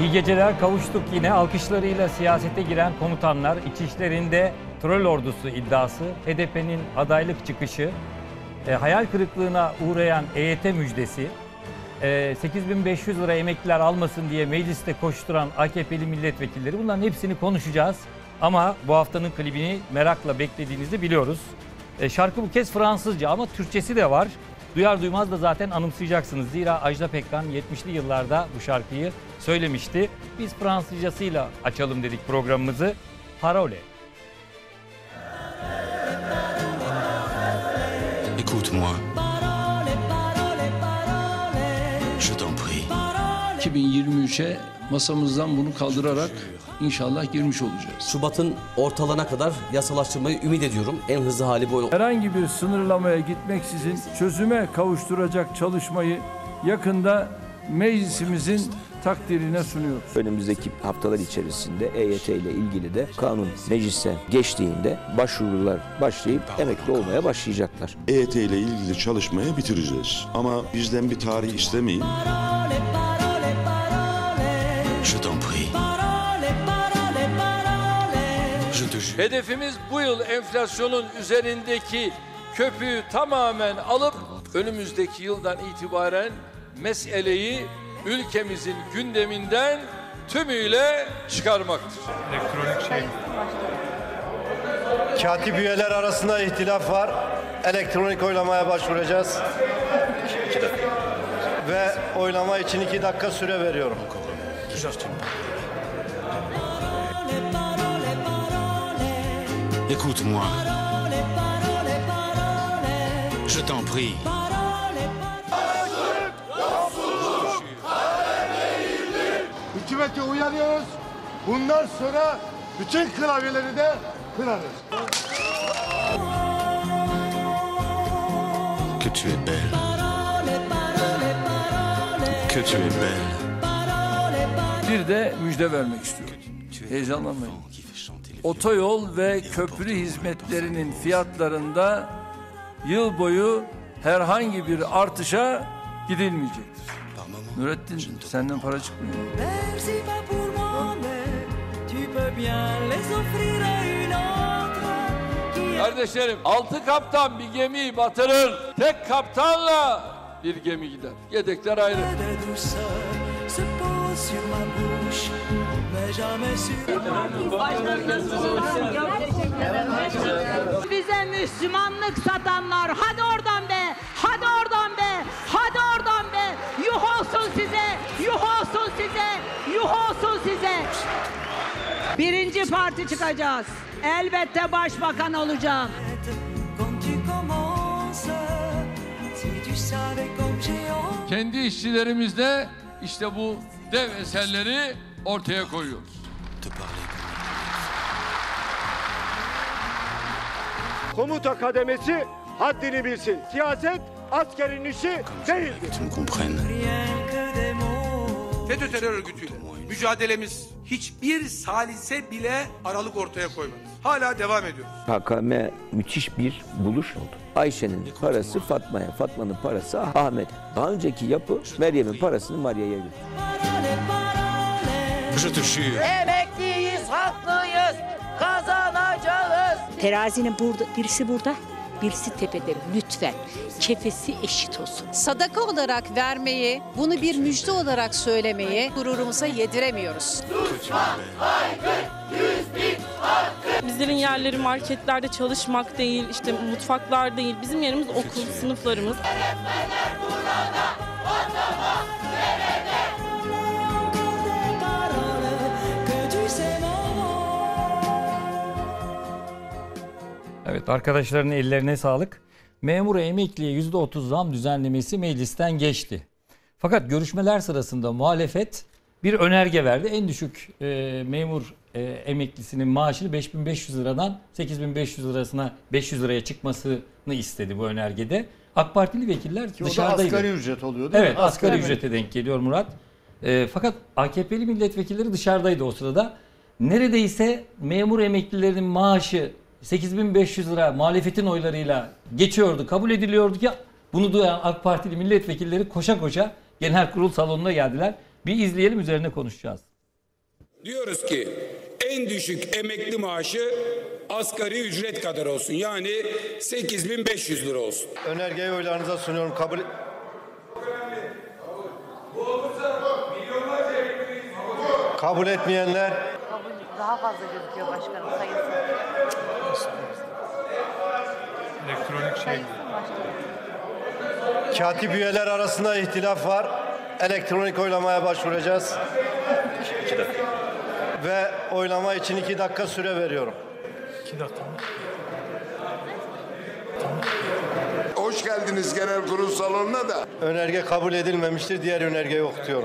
İyi geceler, kavuştuk yine. Alkışlarıyla siyasete giren komutanlar, iç işlerinde troll ordusu iddiası, HDP'nin adaylık çıkışı, hayal kırıklığına uğrayan EYT müjdesi, 8.500 lira emekliler almasın diye mecliste koşturan AKP'li milletvekilleri, bunların hepsini konuşacağız. Ama bu haftanın klibini merakla beklediğinizi biliyoruz. Şarkı bu kez Fransızca ama Türkçesi de var. Duyar duymaz da zaten anımsayacaksınız. Zira Ajda Pekkan 70'li yıllarda bu şarkıyı söylemişti. Biz Fransızcasıyla açalım dedik programımızı. Parole. Écoute-moi. Je t'en prie. 2023'e masamızdan bunu kaldırarak inşallah girmiş olacağız. Şubat'ın ortalarına kadar yasalaştırmayı ümit ediyorum. En hızlı hali bu. Herhangi bir sınırlamaya gitmeksizin çözüme kavuşturacak çalışmayı yakında meclisimizin takdirine sunuyoruz. Önümüzdeki haftalar içerisinde EYT ile ilgili de kanun meclise geçtiğinde başvurular başlayıp emekli olmaya başlayacaklar. EYT ile ilgili çalışmaya bitireceğiz. Ama bizden bir tarih istemeyin. Je t'en prie. Je te jure. Hedefimiz bu yıl enflasyonun üzerindeki köpüğü tamamen alıp önümüzdeki yıldan itibaren meseleyi ülkemizin gündeminden tümüyle çıkarmaktır. Katip üyeler arasında ihtilaf var. Elektronik oylamaya başvuracağız. Ve oylama için 2 dakika süre veriyorum. Écoute-moi. Je t'en prie. Hükümeti uyarıyoruz. Bundan sonra bütün klavyeleri de kırarız. Que tu es belle. Que tu es belle. Bir de müjde vermek istiyorum. Heyecanlanmayın. Otoyol ve köprü hizmetlerinin fiyatlarında yıl boyu herhangi bir artışa gidilmeyecektir. Nurettin, senden para çıkmıyor. Kardeşlerim, 6 kaptan bir gemiyi batırır. Tek kaptanla bir gemi gider. Yedekler ayrı. Bize Müslümanlık satanlar, hadi oradan be, hadi oradan be, hadi oradan be. Yuh olsun size, yuh olsun size, yuh olsun size. Birinci parti çıkacağız. Elbette başbakan olacağım. Kendi işçilerimizde işte bu dev eserleri ortaya koyuyoruz. Komuta kademesi haddini bilsin. Siyaset askerin işi değildir. Tu me comprennes. FETÖ terör örgütüyle mücadelemiz hiçbir salise bile aralık ortaya koymadı. Hala devam ediyor. HKM müthiş bir buluş oldu. Ayşe'nin parası Fatma'ya, Fatma'nın parası Ahmet'e. Daha önceki yapı Meryem'in parasını Maria'ya götürdü. Je te jure. Emekliyiz, haklıyız, kazanacağız. Terazinin birisi burada, birisi tepede. Lütfen kefesi eşit olsun. Sadaka olarak vermeyi, bunu bir müjde olarak söylemeyi gururumuza yediremiyoruz. Bizlerin yerleri marketlerde çalışmak değil, işte mutfaklar değil. Bizim yerimiz okul, sınıflarımız. Evet, arkadaşların ellerine sağlık. Memura emekliye %30 zam düzenlemesi meclisten geçti. Fakat görüşmeler sırasında muhalefet bir önerge verdi. En düşük memur emeklisinin maaşını 5.500 liradan 8.500 lirasına 500 liraya çıkmasını istedi bu önergede. AK Partili vekiller Ki dışarıdaydı. O da asgari ücret oluyor değil mi? Evet, asgari ücrete denk geliyor Murat. Fakat AKP'li milletvekilleri dışarıdaydı o sırada. Neredeyse memur emeklilerinin maaşı 8.500 lira muhalefetin oylarıyla geçiyordu, kabul ediliyordu ki bunu duyan AK Partili milletvekilleri koşa koşa genel kurul salonuna geldiler. Bir izleyelim, üzerine konuşacağız. Diyoruz ki en düşük emekli maaşı asgari ücret kadar olsun. Yani 8.500 lira olsun. Önergeyi oylarınıza sunuyorum. Kabul etmeyenler. Daha fazla gözüküyor başkanım sayısı. Elektronik şey. Katip üyeler arasında ihtilaf var. Elektronik oylamaya başvuracağız. 2 dakika. Ve oylama için 2 dakika süre veriyorum. 2 dakika. Hoş geldiniz genel kurul salonuna da. Önerge kabul edilmemiştir. Diğer önergeyi okutuyorum.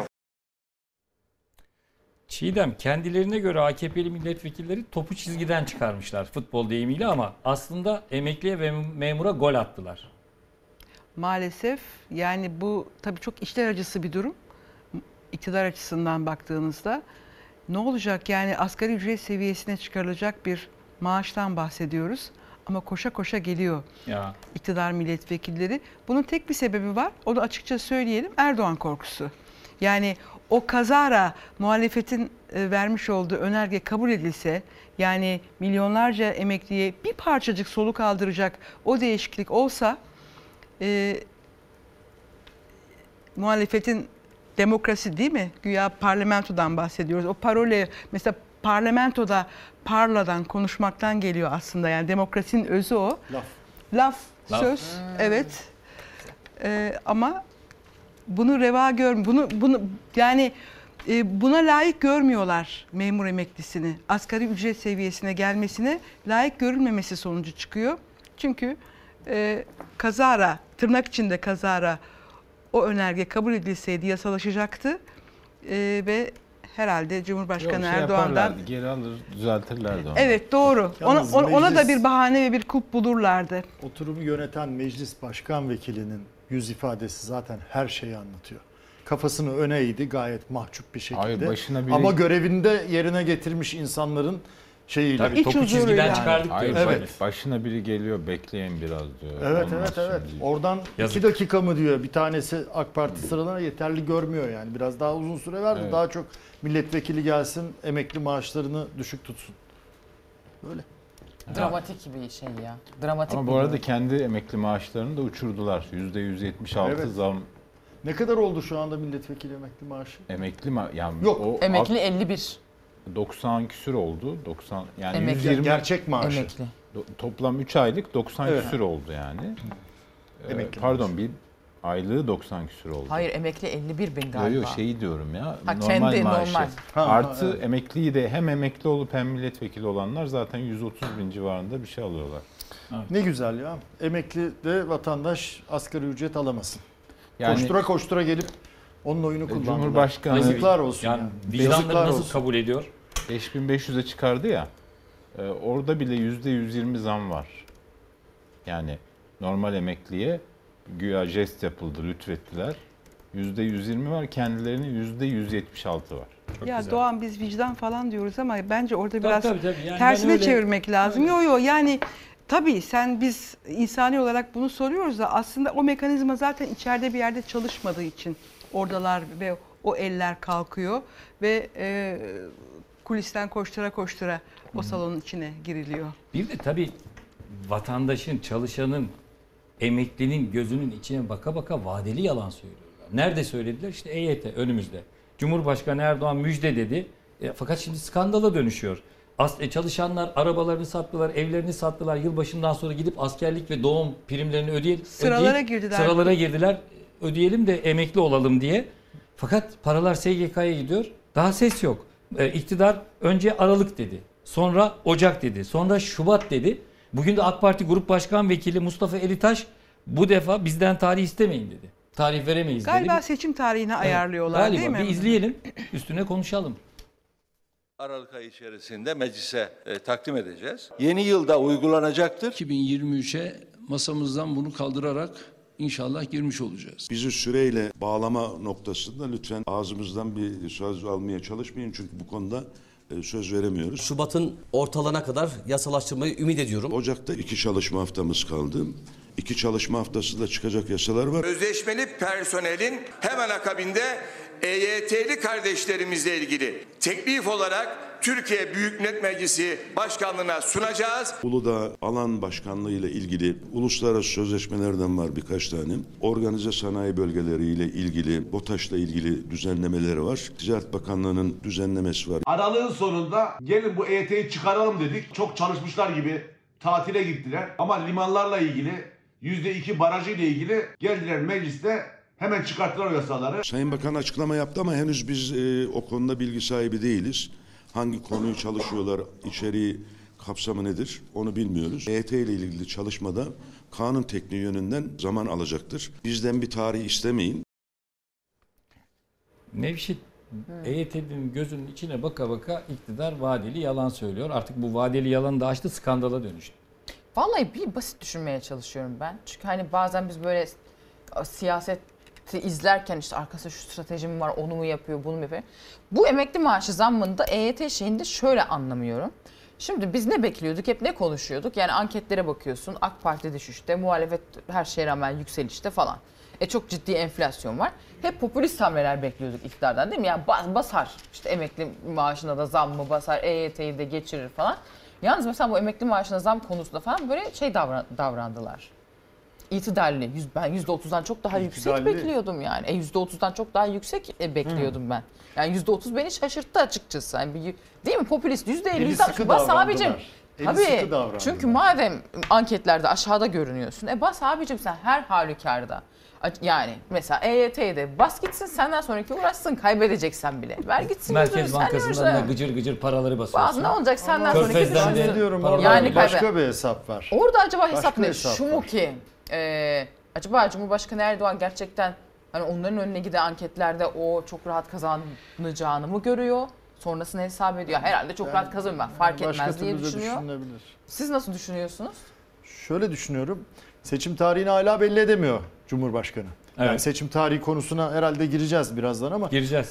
Çiğdem, kendilerine göre AKP'li milletvekilleri topu çizgiden çıkarmışlar futbol deyimiyle ama aslında emekliye ve memura gol attılar. Maalesef yani bu tabii çok içler acısı bir durum. İktidar açısından baktığınızda ne olacak yani asgari ücret seviyesine çıkarılacak bir maaştan bahsediyoruz. Ama koşa koşa geliyor iktidar milletvekilleri. Bunun tek bir sebebi var. Onu açıkça söyleyelim. Erdoğan korkusu. Yani o kazara muhalefetin vermiş olduğu önerge kabul edilse, yani milyonlarca emekliye bir parçacık soluk aldıracak o değişiklik olsa, muhalefetin demokrasi değil mi? Güya parlamentodan bahsediyoruz. O parole mesela parlamentoda parladan konuşmaktan geliyor aslında. Yani demokrasinin özü o. Laf. Söz. Evet. Ama bunu reva bunu yani buna layık görmüyorlar memur emeklisini. Asgari ücret seviyesine gelmesine layık görülmemesi sonucu çıkıyor. Çünkü kazara, tırnak içinde kazara o önerge kabul edilseydi yasalaşacaktı. Ve herhalde Cumhurbaşkanı Erdoğan'dan geri alır, düzeltirlerdi onu. Evet, doğru. Ona da bir bahane ve bir kulp bulurlardı. Oturumu yöneten meclis başkan vekilinin yüz ifadesi zaten her şeyi anlatıyor. Kafasını öne eğdi gayet mahcup bir şekilde. Hayır, başına biri... Ama görevinde yerine getirmiş insanların şeyiyle. Tabii topu çizgiden çıkardık diyor. Evet. Başına biri geliyor, bekleyin biraz diyor. Evet. Oradan 2 dakika mı diyor. Bir tanesi AK Parti sıralarına yeterli görmüyor yani. Biraz daha uzun süre verdi. Evet. Daha çok milletvekili gelsin, emekli maaşlarını düşük tutsun. Böyle. Dramatik bir şey ya. Dramatik. Ama bu arada kendi emekli maaşlarını da uçurdular. %176 zam. Ne kadar oldu şu anda milletvekili emekli maaşı? Yani yok. Emekli 51. 90 küsür oldu. 90 yani emekli, 120 gerçek maaşı. Emekli. Toplam 3 aylık 90 küsür oldu yani. Pardon maaşı. Bir aylığı 90 küsür oldu. Hayır, emekli 51 bin galiba. Yok şeyi diyorum ya. Normal maaşı. Normal. Artı emekliyi de hem emekli olup hem milletvekili olanlar zaten 130 bin civarında bir şey alıyorlar. Evet. Ne güzel ya. Emekli de vatandaş asgari ücret alamasın. Yani, koştura gelip onun oyunu kullandılar. Cumhurbaşkanı yazıklar olsun. Yani vicdanları nasıl kabul ediyor? 5500'e çıkardı ya. Orada bile %120 zam var. Yani normal emekliye güya jest yapıldı, lütfettiler. %120 var, kendilerinin %176 var. Çok ya güzel. Doğan, biz vicdan falan diyoruz ama bence orada biraz yani tersine çevirmek lazım. Yok yani tabii biz insani olarak bunu soruyoruz da aslında o mekanizma zaten içeride bir yerde çalışmadığı için oradalar ve o eller kalkıyor ve kulisten koştura o salonun içine giriliyor. Bir de tabii vatandaşın, çalışanın, emeklinin gözünün içine baka baka vadeli yalan söylüyorlar. Nerede söylediler? İşte EYT önümüzde. Cumhurbaşkanı Erdoğan müjde dedi. Fakat şimdi skandala dönüşüyor. Çalışanlar arabalarını sattılar, evlerini sattılar. Yılbaşından sonra gidip askerlik ve doğum primlerini ödeyelim. Sıralara girdiler. Ödeyelim de emekli olalım diye. Fakat paralar SGK'ya gidiyor. Daha ses yok. İktidar önce Aralık dedi. Sonra Ocak dedi. Sonra Şubat dedi. Bugün de AK Parti Grup Başkan Vekili Mustafa Elitaş bu defa bizden tarih istemeyin dedi. Tarih veremeyiz dedi. Galiba seçim tarihine ayarlıyorlar değil mi? Bir izleyelim. Üstüne konuşalım. Aralık ayı içerisinde meclise takdim edeceğiz. Yeni yılda uygulanacaktır. 2023'e masamızdan bunu kaldırarak İnşallah girmiş olacağız. Bizi süreyle bağlama noktasında lütfen ağzımızdan bir söz almaya çalışmayın. Çünkü bu konuda söz veremiyoruz. Şubat'ın ortalarına kadar yasalaştırmayı ümit ediyorum. Ocak'ta 2 çalışma haftamız kaldı. 2 çalışma haftasında çıkacak yasalar var. Sözleşmeli personelin hemen akabinde EYT'li kardeşlerimizle ilgili teklif olarak Türkiye Büyük Millet Meclisi Başkanlığı'na sunacağız. Uludağ alan başkanlığı ile ilgili uluslararası sözleşmelerden var birkaç tane. Organize sanayi bölgeleri ile ilgili, BOTAŞ'la ilgili düzenlemeleri var. Ticaret Bakanlığı'nın düzenlemesi var. Aralığın sonunda gelin bu EYT'yi çıkaralım dedik. Çok çalışmışlar gibi tatile gittiler. Ama limanlarla ilgili %2 barajı ile ilgili geldiler mecliste hemen çıkarttılar o yasaları. Sayın Bakan açıklama yaptı ama henüz biz o konuda bilgi sahibi değiliz. Hangi konuyu çalışıyorlar, içeriği, kapsamı nedir onu bilmiyoruz. EYT ile ilgili çalışmada kanun tekniği yönünden zaman alacaktır. Bizden bir tarih istemeyin. Nevşit, EYT'nin gözünün içine baka baka iktidar vadeli yalan söylüyor. Artık bu vadeli yalan da açtı, skandala dönüştü. Vallahi bir basit düşünmeye çalışıyorum ben. Çünkü hani bazen biz böyle siyaseti izlerken işte arkasında şu strateji mi var, onu mu yapıyor, bunu mu yapıyor. Bu emekli maaşı zammında EYT şeyinde şöyle anlamıyorum. Şimdi biz ne bekliyorduk, hep ne konuşuyorduk? Yani anketlere bakıyorsun, AK Parti düşüşte, muhalefet her şeye rağmen yükselişte falan. Çok ciddi enflasyon var. Hep popülist hamleler bekliyorduk iktidardan değil mi? Yani basar, işte emekli maaşına da zam mı basar, EYT'yi de geçirir falan. Yalnız mesela bu emekli maaşına zam konusunda falan böyle davrandılar. İtidarlı. Ben %30'dan çok daha yüksek bekliyordum yani. %30'dan çok daha yüksek bekliyordum ben. Yani %30 beni şaşırttı açıkçası. Yani değil mi? Popülist %50 bas abicim. Tabii. Çünkü madem anketlerde aşağıda görünüyorsun. Bas abicim sen her halükarda. Yani mesela EYT'de bas gitsin, senden sonraki uğraşsın, kaybedeceksen bile. Ver gitsin. Merkez Bankası'ndan da gıcır gıcır paraları basıyorsun. Ne olacak senden sonraki düşünsün. Diyorum, yani başka bir hesap var. Orada acaba hesap ne? Şu mu ki? Acaba Cumhurbaşkanı Erdoğan gerçekten hani onların önüne giden anketlerde o çok rahat kazanacağını mı görüyor? Sonrasını hesap ediyor. Herhalde çok rahat kazanıyor. Fark etmez diye düşünüyor. Siz nasıl düşünüyorsunuz? Şöyle düşünüyorum. Seçim tarihini hala belli edemiyor Cumhurbaşkanı. Evet. Yani seçim tarihi konusuna herhalde gireceğiz birazdan ama. Gireceğiz.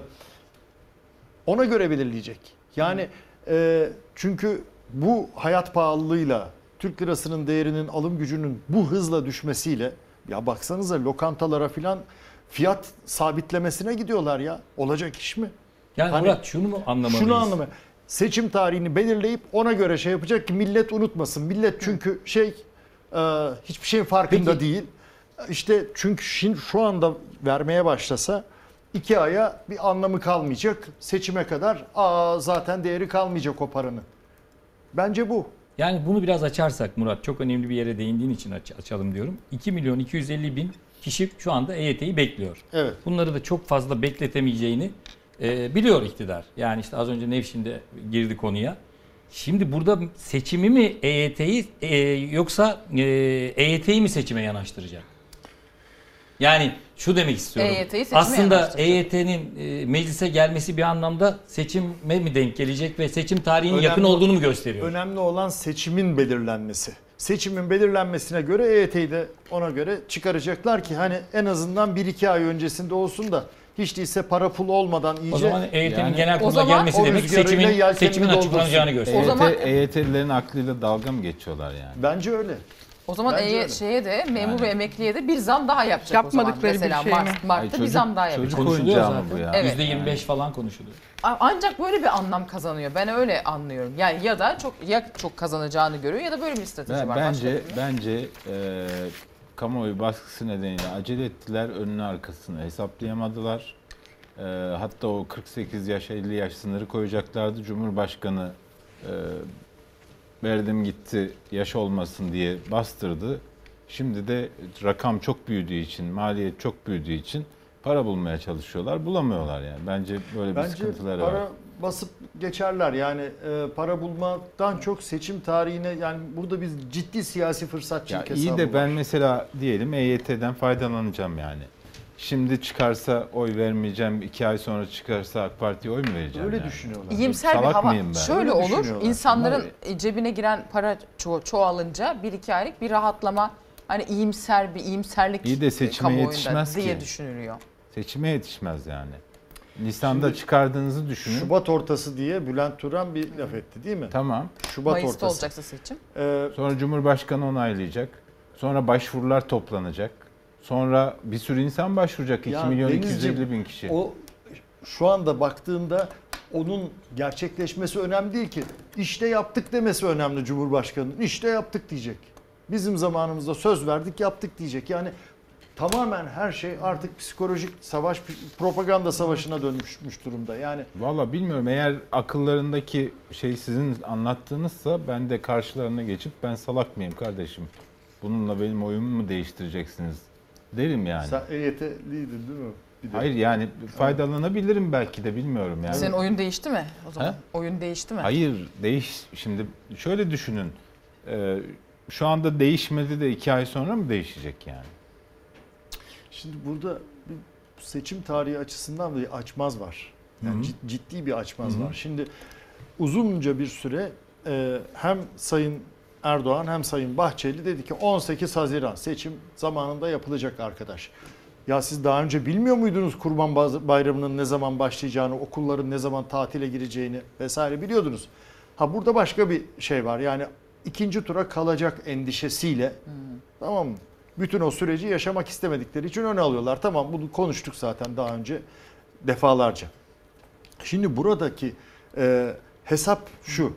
Ona göre belirleyecek. Yani çünkü bu hayat pahalılığıyla Türk lirasının değerinin, alım gücünün bu hızla düşmesiyle ya baksanıza lokantalara filan fiyat sabitlemesine gidiyorlar ya. Olacak iş mi? Yani hani, Murat şunu mu anlamalıyız? Şunu anlamalıyız. Seçim tarihini belirleyip ona göre şey yapacak ki millet unutmasın. Millet çünkü hiçbir şeyin farkında değil. İşte çünkü şu anda vermeye başlasa 2 aya bir anlamı kalmayacak. Seçime kadar zaten değeri kalmayacak o paranın. Bence bu. Yani bunu biraz açarsak Murat, çok önemli bir yere değindiğin için açalım diyorum. 2.250.000 kişi şu anda EYT'yi bekliyor. Evet. Bunları da çok fazla bekletemeyeceğini biliyor iktidar. Yani işte az önce Nevşin de girdi konuya. Şimdi burada seçimi mi EYT'yi yoksa EYT'yi mi seçime yanaştıracak? Yani şu demek istiyorum. Aslında EYT'nin meclise gelmesi bir anlamda seçime mi denk gelecek ve seçim tarihinin yakın olduğunu mu gösteriyor? Önemli olan seçimin belirlenmesi. Seçimin belirlenmesine göre EYT'yi de ona göre çıkaracaklar ki hani en azından 1-2 ay öncesinde olsun da hiç değilse para pul olmadan iyice. O zaman EYT'nin genel kurula gelmesi demek seçimin açıklanacağını gösteriyor. EYT'lilerin aklıyla dalga mı geçiyorlar yani? Bence öyle. O zaman şeye de memur ve emekliye de bir zam daha yapacak. Yapmadıkları o zaman. Mesela Mart'ta bir zam daha yapacak. Konuşuluyor zaten. Bu ya. Evet. %25 falan konuşuluyor. Ancak böyle bir anlam kazanıyor. Ben öyle anlıyorum. Yani ya da çok kazanacağını görüyor ya da böyle bir strateji var. Bence kamuoyu baskısı nedeniyle acele ettiler. Önünü arkasını hesaplayamadılar. Hatta o 48 yaş 50 yaş sınırı koyacaklardı. Cumhurbaşkanı verdim gitti yaş olmasın diye bastırdı. Şimdi de rakam çok büyüdüğü için, maliyet çok büyüdüğü için para bulmaya çalışıyorlar. Bulamıyorlar yani. Bence böyle bir sıkıntıları var. Para basıp geçerler. Yani para bulmaktan çok seçim tarihine yani burada biz ciddi siyasi fırsatçılık hesabı İyi de var. ben mesela diyelim EYT'den faydalanacağım yani. Şimdi çıkarsa oy vermeyeceğim, 2 ay sonra çıkarsa AK Parti'ye oy mu vereceğim? Öyle yani? düşünüyorlar. İyimser bir hava. Şöyle olur, insanların cebine giren para çoğalınca 1-2 aylık bir rahatlama, hani iyimserlik İyi de seçime yetişmez diye ki. düşünülüyor. Seçime yetişmez yani. Nisan'da şimdi, çıkardığınızı düşünün. Şubat ortası diye Bülent Turan bir laf etti değil mi? Tamam. Şubat Mayıs'ta ortası. olacaksa seçim. Sonra Cumhurbaşkanı onaylayacak. Sonra başvurular toplanacak. Sonra bir sürü insan başvuracak. 2 milyon 250 bin kişi. O şu anda baktığında onun gerçekleşmesi önemli değil ki. İşte yaptık demesi önemli Cumhurbaşkanı'nın. İşte yaptık diyecek. Bizim zamanımızda söz verdik yaptık diyecek. Yani tamamen her şey artık psikolojik savaş, propaganda savaşına dönmüş durumda. Yani Valla bilmiyorum, eğer akıllarındaki şey sizin anlattığınızsa ben de karşılarına geçip ben salak mıyım kardeşim? Bununla benim oyumu mu değiştireceksiniz derim yani. Sen EYT'liydin değil mi? Hayır yani faydalanabilirim belki de, bilmiyorum yani. Senin oyun değişti mi o zaman? He? Oyun değişti mi? Hayır şimdi şöyle düşünün. Şu anda değişmedi de 2 ay sonra mı değişecek yani? Şimdi burada bir seçim tarihi açısından bir açmaz var. Yani ciddi bir açmaz var. Şimdi uzunca bir süre hem Sayın Erdoğan hem Sayın Bahçeli dedi ki 18 Haziran seçim zamanında yapılacak arkadaş. Ya siz daha önce bilmiyor muydunuz Kurban Bayramı'nın ne zaman başlayacağını, okulların ne zaman tatile gireceğini vesaire biliyordunuz. Ha burada başka bir şey var. Yani ikinci tura kalacak endişesiyle tamam mı? Bütün o süreci yaşamak istemedikleri için öne alıyorlar. Tamam, bunu konuştuk zaten daha önce defalarca. Şimdi buradaki hesap şu.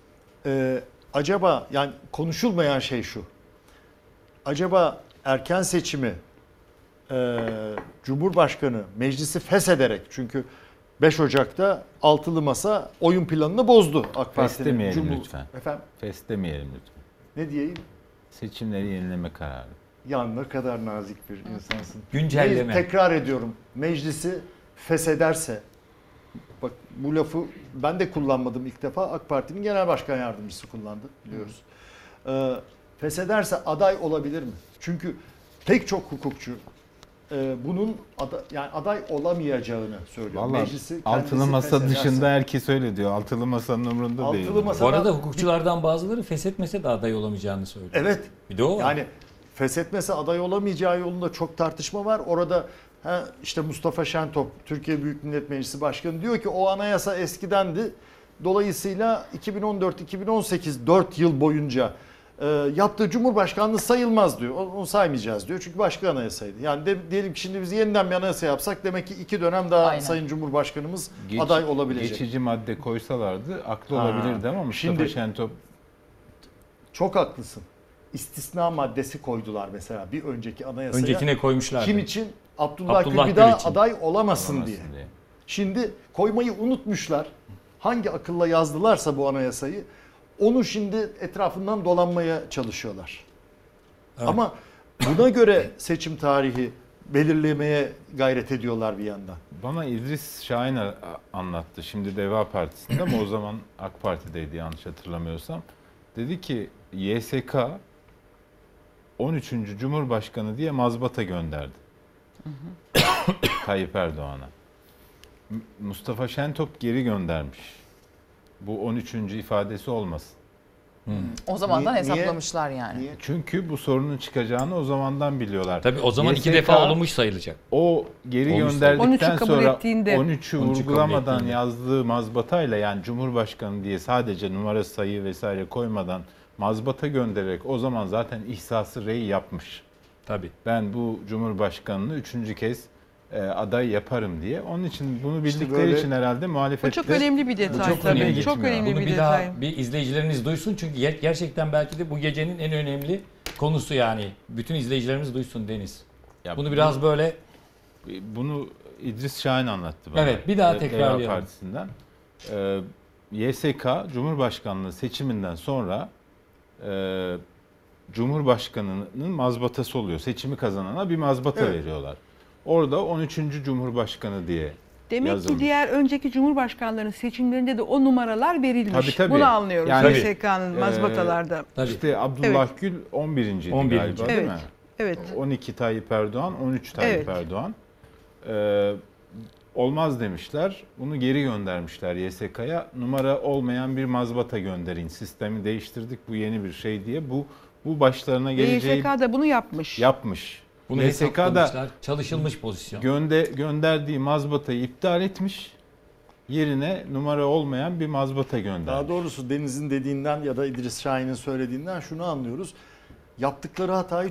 Acaba yani konuşulmayan şey şu. Acaba erken seçimi Cumhurbaşkanı meclisi feshederek, çünkü 5 Ocak'ta altılı masa oyun planını bozdu AK Parti'nin. Feslemeyelim lütfen. Efendim? Feslemeyelim lütfen. Ne diyeyim? Seçimleri yenileme kararı. Ya ne kadar nazik bir insansın. Güncelleme. Tekrar ediyorum. Meclisi feshederse, bak bu lafı ben de kullanmadım ilk defa. AK Parti'nin genel başkan yardımcısı kullandı biliyoruz. Feshederse aday olabilir mi? Çünkü pek çok hukukçu bunun yani aday olamayacağını söylüyor. Vallahi Meclisi altılı masa dışında herkes öyle diyor. Altılı masanın umurunda değil. Bu arada hukukçulardan bazıları feshetmese de aday olamayacağını söylüyor. Evet. Bir de o var. Yani feshetmese aday olamayacağı yolunda çok tartışma var. Orada işte Mustafa Şentop, Türkiye Büyük Millet Meclisi Başkanı diyor ki o anayasa eskidendi. Dolayısıyla 2014-2018 4 yıl boyunca yaptığı Cumhurbaşkanlığı sayılmaz diyor. Onu saymayacağız diyor. Çünkü başka anayasaydı. Yani diyelim ki şimdi biz yeniden bir anayasa yapsak demek ki 2 dönem daha Aynen. Sayın Cumhurbaşkanımız aday olabilecek. Geçici madde koysalardı aklı olabilirdi ama Mustafa Şentop... Çok haklısın. İstisna maddesi koydular mesela bir önceki anayasaya. Öncekine koymuşlardı. Kim için? Abdullah Gül bir daha aday olamasın diye. diye. Şimdi koymayı unutmuşlar. Hangi akılla yazdılarsa bu anayasayı onu şimdi etrafından dolanmaya çalışıyorlar. Evet. Ama buna göre seçim tarihi belirlemeye gayret ediyorlar bir yandan. Bana İdris Şahin anlattı. Şimdi Deva Partisi'nde ama o zaman AK Parti'deydi yanlış hatırlamıyorsam. Dedi ki YSK 13. Cumhurbaşkanı diye mazbata gönderdi. Tayyip Erdoğan'a. Mustafa Şentop geri göndermiş. Bu 13. ifadesi olmasın. O zamandan hesaplamışlar yani. Niye? Çünkü bu sorunun çıkacağını o zamandan biliyorlar. Tabii o zaman YSK, 2 defa olmuş sayılacak. O geri Olmuş gönderdikten 13'ü kabul sonra ettiğinde. 13'ü vurgulamadan yazdığı mazbatayla, yani Cumhurbaşkanı diye sadece numara, sayı vesaire koymadan mazbata göndererek o zaman zaten ihsası rey yapmış. Tabii. Ben bu Cumhurbaşkanını 3. kez aday yaparım diye. Onun için bunu bildikleri böyle, için herhalde muhalefette... Bu çok önemli bir detay. Çok önemli. Çok önemli Bunu bir bir detay. daha bir izleyicileriniz duysun çünkü gerçekten belki de bu gecenin en önemli konusu yani. Bütün izleyicilerimiz duysun Deniz. Ya bunu biraz böyle... Bunu İdris Şahin anlattı bana. Evet, bir daha tekrarlayalım. Deva Partisi'nden. YSK Cumhurbaşkanlığı seçiminden sonra Cumhurbaşkanı'nın mazbatası oluyor. Seçimi kazanana bir mazbata veriyorlar. Orada 13. Cumhurbaşkanı diye Demek yazılmış. ki diğer önceki cumhurbaşkanlarının seçimlerinde de o numaralar verilmiş. Tabii. Bunu anlıyoruz Yani, YSK'nın mazbatalarda. İşte Abdullah Gül 11. galiba değil mi? Evet. 12 Tayyip Erdoğan, 13 Tayyip Erdoğan. Olmaz demişler. Bunu geri göndermişler YSK'ya. Numara olmayan bir mazbata gönderin. Sistemi değiştirdik. Bu yeni bir şey diye. Bu başlarına geleceği... YSK da bunu yapmış. Yapmış. Bunu hesaplamışlar. Çalışılmış pozisyon. Gönderdiği mazbatayı iptal etmiş. Yerine numara olmayan bir mazbata göndermiş. Daha doğrusu Deniz'in dediğinden ya da İdris Şahin'in söylediğinden şunu anlıyoruz. Yaptıkları hatayı çok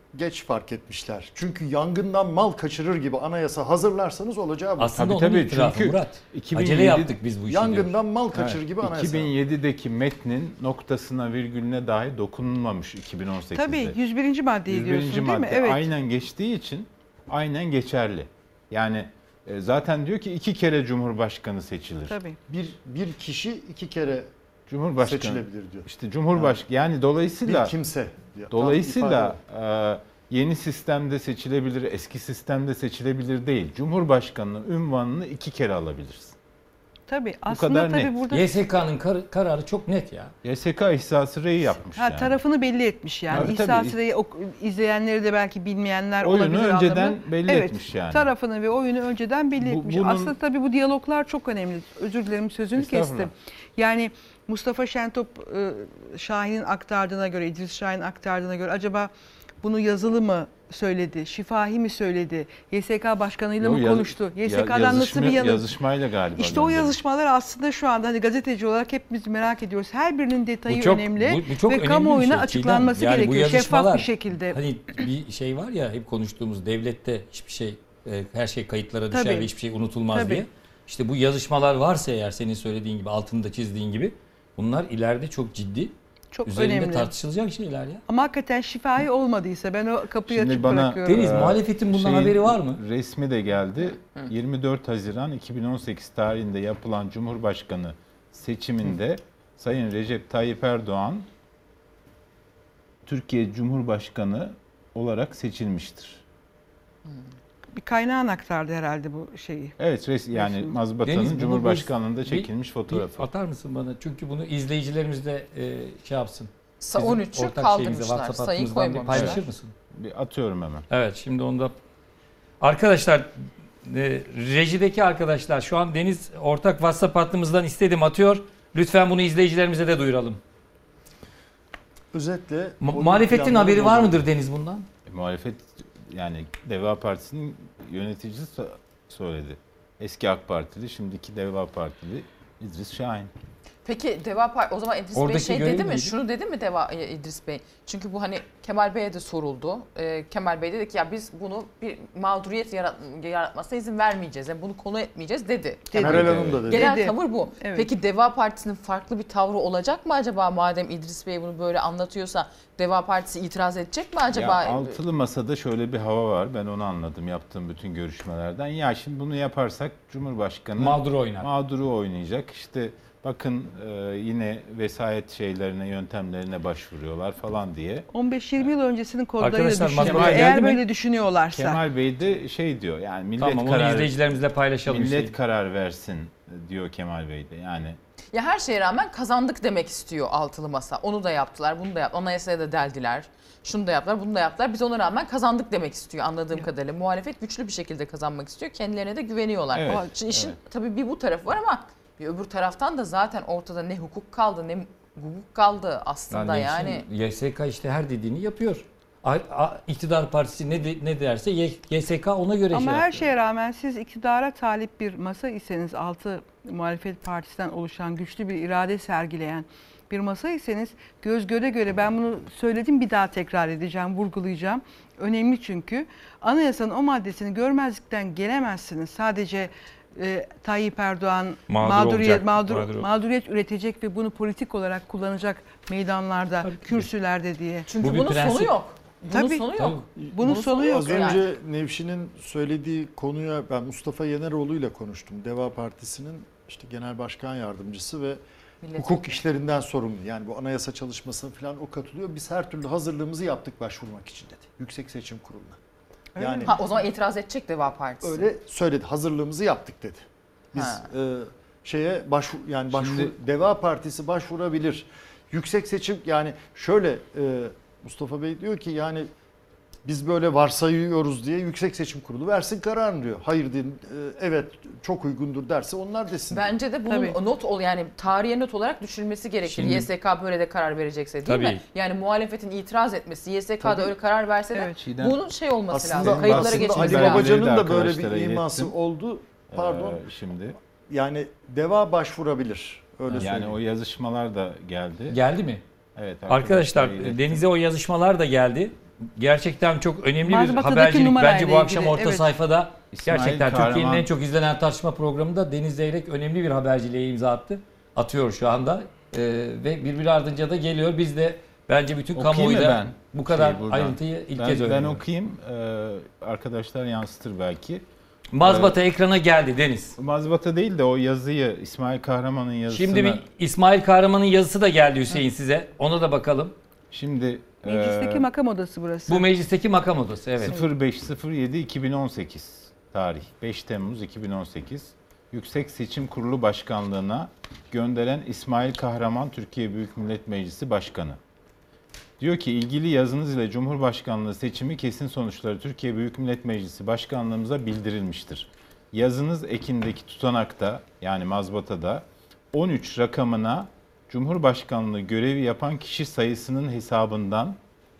geç fark etmişler. Çünkü yangından mal kaçırır gibi anayasa hazırlarsanız olacağı bu. Aslında onun itirafı Murat. Acele yaptık biz bu işi. Yangından mal kaçırır gibi anayasa. 2007'deki metnin noktasına virgülüne dahi dokunulmamış 2018'de. Tabii 101. maddeyi diyorsun değil mi? Evet. Aynen geçtiği için aynen geçerli. Yani zaten diyor ki 2 kere Cumhurbaşkanı seçilir. Tabii. Bir kişi 2 kere Cumhurbaşkanı seçilebilir diyor. İşte Cumhurbaşkanı yani dolayısıyla bir kimse. Dolayısıyla yeni sistemde seçilebilir, eski sistemde seçilebilir değil. Cumhurbaşkanının unvanını 2 kere alabilirsin. Tabii. Bu Aslında kadar tabii net. burada YSK'nın kararı çok net ya. YSK İhsa Sıra'yı yapmış yani. Tarafını belli etmiş yani. Tabii, İhsa Sıra'yı izleyenleri de belki bilmeyenler oyunu olabilir. Oyunu önceden anlamı. belli etmiş yani. Tarafını ve oyunu önceden belli etmiş. Aslında tabii bu diyaloglar çok önemli. Özür dilerim sözünü kestim. Yani Mustafa Şentop Şahin'in aktardığına göre, İdris Şahin'in aktardığına göre acaba bunu yazılı mı söyledi, şifahi mi söyledi, YSK başkanıyla mı konuştu, YSK'dan nasıl bir yanıt? Yazışmayla galiba. İşte o yazışmalar aslında şu anda hani gazeteci olarak hepimiz merak ediyoruz. Her birinin detayı önemli bu çok ve kamuoyuna şey, açıklanması yani gerekiyor şeffaf bir şekilde. Hani bir şey var ya hep konuştuğumuz devlette hiçbir şey, her şey kayıtlara düşer ve hiçbir şey unutulmaz diye. İşte bu yazışmalar varsa eğer senin söylediğin gibi, altında çizdiğin gibi bunlar ileride çok ciddi, çok üzerinde önemli tartışılacak şeyler ya. Ama hakikaten şifahi olmadıysa ben o kapıyı açık bırakıyorum. Deniz, muhalefetin bundan haberi var mı? Resmi de geldi. 24 Haziran 2018 tarihinde yapılan Cumhurbaşkanı seçiminde Sayın Recep Tayyip Erdoğan Türkiye Cumhurbaşkanı olarak seçilmiştir. Bir kaynağın aktardı herhalde bu şeyi. Evet, yani mazbatanın Cumhurbaşkanlığında çekilmiş fotoğrafı. Atar mısın bana? Çünkü bunu izleyicilerimiz de şey yapsın. 13'ü kaldırmışlar. Sayı koymamışlar. Paylaşır mısın? Bir atıyorum hemen. Evet, şimdi onda arkadaşlar, rejideki arkadaşlar şu an Deniz ortak WhatsApp hattımızdan istedim atıyor. Lütfen bunu izleyicilerimize de duyuralım. Özetle muhalefetin haberi var mıdır Deniz bundan? Muhalefet yani Deva Partisi'nin yöneticisi söyledi. Eski AK Partili, şimdiki Deva Partili İdris Şahin. Peki Deva Partisi o zaman İdris Bey dedi mi? Şunu dedi mi İdris Bey? Çünkü bu hani Kemal Bey'e de soruldu. Kemal Bey dedi ki ya biz bunu bir mağduriyet yaratmasına izin vermeyeceğiz. Yani bunu konu etmeyeceğiz dedi. Meral Hanım da dedi. Genel tavır bu. Evet. Peki Deva Partisi'nin farklı bir tavrı olacak mı acaba madem İdris Bey bunu böyle anlatıyorsa? Deva Partisi itiraz edecek mi acaba? Ya altılı masada şöyle bir hava var. Ben onu anladım yaptığım bütün görüşmelerden. Ya şimdi bunu yaparsak Cumhurbaşkanı mağduru oynayacak. İşte bakın yine vesayet şeylerine, yöntemlerine başvuruyorlar falan diye. 15-20 yıl öncesinin kodlarıyla düşünüyorlar. Eğer böyle düşünüyorlarsa. Kemal Bey de şey diyor yani millet onu izleyicilerimizle paylaşalım. Millet karar versin diyor Kemal Bey de yani. Ya her şeye rağmen kazandık demek istiyor altılı masa. Onu da yaptılar, bunu da yaptılar. Anayasaya da deldiler. Şunu da yaptılar, bunu da yaptılar. Biz ona rağmen kazandık demek istiyor anladığım kadarıyla. Muhalefet güçlü bir şekilde kazanmak istiyor. Kendilerine de güveniyorlar. Evet, şimdi işin tabii bir bu tarafı var ama bir öbür taraftan da zaten ortada ne hukuk kaldı ne hukuk kaldı aslında yani. YSK işte her dediğini yapıyor. İktidar partisi ne derse YSK ona göre ama her şeye rağmen siz iktidara talip bir masa iseniz, 6 muhalefet partisinden oluşan güçlü bir irade sergileyen bir masa iseniz göz göre göre, ben bunu söyledim bir daha tekrar edeceğim, vurgulayacağım. Önemli çünkü anayasanın o maddesini gelemezsiniz. Sadece Tayyip Erdoğan mağduriyet üretecek ve bunu politik olarak kullanacak meydanlarda, kürsülerde diye. Çünkü bunun sonu yok. Bunun sonu yok. Az önce Nevşin'in söylediği konuya ben Mustafa Yeneroğlu ile konuştum. Deva Partisi'nin işte genel başkan yardımcısı ve hukuk işlerinden sorumlu. Yani bu anayasa çalışmasına falan o katılıyor. Biz her türlü hazırlığımızı yaptık başvurmak için dedi. Yüksek Seçim Kurulu'na. Yani o zaman itiraz edecek Deva Partisi. Öyle söyledi. Hazırlığımızı yaptık dedi. Biz Deva Partisi başvurabilir. Yüksek Seçim yani şöyle Mustafa Bey diyor ki yani biz böyle varsayıyoruz diye Yüksek Seçim Kurulu versin kararını diyor. Hayır deyin, evet çok uygundur derse onlar desin. Bence de bunun yani tarihe not olarak düşülmesi gerekir. Şimdi, YSK böyle de karar verecekse değil mi? Yani muhalefetin itiraz etmesi, YSK'da öyle karar verse de bunun olması lazım. Kayıtlara geçmesi lazım. Ali Babacan'ın da böyle bir iması oldu. Pardon. Şimdi yani Deva başvurabilir. Öyle yani söyleyeyim. o yazışmalar da geldi. Geldi mi? Evet. Arkadaşlar Deniz'e o yazışmalar da geldi. gerçekten çok önemli bir Mazbata'daki habercilik. numarayla Bence bu akşam ilgili, orta evet. sayfada gerçekten Kahraman- Türkiye'nin en çok izlenen tartışma programında Deniz Zeyrek önemli bir haberciliğe imza attı. Atıyor şu anda. Ve birbiri ardınca da geliyor. Biz de bence bütün Okuyayım mı kamuoyu da ben bu kadar şeyi buradan? ayrıntıyı ilk Ben kez öğreniyor. okuyayım. Arkadaşlar yansıtır belki. Mazbata ekrana geldi Deniz. Mazbata değil de o yazıyı, İsmail Kahraman'ın yazısını... Şimdi bir İsmail Kahraman'ın yazısı da geldi Hüseyin size. Ona da bakalım. Şimdi Meclisteki makam odası burası. Bu meclisteki makam odası, evet. 05.07.2018 tarih 5 Temmuz 2018 Yüksek Seçim Kurulu Başkanlığı'na gönderen İsmail Kahraman Türkiye Büyük Millet Meclisi Başkanı. Diyor ki ilgili yazınız ile Cumhurbaşkanlığı seçimi kesin sonuçları Türkiye Büyük Millet Meclisi Başkanlığımıza bildirilmiştir. Yazınız ekindeki tutanakta yani mazbatada 13 rakamına Cumhurbaşkanlığı görevi yapan kişi sayısının hesabından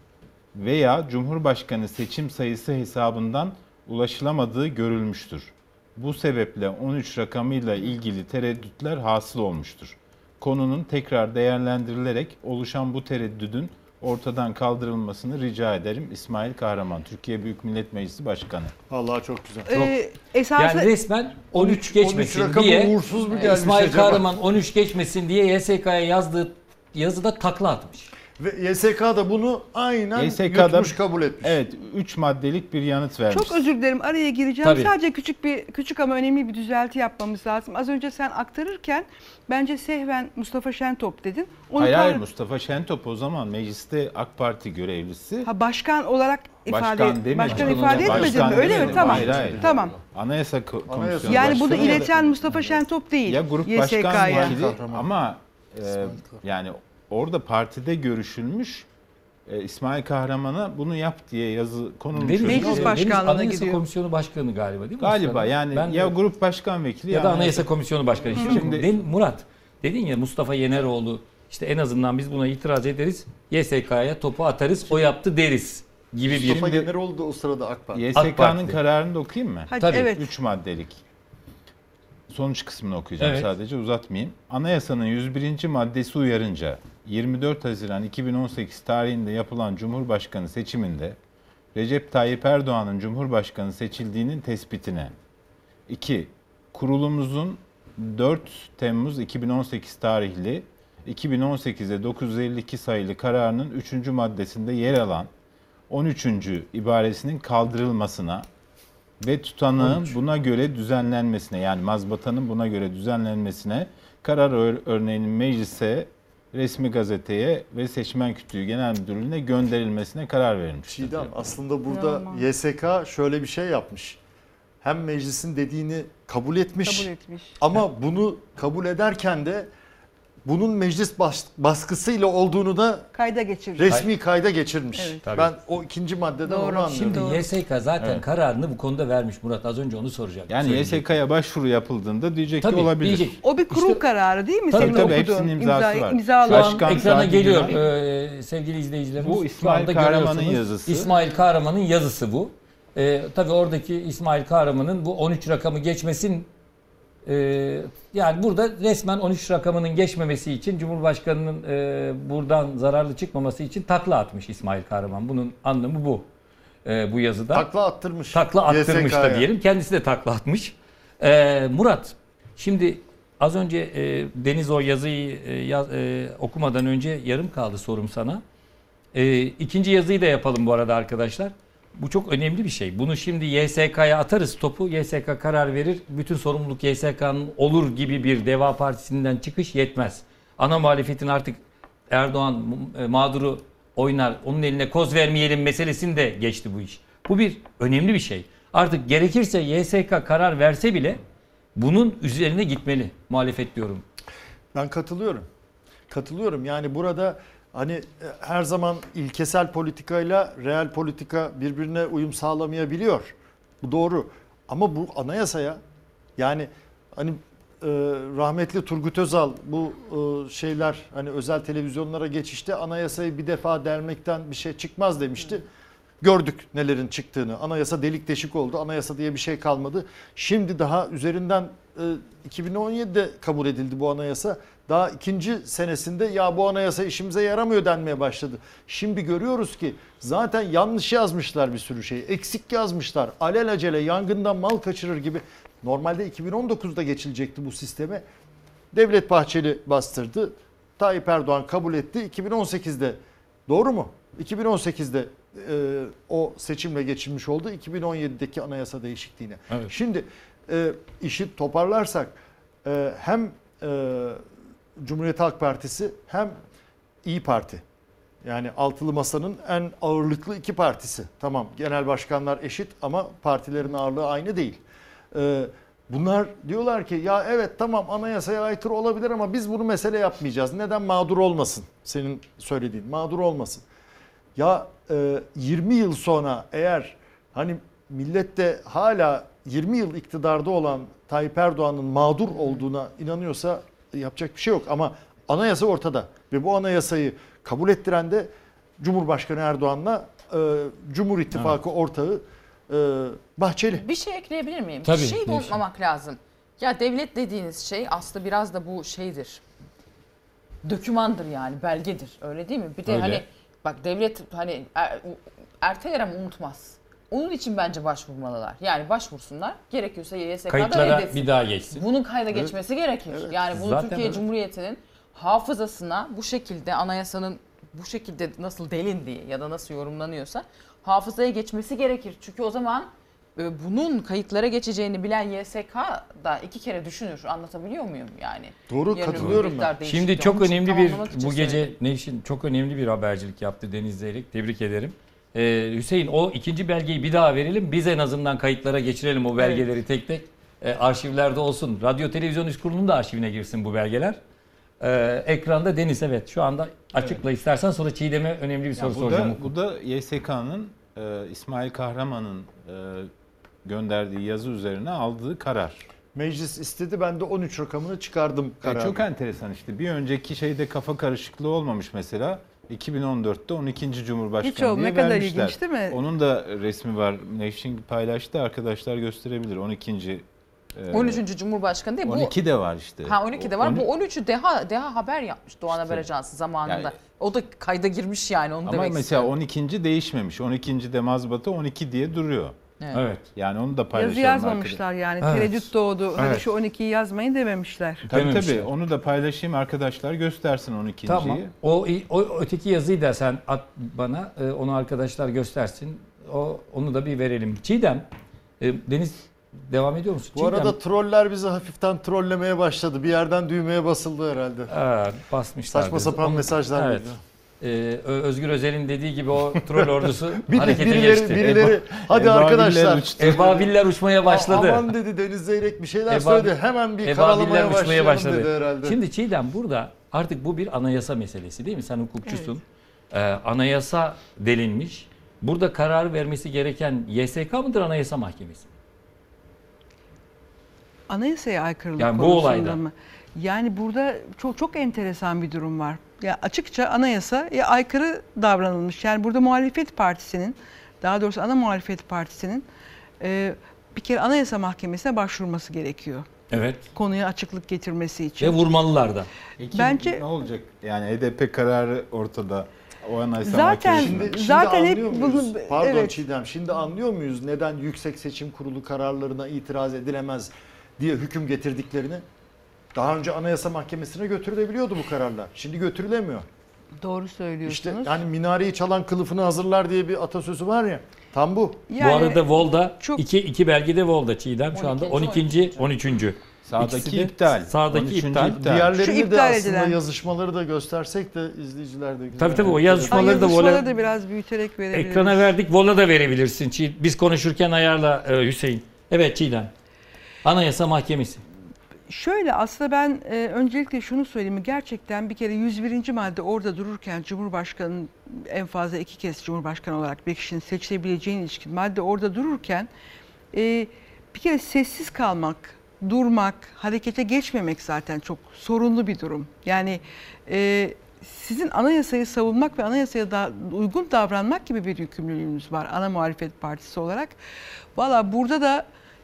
veya Cumhurbaşkanı seçim sayısı hesabından ulaşılamadığı görülmüştür. Bu sebeple 13 rakamıyla ilgili tereddütler hasıl olmuştur. Konunun tekrar değerlendirilerek oluşan bu tereddüdün ortadan kaldırılmasını rica ederim. İsmail Kahraman, Türkiye Büyük Millet Meclisi Başkanı. Vallahi çok güzel. Yani resmen 13 geçmesin 13 rakamı diye uğursuz mu gelmiş İsmail acaba? Kahraman 13 geçmesin diye YSK'ya yazdığı yazıda takla atmış. Ve YSK da bunu aynen YSK'da yutmuş, kabul etmiş. Evet, 3 maddelik bir yanıt vermiş. Çok özür dilerim, araya gireceğim. Tabii. Sadece küçük ama önemli bir düzelti yapmamız lazım. Az önce sen aktarırken bence sehven Mustafa Şentop dedin. Onu Hayır, Mustafa Şentop o zaman mecliste AK Parti görevlisi. Başkan olarak Başkan ifade etmedin mi? Öyle mi? Tamam. Hayır. Tamam. Anayasa Komisyonu Yani bunu Başkanı ya da- ileten Mustafa Şentop değil. Ya grup başkan vekili ama yani orada partide görüşülmüş İsmail Kahraman'a bunu yap diye yazı konulmuş. Meclis Başkanlığı'na Anayasa Komisyonu Başkanı galiba değil mi? Galiba yani ya grup başkan vekili ya da Anayasa Komisyonu Başkanı. Şimdi Murat dedin ya Mustafa Yeneroğlu işte en azından biz buna itiraz ederiz. YSK'ya topu atarız o yaptı deriz gibi bir. Mustafa Yeneroğlu da o sırada AK Parti. YSK'nın kararını da okuyayım mı? Hadi, evet. 3 maddelik. Sonuç kısmını okuyacağım Evet. sadece uzatmayayım. Anayasanın 101. maddesi uyarınca 24 Haziran 2018 tarihinde yapılan Cumhurbaşkanı seçiminde Recep Tayyip Erdoğan'ın Cumhurbaşkanı seçildiğinin tespitine 2. Kurulumuzun 4 Temmuz 2018 tarihli 2018'de 952 sayılı kararının 3. maddesinde yer alan 13. ibaresinin kaldırılmasına ve tutanağın buna göre düzenlenmesine yani mazbatanın buna göre düzenlenmesine karar örneğinin meclise, resmi gazeteye ve seçmen kütüğü genel müdürlüğüne gönderilmesine karar verilmiştir. Çiğdem aslında burada YSK şöyle bir şey yapmış. Hem meclisin dediğini kabul etmiş. Ama bunu kabul ederken de bunun meclis baskısıyla olduğunu da kayda geçirmiş. Resmi kayda geçirmiş. Evet. Ben o ikinci maddeden onu anlıyorum. Şimdi YSK zaten kararını bu konuda vermiş Murat. Az önce onu soracaktım. Yani YSK'ya başvuru yapıldığında diyecek ki olabilir. Diyecek. O bir kurul kararı değil mi? Tabii, Senin tabii, okuduğun hepsinin imzası var. İmzalı. Şu an ekrana geliyor sevgili izleyicilerimiz. Bu İsmail Kahraman'ın yazısı. İsmail Kahraman'ın yazısı bu. Tabii oradaki İsmail Kahraman'ın bu 13 rakamı geçmesin yani burada resmen 13 rakamının geçmemesi için Cumhurbaşkanı'nın buradan zararlı çıkmaması için takla atmış İsmail Kahraman. Bunun anlamı bu. Bu yazıda. Takla attırmış. Takla attırmış da YSK'ya. diyelim. Kendisi de takla atmış. Murat, şimdi az önce Deniz o yazıyı okumadan önce yarım kaldı sorum sana. İkinci yazıyı da yapalım bu arada arkadaşlar. Bu çok önemli bir şey. Bunu şimdi YSK'ya atarız topu. YSK karar verir. Bütün sorumluluk YSK'nın olur gibi bir Deva Partisi'nden çıkış yetmez. Ana muhalefetin artık Erdoğan mağduru oynar, onun eline koz vermeyelim meselesini de geçti bu iş. Bu bir önemli bir şey. Artık gerekirse YSK karar verse bile bunun üzerine gitmeli muhalefet diyorum. Ben katılıyorum. Katılıyorum. Yani burada hani her zaman ilkesel politikayla reel politika birbirine uyum sağlamayabiliyor. Bu doğru. Ama bu anayasaya yani hani rahmetli Turgut Özal bu şeyler hani özel televizyonlara geçişte anayasayı bir defa delmekten bir şey çıkmaz demişti. Gördük nelerin çıktığını. Anayasa delik deşik oldu. Anayasa diye bir şey kalmadı. Şimdi daha üzerinden 2017'de kabul edildi bu anayasa. Daha ikinci senesinde ya bu anayasa işimize yaramıyor denmeye başladı. Şimdi görüyoruz ki zaten yanlış yazmışlar bir sürü şeyi. Eksik yazmışlar. Alelacele yangından mal kaçırır gibi. Normalde 2019'da geçilecekti bu sisteme. Devlet Bahçeli bastırdı. Tayyip Erdoğan kabul etti. 2018'de doğru mu? 2018'de o seçimle geçilmiş oldu. 2017'deki anayasa değişikliğine. Evet. Şimdi işi toparlarsak hem Cumhuriyet Halk Partisi hem İyi Parti. Yani altılı masanın en ağırlıklı iki partisi. Tamam genel başkanlar eşit ama partilerin ağırlığı aynı değil. Bunlar diyorlar ki ya evet tamam anayasaya aykırı olabilir ama biz bunu mesele yapmayacağız. Neden? Mağdur olmasın. Senin söylediğin mağdur olmasın. Ya 20 yıl sonra eğer hani millette hala 20 yıl iktidarda olan Tayyip Erdoğan'ın mağdur olduğuna inanıyorsa yapacak bir şey yok. Ama anayasa ortada ve bu anayasayı kabul ettiren de Cumhurbaşkanı Erdoğan'la Cumhur İttifakı ortağı Bahçeli. Bir şey ekleyebilir miyim? Tabii, Bir şey de unutmamak lazım. Ya devlet dediğiniz şey aslında biraz da bu şeydir. Dökümandır yani, belgedir. Öyle değil mi? Bir de öyle. Hani bak devlet hani erteler unutmaz. Onun için bence başvurmalılar. Yani başvursunlar. Gerekiyorsa YSK'da Kayıtlara reddetsin. bir daha geçsin. Bunun kayda geçmesi gerekir. Evet. Yani bunu Zaten Türkiye öyle. Cumhuriyeti'nin hafızasına bu şekilde anayasanın bu şekildiği nasıl delindiği ya da nasıl yorumlanıyorsa hafızaya geçmesi gerekir. Çünkü o zaman bunun kayıtlara geçeceğini bilen YSK da iki kere düşünür. Anlatabiliyor muyum yani? Doğru, Yarın katılıyorum iktidar ben. değişikliği. Şimdi çok Onun için önemli tamamlamak için bu gece söyledim. Nevşin çok önemli bir habercilik yaptı Deniz Zeyrek. Tebrik ederim. Hüseyin o ikinci belgeyi bir daha verelim. Biz en azından kayıtlara geçirelim o belgeleri tek tek. Arşivlerde olsun. Radyo Televizyon İş Kurulu'nun da arşivine girsin bu belgeler. Ekranda Deniz evet şu anda açıkla istersen sonra Çiğdem'e önemli bir soru soracağım. Bu da YSK'nın İsmail Kahraman'ın gönderdiği yazı üzerine aldığı karar. Meclis istedi ben de 13 rakamını çıkardım kararı. Çok enteresan işte. Bir önceki şeyde kafa karışıklığı olmamış mesela. 2014'te 12. Cumhurbaşkanı Hiç oldu. diye Ne kadar vermişler. ilginç değil mi? Onun da resmi var. Nevşin paylaştı. Arkadaşlar gösterebilir. 12. 13. Cumhurbaşkanı değil. 12 de var işte. Ha 12 de var. Bu 13'ü Deha Haber yapmış Doğan İşte, Haber Ajansı zamanında. yani- O da kayda girmiş yani onu Ama demek mesela istiyorum. 12. değişmemiş. 12. de mazbata 12 diye duruyor. Evet. Yani onu da paylaşalım. Yazı yazmamışlar yani. Evet. Tereddüt doğdu. Hadi Evet. şu 12'yi yazmayın dememişler. Tabii Dememişler. tabii. Onu da paylaşayım arkadaşlar göstersin 12.'yi. Tamam. O öteki yazıyı da sen at bana. Onu arkadaşlar göstersin. Onu da bir verelim. Çiğdem, Deniz devam ediyor musun? Bu arada troller bizi hafiften trollemeye başladı. Bir yerden düğmeye basıldı herhalde. Basmışlar. Saçma sapan mesajlar Evet. geliyor. Özgür Özel'in dediği gibi o troll ordusu Bir- harekete birileri- geçti. birileri, hadi arkadaşlar. Ebabiller uçmaya başladı. Aman dedi Deniz Zeyrek bir şeyler Ebabil- söyledi. Hemen bir Ebabiller karalamaya uçmaya başlayalım dedi herhalde. Şimdi Çiğdem burada artık bu bir anayasa meselesi değil mi? Sen hukukçusun. Anayasa delinmiş. Burada karar vermesi gereken YSK mıdır, Anayasa Mahkemesi mi? Anayasaya aykırılık Yani bu konusunda olayda. mı? Yani burada çok enteresan bir durum var. Ya açıkça anayasaya aykırı davranılmış. Yani burada muhalefet partisinin, daha doğrusu ana muhalefet partisinin bir kere Anayasa Mahkemesi'ne başvurması gerekiyor. Evet. Konuya açıklık getirmesi için. Ve vurmalılar da. Bence ne olacak? Yani HDP kararı ortada. O Anayasa Zaten- Mahkemesi'nde. Şimdi Zaten hep anlıyor muyuz? bunu- Pardon evet. Çiğdem. Şimdi anlıyor muyuz neden Yüksek Seçim Kurulu kararlarına itiraz edilemez diye hüküm getirdiklerini? Daha önce Anayasa Mahkemesi'ne götürülebiliyordu bu kararlar. Şimdi götürülemiyor. doğru söylüyorsunuz. İşte yani minareyi çalan kılıfını hazırlar diye bir atasözü var ya. Tam bu. Bu arada Vol'da iki belgede Vol'da Çiğdem şu anda 12. 13. Sağdaki İkisi de iptal. Sağdaki 13. iptal. Şu Diğerlerini de iptal aslında edilen. yazışmaları da göstersek de izleyiciler de güzel. Tabii o yazışmaları da Yazışmaları Vol'a da biraz büyüterek verebiliriz. ekrana verdik. Vol'a da verebilirsin. Biz konuşurken ayarla Hüseyin. Evet Çiğdem. Anayasa Mahkemesi. Şöyle aslında ben öncelikle şunu söyleyeyim. Gerçekten bir kere 101. madde orada dururken Cumhurbaşkanı'nın en fazla 2 kez Cumhurbaşkanı olarak bir kişinin seçilebileceğine ilişkin madde orada dururken bir kere sessiz kalmak, durmak, harekete geçmemek zaten çok sorunlu bir durum. Yani sizin anayasayı savunmak ve anayasaya da uygun davranmak gibi bir yükümlülüğünüz var ana muhalefet partisi olarak. Valla burada da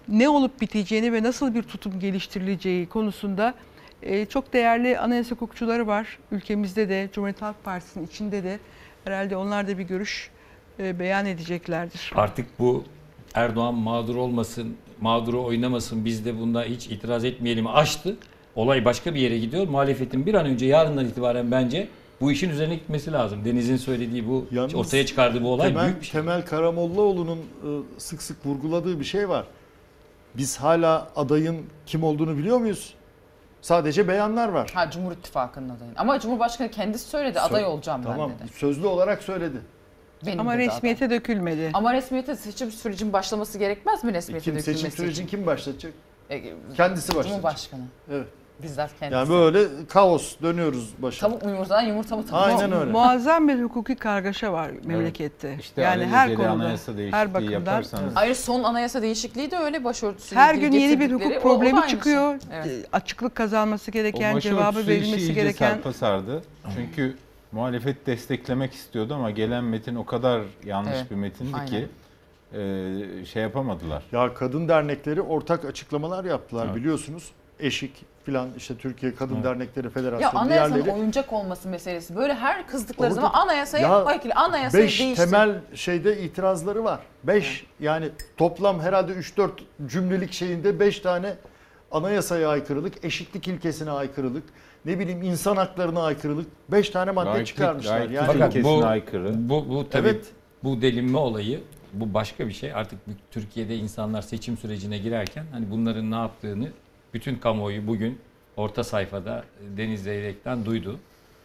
ne olup biteceğini ve nasıl bir tutum geliştirileceği konusunda çok değerli anayasa hukukçuları var. Ülkemizde de, Cumhuriyet Halk Partisi'nin içinde de herhalde onlar da bir görüş beyan edeceklerdir. Artık bu Erdoğan mağdur olmasın, mağduru oynamasın, biz de bunda hiç itiraz etmeyelim aştı. Olay başka bir yere gidiyor. Muhalefetin bir an önce yarından itibaren bence bu işin üzerine gitmesi lazım. Deniz'in söylediği bu, yalnız ortaya çıkardığı bu olay büyük bir şey. Temel Karamollaoğlu'nun sık sık vurguladığı bir şey var. Biz hala adayın kim olduğunu biliyor muyuz? Sadece beyanlar var. Ha, Cumhur İttifakı'nın adayı. Ama Cumhurbaşkanı kendisi söyledi, aday olacağım ben tamam, dedi. Sözlü olarak söyledi. Ama resmiyete dökülmedi. Ama resmiyete seçim sürecinin başlaması gerekmez mi resmiyete dökülmesi Seçim sürecini için? kim başlatacak? Kendisi başlatacak. Cumhurbaşkanı. Evet. Bizzat kendisi. Yani böyle kaos dönüyoruz başa. Tavuk mu yumurtadan, yumurta mı tavuk? Aynen öyle. Muazzam bir hukuki kargaşa var memlekette. Evet. İşte yani her konuda, her bakımdan. yaparsanız... Ayrıca son anayasa değişikliği de öyle başörtüsüyle her gün yeni bir hukuk problemi çıkıyor. Evet. Açıklık kazanması gereken, o cevabı verilmesi gereken. Sarpa sardı. Çünkü muhalefet desteklemek istiyordu ama gelen metin o kadar yanlış bir metindi ki şey yapamadılar. Ya kadın dernekleri ortak açıklamalar yaptılar biliyorsunuz. Eşik filan, işte Türkiye Kadın Dernekleri Federasyonu, ya anayasanın diğerleri. oyuncak olması meselesi. Böyle her kızdıkları Orada, zaman anayasayı değiştir. 5 temel şeyde itirazları var. 5 yani toplam herhalde 3-4 cümlelik şeyinde 5 tane anayasaya aykırılık, eşitlik ilkesine aykırılık, ne bileyim insan haklarına aykırılık, 5 tane madde çıkarmışlar. Yani fakat bu tabii evet. Bu delinme olayı, bu başka bir şey. Artık Türkiye'de insanlar seçim sürecine girerken hani bunların ne yaptığını bütün kamuoyu bugün orta sayfada Deniz Zeyrek'ten duydu.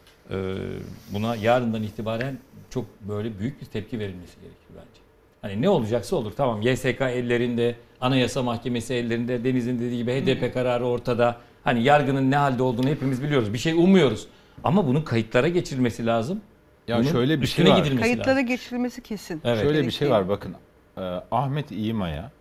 Buna yarından itibaren çok böyle büyük bir tepki verilmesi gerekir bence. Hani ne olacaksa olur. Tamam, YSK ellerinde, Anayasa Mahkemesi ellerinde, Deniz'in dediği gibi HDP kararı ortada. Hani yargının ne halde olduğunu hepimiz biliyoruz. Bir şey ummuyoruz. Ama bunun kayıtlara geçirilmesi lazım. Ya bunun şöyle bir şey var. Kayıtlara geçirilmesi kesin. Evet. Şöyle bir şey var bakın. Ahmet İğma'ya,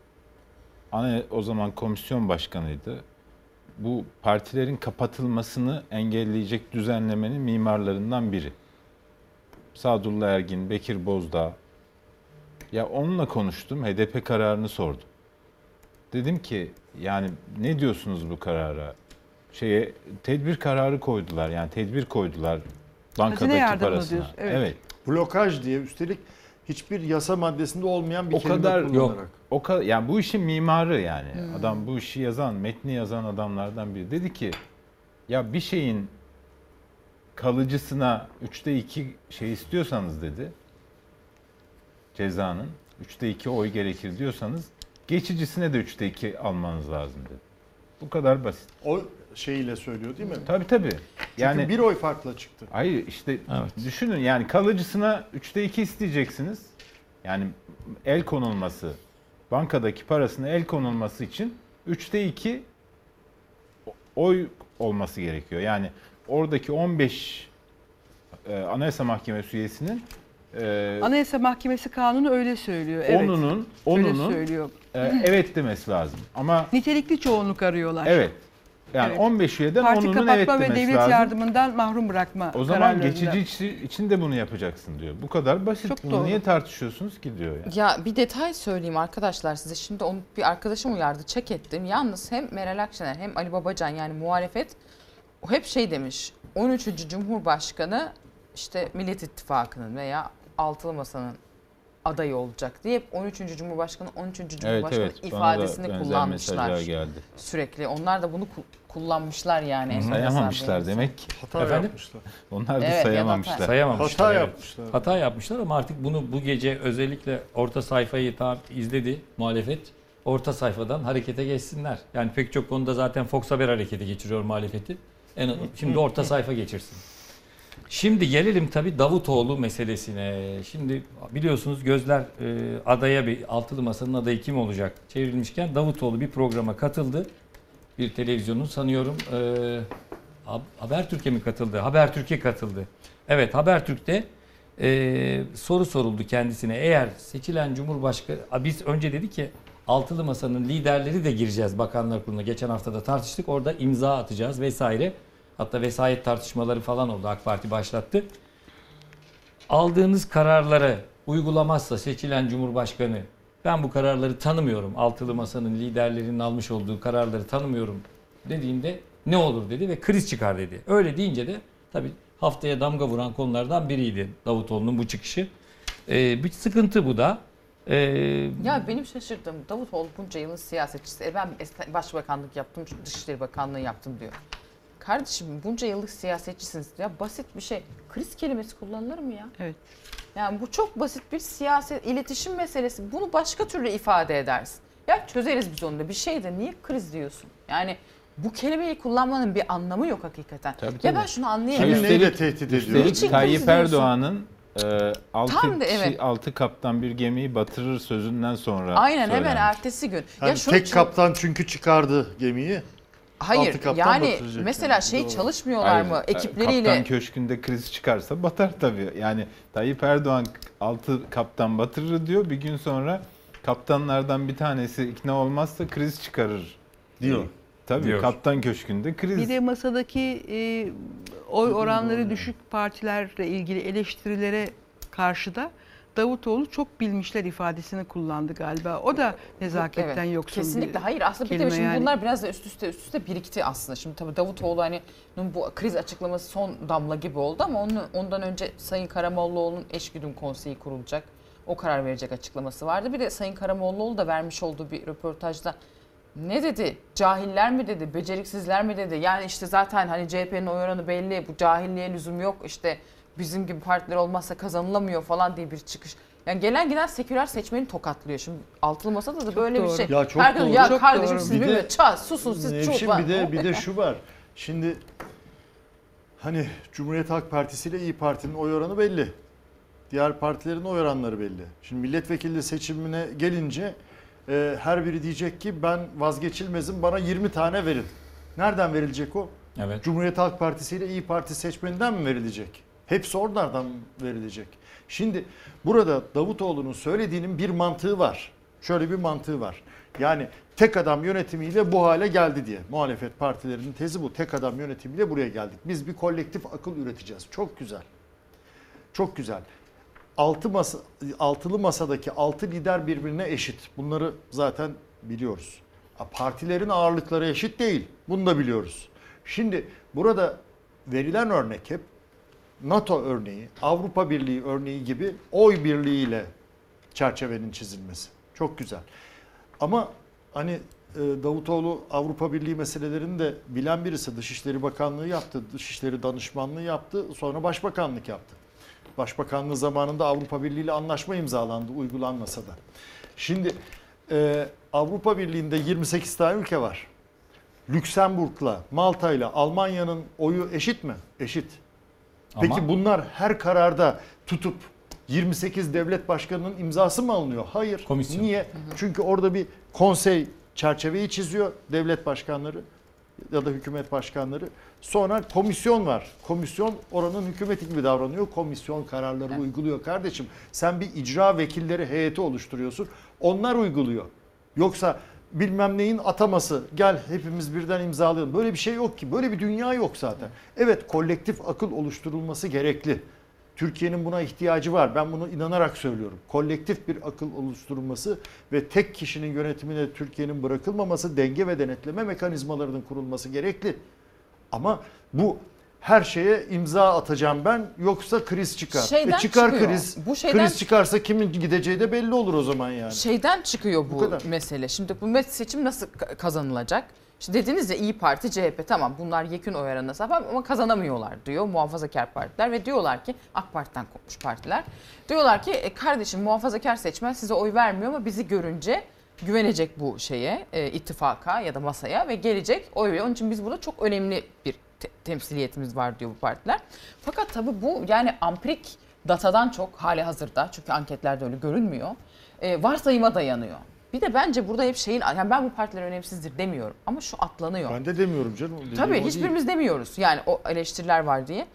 o zaman komisyon başkanıydı. Bu partilerin kapatılmasını engelleyecek düzenlemenin mimarlarından biri. Sadullah Ergin, Bekir Bozdağ. Ya onunla konuştum, HDP kararını sordum. Dedim ki yani ne diyorsunuz bu karara? Tedbir kararı koydular, yani tedbir koydular bankadaki parasına. Evet. Blokaj diye, üstelik hiçbir yasa maddesinde olmayan bir o kelime kadar kullanarak. yok. Yani bu işin mimarı yani. Adam bu işi yazan, metni yazan adamlardan biri. Dedi ki ya bir şeyin kalıcısına 3'te 2 şey istiyorsanız dedi. Cezanın 3'te 2 oy gerekir diyorsanız geçicisine de 3'te 2 almanız lazım dedi. Bu kadar basit. O şeyiyle söylüyor değil mi? Tabii. Yani çünkü bir oy farkla çıktı. Hayır işte düşünün yani kalıcısına 3'te 2 isteyeceksiniz. Yani el konulması, bankadaki parasına el konulması için 3'te 2 oy olması gerekiyor. Yani oradaki 15 Anayasa Mahkemesi üyesinin Anayasa Mahkemesi kanunu öyle söylüyor. Evet. Onunun söylüyor. Evet demesi lazım. Ama nitelikli çoğunluk arıyorlar. Evet. Yani 15 üyeden parti onunun evet demesi lazım. Parti kapatma ve devlet yardımından mahrum bırakma. O zaman geçici için de bunu yapacaksın diyor. Bu kadar basit. Çok bunu doğru. niye tartışıyorsunuz ki diyor. Yani. Ya bir detay söyleyeyim arkadaşlar size. Şimdi onu bir arkadaşım uyardı. Check ettim. Yalnız hem Meral Akşener hem Ali Babacan yani muhalefet o hep şey demiş. 13. Cumhurbaşkanı işte Millet İttifakı'nın veya Altılı Masa'nın adayı olacak diye hep 13. Cumhurbaşkanı 13. Cumhurbaşkanı ifadesini kullanmışlar. Geldi. Sürekli. Onlar da bunu kullanmışlar yani. Sayamamışlar demek ki. Hata yapmışlar. Onlar da sayamamışlar. Hata yapmışlar ama artık bunu bu gece özellikle orta sayfayı izledi muhalefet. Orta sayfadan harekete geçsinler. Yani pek çok konuda zaten Fox Haber harekete geçiriyor muhalefeti. Şimdi orta sayfa geçirsin. Şimdi gelelim tabii Davutoğlu meselesine. Şimdi biliyorsunuz gözler adaya Altılı Masa'nın adayı kim olacak çevrilmişken Davutoğlu bir programa katıldı. Bir televizyonun sanıyorum Habertürk'e mi katıldı? Habertürk'e katıldı. Evet, Habertürk'te soru soruldu kendisine. Eğer seçilen Cumhurbaşkanı, biz önce dedi ki Altılı Masa'nın liderleri de gireceğiz Bakanlar Kurulu'na. Geçen hafta da tartıştık. Orada imza atacağız vesaire. Hatta vesayet tartışmaları falan oldu. AK Parti başlattı. Aldığınız kararları uygulamazsa seçilen Cumhurbaşkanı ben bu kararları tanımıyorum. Altılı Masa'nın liderlerinin almış olduğu kararları tanımıyorum dediğinde ne olur dedi ve kriz çıkar dedi. Öyle deyince de tabii haftaya damga vuran konulardan biriydi Davutoğlu'nun bu çıkışı. Bir sıkıntı bu da. Ya benim şaşırdığım, Davutoğlu bunca yılın siyasetçisi. Ben başbakanlık yaptım, Dışişleri Bakanlığı yaptım diyor. Kardeşim bunca yıllık siyasetçisiniz. Ya basit bir şey. Kriz kelimesi kullanılır mı ya? Evet. Yani bu çok basit bir siyaset, iletişim meselesi. Bunu başka türlü ifade edersin. Ya çözeriz biz onu da. Bir şey de niye kriz diyorsun? Yani bu kelimeyi kullanmanın bir anlamı yok hakikaten. Tabii. Ya ben şunu anlayamıyorum. Kimi neyle tehdit ediyor? Üstelik Tayyip Erdoğan'ın evet. 6 kaptan bir gemiyi batırır sözünden sonra aynen söylenmiş. hemen ertesi gün. Yani tek kaptan çünkü çıkardı gemiyi. Hayır yani mesela çalışmıyorlar mı ekipleriyle? Kaptan köşkünde kriz çıkarsa batar tabii. Yani Tayyip Erdoğan 6 kaptan batırır diyor. Bir gün sonra kaptanlardan bir tanesi ikna olmazsa kriz çıkarır diyor. Tabii diyor. Kaptan köşkünde kriz. Bir de masadaki oy oranları düşük partilerle ilgili eleştirilere karşı da Davutoğlu çok bilmişler ifadesini kullandı galiba. O da nezaketten yoksun. Kesinlikle hayır. Aslında bir de şimdi bunlar biraz da üst üste birikti aslında. Şimdi tabii Davutoğlu hani bu kriz açıklaması son damla gibi oldu ama ondan önce Sayın Karamollaoğlu'nun eşgüdüm konseyi kurulacak. O karar verecek açıklaması vardı. Bir de Sayın Karamollaoğlu da vermiş olduğu bir röportajda ne dedi? Cahiller mi dedi? Beceriksizler mi dedi? Yani işte zaten hani CHP'nin oy oranı belli. Bu cahilliğe lüzum yok. İşte bizim gibi partiler olmazsa kazanılamıyor falan diye bir çıkış. Yani gelen giden seküler seçmeni tokatlıyor. Şimdi Altılı Masa'da da böyle bir şey. Ya çok herkes, doğru. Ya çok kardeşim doğru. siz bilmiyor. Susun siz çok var. Bir de şu var. Şimdi hani Cumhuriyet Halk Partisi ile İYİ Parti'nin oy oranı belli. Diğer partilerin oy oranları belli. Şimdi milletvekili seçimine gelince her biri diyecek ki ben vazgeçilmezim, bana 20 tane verin. Nereden verilecek o? Evet. Cumhuriyet Halk Partisi ile İYİ Parti seçmeninden mi verilecek? Hepsi oradan verilecek. Şimdi burada Davutoğlu'nun söylediğinin bir mantığı var. Şöyle bir mantığı var. Yani tek adam yönetimiyle bu hale geldi diye. Muhalefet partilerinin tezi bu. Tek adam yönetimiyle buraya geldik. Biz bir kolektif akıl üreteceğiz. Çok güzel. Çok güzel. Altılı masadaki 6 lider birbirine eşit. Bunları zaten biliyoruz. Partilerin ağırlıkları eşit değil. Bunu da biliyoruz. Şimdi burada verilen örnek hep NATO örneği, Avrupa Birliği örneği gibi oy birliğiyle çerçevenin çizilmesi. Çok güzel. Ama hani Davutoğlu Avrupa Birliği meselelerini de bilen birisi. Dışişleri Bakanlığı yaptı, Dışişleri Danışmanlığı yaptı, sonra Başbakanlık yaptı. Başbakanlığı zamanında Avrupa Birliği ile anlaşma imzalandı, uygulanmasa da. Şimdi Avrupa Birliği'nde 28 tane ülke var. Lüksemburg'la, Malta'yla Almanya'nın oyu eşit mi? Eşit. Peki ama bunlar her kararda tutup 28 devlet başkanının imzası mı alınıyor? Hayır. Komisyon. Niye? Çünkü orada bir konsey çerçeveyi çiziyor devlet başkanları ya da hükümet başkanları. Sonra komisyon var. Komisyon oranın hükümeti gibi davranıyor. Komisyon kararları uyguluyor kardeşim. Sen bir icra vekilleri heyeti oluşturuyorsun. Onlar uyguluyor. Yoksa bilmem neyin ataması, gel hepimiz birden imzalayalım. Böyle bir şey yok ki. Böyle bir dünya yok zaten. Evet, kolektif akıl oluşturulması gerekli. Türkiye'nin buna ihtiyacı var. Ben bunu inanarak söylüyorum. Kolektif bir akıl oluşturulması ve tek kişinin yönetimine Türkiye'nin bırakılmaması, denge ve denetleme mekanizmalarının kurulması gerekli. Ama bu her şeye imza atacağım ben, yoksa kriz çıkar. Çıkar çıkıyor. Kriz. Kriz çıkarsa kimin gideceği de belli olur o zaman yani. Şeyden çıkıyor bu mesele. Şimdi bu seçim nasıl kazanılacak? İşte dediniz ya İYİ Parti, CHP tamam bunlar yekün oy oranına sahip ama kazanamıyorlar diyor muhafazakar partiler ve diyorlar ki AK Parti'den kopmuş partiler. Diyorlar ki kardeşim muhafazakar seçmen size oy vermiyor ama bizi görünce güvenecek bu şeye, ittifaka ya da masaya ve gelecek oy veriyor. Onun için biz burada çok önemli bir temsiliyetimiz var diyor bu partiler. Fakat tabii bu yani ampirik datadan çok hali hazırda, çünkü anketlerde öyle görünmüyor, varsayıma dayanıyor. Bir de bence burada hep yani ben bu partiler önemsizdir demiyorum ama şu atlanıyor. Ben de demiyorum canım. Tabii hiçbirimiz demiyoruz yani o eleştiriler var diye.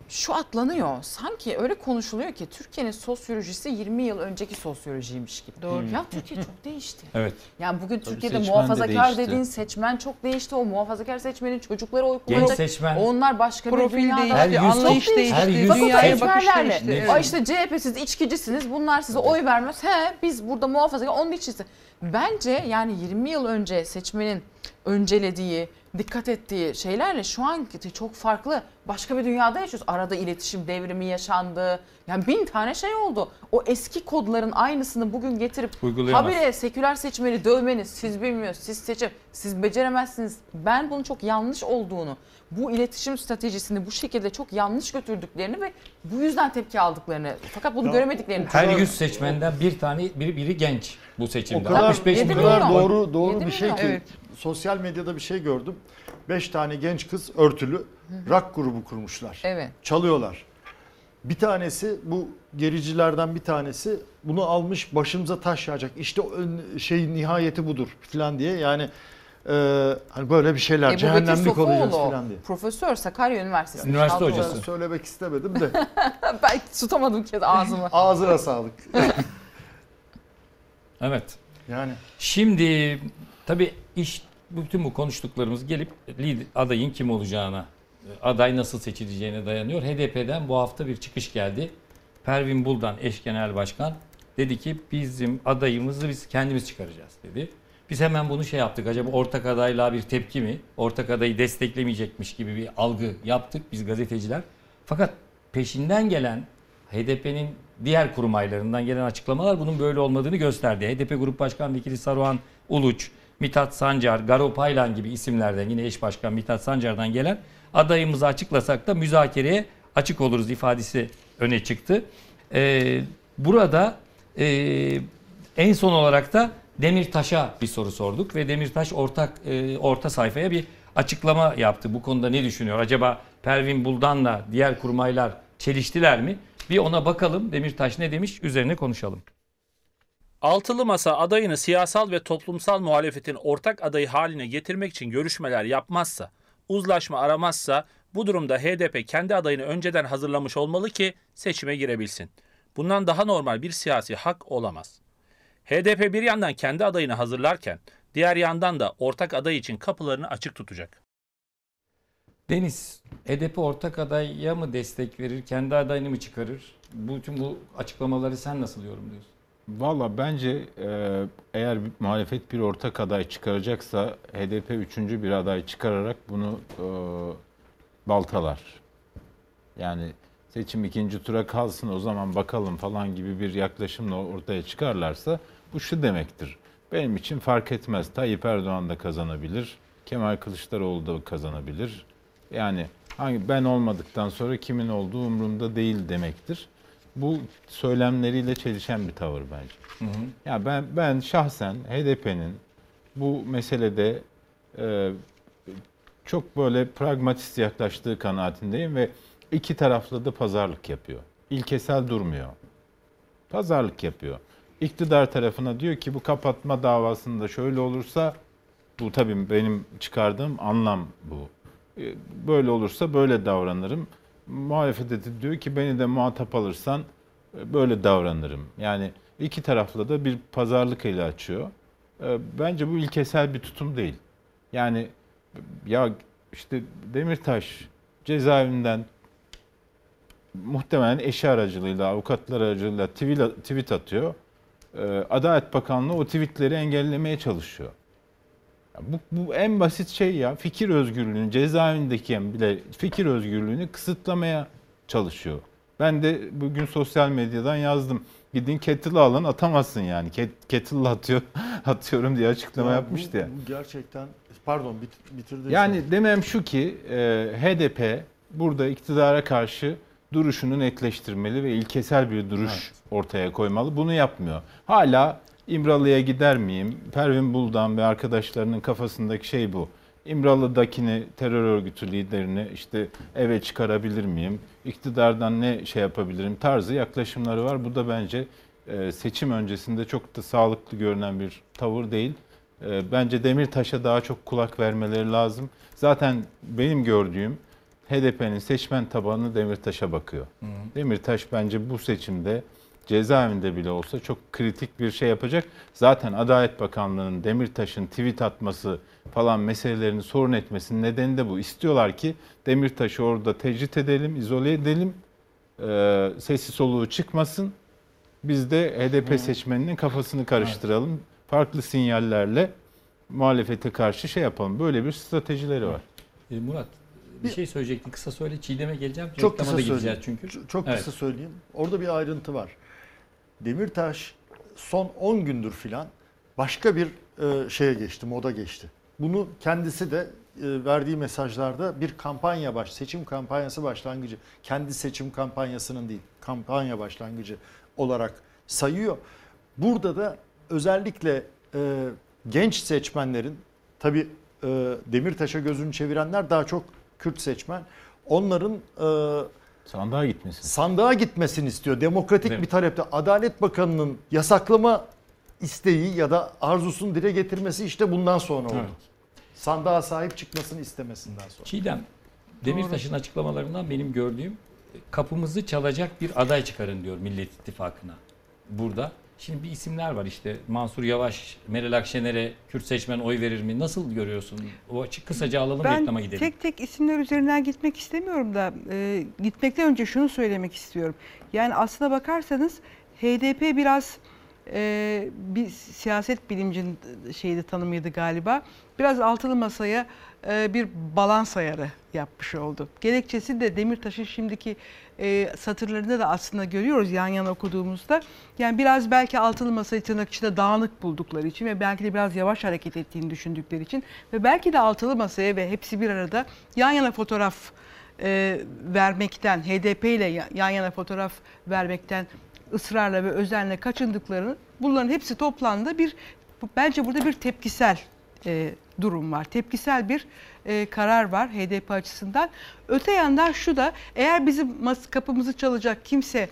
şu atlanıyor. Sanki öyle konuşuluyor ki Türkiye'nin sosyolojisi 20 yıl önceki sosyolojiymiş gibi. Doğru. Ya Türkiye çok değişti. Evet. Yani bugün Türkiye'de seçmen de muhafazakar değişti. dediğin seçmen çok değişti. O muhafazakar seçmenin çocukları oy Genç kullanacak. seçmen. Onlar başka bir Profil dünyada. değişti, Her yüz- anlayış değişti, her yüz- Bakın dünyaya bakış seçmenlerle. değişti. Ay işte CHP'siz içkicisiniz. Bunlar size oy vermez. Biz burada muhafazakar onun içisi. Bence yani 20 yıl önce seçmenin öncelediği, dikkat ettiği şeylerle şu anki çok farklı. Başka bir dünyada yaşıyoruz. Arada iletişim devrimi yaşandı. Yani 1000 tane şey oldu. O eski kodların aynısını bugün getirip Uygulayamaz. habire seküler seçmeni dövmeniz, siz bilmiyorsunuz, siz seçim, siz beceremezsiniz. Ben bunun çok yanlış olduğunu, bu iletişim stratejisini bu şekilde çok yanlış götürdüklerini ve bu yüzden tepki aldıklarını, fakat bunu göremediklerini Her düşünüyorum. 100 seçmenden bir tane biri genç bu seçimde. O kadar, 65 yedi o milyon. kadar milyon. doğru 7 bir şey ki milyon. Evet. sosyal medyada bir şey gördüm. 5 tane genç kız örtülü rock grubu kurmuşlar. Evet. Çalıyorlar. Bir tanesi, bu gericilerden bir tanesi bunu almış, başımıza taş yağacak. İşte nihayeti budur falan diye. Yani hani böyle bir şeyler, Ebu Bekir cehennemlik olacağız Sofuoğlu, falan diye. profesör Sakarya Üniversitesi. Üniversite Altı hocası. yıl. Söylemek istemedim de. Ben tutamadım ki ağzımı. Ağzına sağlık. Evet. Yani Şimdi tabii bütün bu konuştuklarımız gelip adayın kim olacağına, aday nasıl seçileceğine dayanıyor. HDP'den bu hafta bir çıkış geldi. Pervin Buldan eş genel başkan dedi ki bizim adayımızı biz kendimiz çıkaracağız dedi. Biz hemen bunu yaptık. Acaba ortak adaylığa bir tepki mi? Ortak adayı desteklemeyecekmiş gibi bir algı yaptık biz gazeteciler. Fakat peşinden gelen HDP'nin diğer kurmaylarından gelen açıklamalar bunun böyle olmadığını gösterdi. HDP Grup Başkan Vekili Saruhan Uluç, Mithat Sancar, Garo Paylan gibi isimlerden, yine eş başkan Mithat Sancar'dan gelen adayımızı açıklasak da müzakereye açık oluruz ifadesi öne çıktı. Burada en son olarak da Demirtaş'a bir soru sorduk ve Demirtaş orta sayfaya bir açıklama yaptı. Bu konuda ne düşünüyor? Acaba Pervin Buldan'la diğer kurmaylar çeliştiler mi? Bir ona bakalım. Demirtaş ne demiş? Üzerine konuşalım. Altılı Masa adayını siyasal ve toplumsal muhalefetin ortak adayı haline getirmek için görüşmeler yapmazsa, uzlaşma aramazsa bu durumda HDP kendi adayını önceden hazırlamış olmalı ki seçime girebilsin. Bundan daha normal bir siyasi hak olamaz. HDP bir yandan kendi adayını hazırlarken diğer yandan da ortak aday için kapılarını açık tutacak. Deniz, HDP ortak adaya mı destek verir, kendi adayını mı çıkarır? Bütün bu açıklamaları sen nasıl yorumluyorsun? Valla bence eğer muhalefet bir ortak aday çıkaracaksa HDP üçüncü bir aday çıkararak bunu baltalar. Yani seçim ikinci tura kalsın o zaman bakalım falan gibi bir yaklaşımla ortaya çıkarlarsa bu şu demektir. Benim için fark etmez. Tayyip Erdoğan da kazanabilir. Kemal Kılıçdaroğlu da kazanabilir. Yani ben olmadıktan sonra kimin olduğu umurumda değil demektir. Bu söylemleriyle çelişen bir tavır bence. Hı hı. Ya ben şahsen HDP'nin bu meselede çok böyle pragmatist yaklaştığı kanaatindeyim ve iki taraflı da pazarlık yapıyor. İlkesel durmuyor. Pazarlık yapıyor. İktidar tarafına diyor ki bu kapatma davasında şöyle olursa, bu tabii benim çıkardığım anlam bu. Böyle olursa böyle davranırım. Muhalefete de diyor ki beni de muhatap alırsan böyle davranırım. Yani iki tarafla da bir pazarlık eli açıyor. Bence bu ilkesel bir tutum değil. Yani ya işte Demirtaş cezaevinden muhtemelen eşi aracılığıyla, avukatlar aracılığıyla tweet atıyor. Adalet Bakanlığı o tweetleri engellemeye çalışıyor. Bu en basit şey ya. Fikir özgürlüğünü, cezaevindeyken bile fikir özgürlüğünü kısıtlamaya çalışıyor. Ben de bugün sosyal medyadan yazdım. Gidin kettle alın, atamazsın yani. Kettle'la atıyorum diye açıklama yapmıştı ya. Bu gerçekten, pardon bitirdi. Yani demem şu ki HDP burada iktidara karşı duruşunu netleştirmeli ve ilkesel bir duruş ortaya koymalı. Bunu yapmıyor. Hala İmralı'ya gider miyim? Pervin Buldan ve arkadaşlarının kafasındaki şey bu. İmralı'dakini, terör örgütü liderini işte eve çıkarabilir miyim? İktidardan ne yapabilirim tarzı yaklaşımları var. Bu da bence seçim öncesinde çok da sağlıklı görünen bir tavır değil. Bence Demirtaş'a daha çok kulak vermeleri lazım. Zaten benim gördüğüm HDP'nin seçmen tabanı Demirtaş'a bakıyor. Demirtaş bence bu seçimde cezaevinde bile olsa çok kritik bir şey yapacak. Zaten Adalet Bakanlığı'nın Demirtaş'ın tweet atması falan meselelerini sorun etmesinin nedeni de bu. İstiyorlar ki Demirtaş'ı orada tecrit edelim, izole edelim, sesi soluğu çıkmasın. Biz de HDP seçmeninin kafasını karıştıralım. Farklı sinyallerle muhalefete karşı şey yapalım. Böyle bir stratejileri var. Murat, bir şey söyleyecektin. Kısa söyle. Çiğdem'e geleceğim. Çok kısa gideceğiz çünkü. Çok kısa söyleyeyim. Orada bir ayrıntı var. Demirtaş son 10 gündür filan başka bir şeye geçti, moda geçti. Bunu kendisi de verdiği mesajlarda bir kampanya seçim kampanyası başlangıcı, kendi seçim kampanyasının değil, kampanya başlangıcı olarak sayıyor. Burada da özellikle genç seçmenlerin, tabii Demirtaş'a gözünü çevirenler daha çok Kürt seçmen, onların sandığa gitmesini istiyor. Demokratik bir talepte. Adalet Bakanı'nın yasaklama isteği ya da arzusunu dile getirmesi işte bundan sonra oldu. Evet. Sandığa sahip çıkmasını istemesinden sonra. Çiğdem, Demirtaş'ın açıklamalarından benim gördüğüm, kapımızı çalacak bir aday çıkarın diyor Millet İttifakı'na. Burada. Şimdi bir isimler var işte, Mansur Yavaş, Meral Akşener'e Kürt seçmen oy verir mi? Nasıl görüyorsun? O açık kısaca alalım, reklama gidelim. Ben tek isimler üzerinden gitmek istemiyorum da gitmekten önce şunu söylemek istiyorum. Yani aslına bakarsanız HDP biraz bir siyaset bilimcinin tanımıydı galiba. Biraz altılı masaya bir balans ayarı yapmış oldu. Gerekçesi de Demirtaş'ın şimdiki satırlarında da aslında görüyoruz yan yana okuduğumuzda. Yani biraz belki altılı masayı tırnak içinde dağınık buldukları için ve belki de biraz yavaş hareket ettiğini düşündükleri için ve belki de altılı masaya ve hepsi bir arada yan yana fotoğraf vermekten, HDP ile yan yana fotoğraf vermekten ısrarla ve özenle kaçındıklarını, bunların hepsi toplandı. Bence burada bir tepkisel durum var. Tepkisel bir karar var HDP açısından. Öte yandan şu da, eğer bizim kapımızı çalacak kimse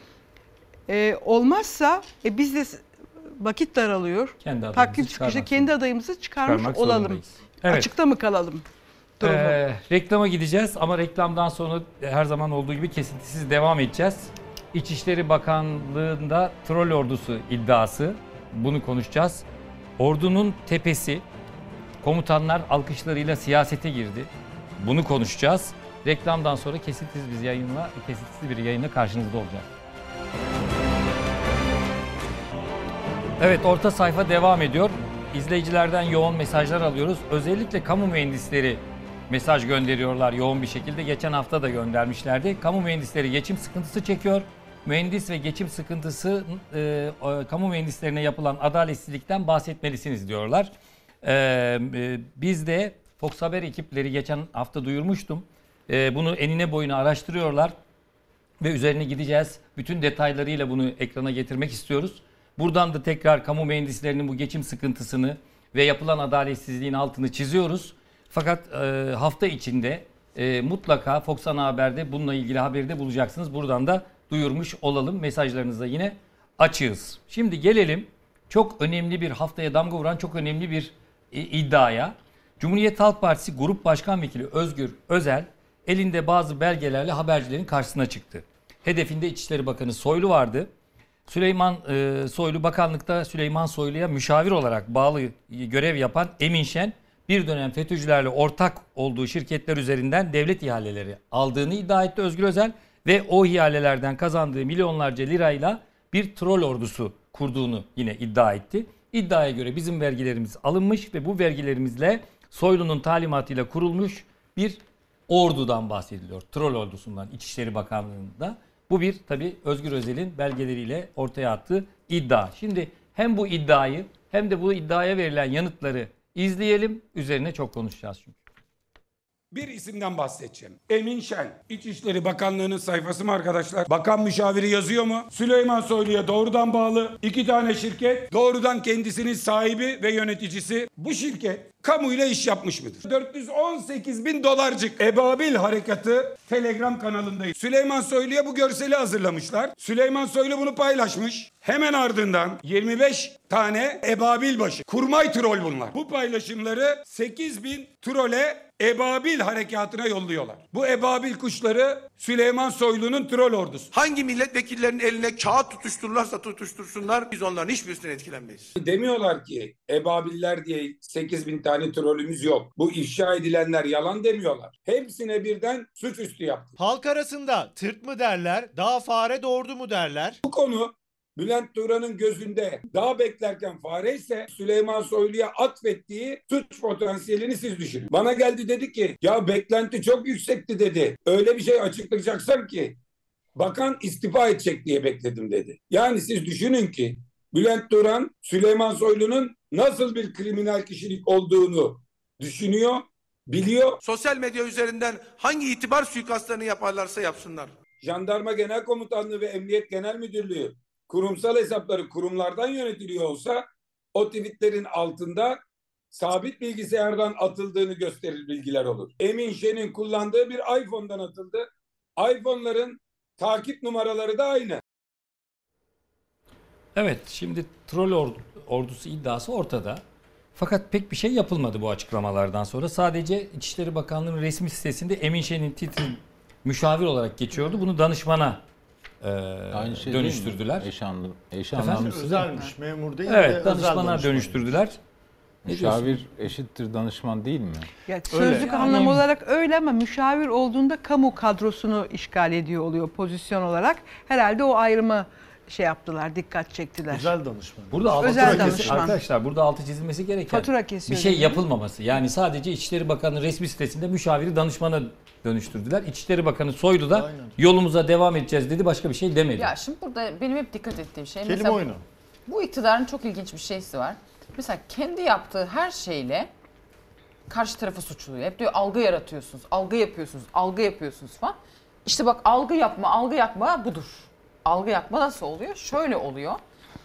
olmazsa biz de vakit daralıyor. Takvim çıkışı kendi adayımızı çıkarmak olalım. Evet. Açıkta mı kalalım? Reklama gideceğiz ama reklamdan sonra her zaman olduğu gibi kesintisiz devam edeceğiz. İçişleri Bakanlığı'nda troll ordusu iddiası, bunu konuşacağız. Ordunun tepesi, komutanlar alkışlarıyla siyasete girdi. Bunu konuşacağız. Reklamdan sonra kesintisiz bir yayınla karşınızda olacağız. Evet, orta sayfa devam ediyor. İzleyicilerden yoğun mesajlar alıyoruz. Özellikle kamu mühendisleri mesaj gönderiyorlar yoğun bir şekilde. Geçen hafta da göndermişlerdi. Kamu mühendisleri geçim sıkıntısı çekiyor. Mühendis ve geçim sıkıntısı, kamu mühendislerine yapılan adaletsizlikten bahsetmelisiniz diyorlar. Biz de Fox Haber ekipleri geçen hafta duyurmuştum. Bunu enine boyuna araştırıyorlar ve üzerine gideceğiz. Bütün detaylarıyla bunu ekrana getirmek istiyoruz. Buradan da tekrar kamu mühendislerinin bu geçim sıkıntısını ve yapılan adaletsizliğin altını çiziyoruz. Fakat hafta içinde mutlaka Fox Ana Haber'de bununla ilgili haberi de bulacaksınız. Buradan da duyurmuş olalım. Mesajlarınıza yine açığız. Şimdi gelelim çok önemli bir, haftaya damga vuran çok önemli bir iddiaya. Cumhuriyet Halk Partisi Grup Başkan Vekili Özgür Özel elinde bazı belgelerle habercilerin karşısına çıktı. Hedefinde İçişleri Bakanı Soylu vardı. Süleyman Soylu, bakanlıkta Süleyman Soylu'ya müşavir olarak bağlı görev yapan Emin Şen, bir dönem FETÖ'cülerle ortak olduğu şirketler üzerinden devlet ihaleleri aldığını iddia etti Özgür Özel ve o ihalelerden kazandığı milyonlarca lirayla bir troll ordusu kurduğunu yine iddia etti. İddiaya göre bizim vergilerimiz alınmış ve bu vergilerimizle Soylu'nun talimatıyla kurulmuş bir ordudan bahsediliyor. Troll ordusundan, İçişleri Bakanlığı'nda. Bu bir tabii Özgür Özel'in belgeleriyle ortaya attığı iddia. Şimdi hem bu iddiayı hem de bu iddiaya verilen yanıtları izleyelim. Üzerine çok konuşacağız çünkü. Bir isimden bahsedeceğim. Emin Şen. İçişleri Bakanlığı'nın sayfası mı arkadaşlar? Bakan müşaviri yazıyor mu? Süleyman Soylu'ya doğrudan bağlı. 2 tane şirket. Doğrudan kendisinin sahibi ve yöneticisi. Bu şirket kamuyla iş yapmış mıdır? 418 bin dolarcık Ebabil Harekatı Telegram kanalındayız. Süleyman Soylu'ya bu görseli hazırlamışlar. Süleyman Soylu bunu paylaşmış. Hemen ardından 25 tane Ebabil başı. Kurmay troll bunlar. Bu paylaşımları 8 bin trole Ebabil harekatına yolluyorlar. Bu Ebabil kuşları Süleyman Soylu'nun troll ordusu. Hangi milletvekillerinin eline kağıt tutuştururlarsa tutuştursunlar biz onların hiçbirisinden etkilenmeyiz. Demiyorlar ki Ebabiller diye 8 bin tane trollümüz yok. Bu ifşa edilenler yalan demiyorlar. Hepsine birden suçüstü yaptı. Halk arasında tırt mı derler, daha fare doğurdu mu derler? Bu konu Bülent Turan'ın gözünde daha beklerken fare ise Süleyman Soylu'ya atfettiği suç potansiyelini siz düşünün. Bana geldi dedi ki ya beklenti çok yüksekti dedi. Öyle bir şey açıklayacaksam ki bakan istifa edecek diye bekledim dedi. Yani siz düşünün ki Bülent Turan Süleyman Soylu'nun nasıl bir kriminal kişilik olduğunu düşünüyor, biliyor. Sosyal medya üzerinden hangi itibar suikastlarını yaparlarsa yapsınlar. Jandarma Genel Komutanlığı ve Emniyet Genel Müdürlüğü kurumsal hesapları kurumlardan yönetiliyor olsa o tweetlerin altında sabit bilgisayardan atıldığını gösterir bilgiler olur. Emin Şen'in kullandığı bir iPhone'dan atıldı. iPhone'ların takip numaraları da aynı. Evet, şimdi troll ordusu iddiası ortada. Fakat pek bir şey yapılmadı bu açıklamalardan sonra. Sadece İçişleri Bakanlığı'nın resmi sitesinde Emin Şen'in titri müşavir olarak geçiyordu. Bunu danışmana Aynı şey dönüştürdüler. Eş anlamlısı özelmiş, memur değil evet, de danışmana dönüştürdüler. Müşavir eşittir danışman değil mi? Ya, sözlük anlam olarak öyle ama müşavir olduğunda kamu kadrosunu işgal ediyor oluyor pozisyon olarak. Herhalde o ayrımı şey yaptılar, dikkat çektiler. Özel danışman. Burada özel danışman. Arkadaşlar burada altı çizilmesi gereken Fatura kesiyor bir şey dedi. yapılmaması. Yani sadece İçişleri Bakanı resmi sitesinde müşaviri danışmana dönüştürdüler. İçişleri Bakanı Soylu da yolumuza devam edeceğiz dedi. Başka bir şey demedi. Ya şimdi burada benim hep dikkat ettiğim şey Kelime mesela oyunu. Bu iktidarın çok ilginç bir şeysi var. Mesela kendi yaptığı her şeyle karşı tarafı suçluyor. Hep diyor algı yaratıyorsunuz, algı yapıyorsunuz, algı yapıyorsunuz falan. İşte bak algı yapma budur. Algı yapma nasıl oluyor? Şöyle oluyor.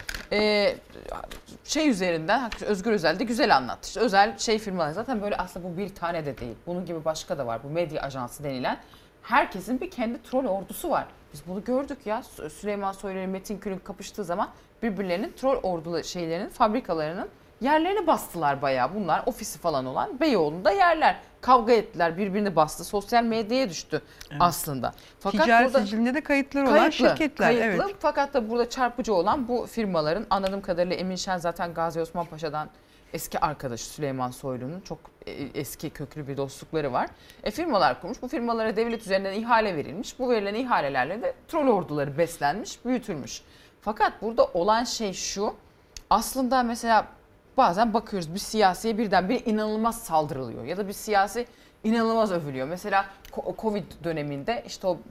Şey üzerinden Özgür Özel de güzel anlattı. İşte özel firmalar zaten böyle aslında bu bir tane de değil. Bunun gibi başka da var. Bu medya ajansı denilen. Herkesin bir kendi troll ordusu var. Biz bunu gördük ya. Süleyman Soylu ile Metin Külünk kapıştığı zaman birbirlerinin troll ordulu fabrikalarının yerlerini bastılar bayağı. Bunlar ofisi falan olan Beyoğlu'nda yerler. Kavga ettiler, birbirini bastı. Sosyal medyaya düştü aslında. Fakat Ticaret sicilinde de kayıtları olan şirketler. Kayıtlı. Evet. Fakat da burada çarpıcı olan bu firmaların anladığım kadarıyla Emin Şen zaten Gazi Osman Paşa'dan eski arkadaşı Süleyman Soylu'nun çok eski köklü bir dostlukları var. Firmalar kurmuş. Bu firmalara devlet üzerinden ihale verilmiş. Bu verilen ihalelerle de troll orduları beslenmiş, büyütülmüş. Fakat burada olan şey şu. Aslında mesela bazen bakıyoruz bir siyasiye birdenbire inanılmaz saldırılıyor. Ya da bir siyasi inanılmaz övülüyor. Mesela Covid döneminde işte o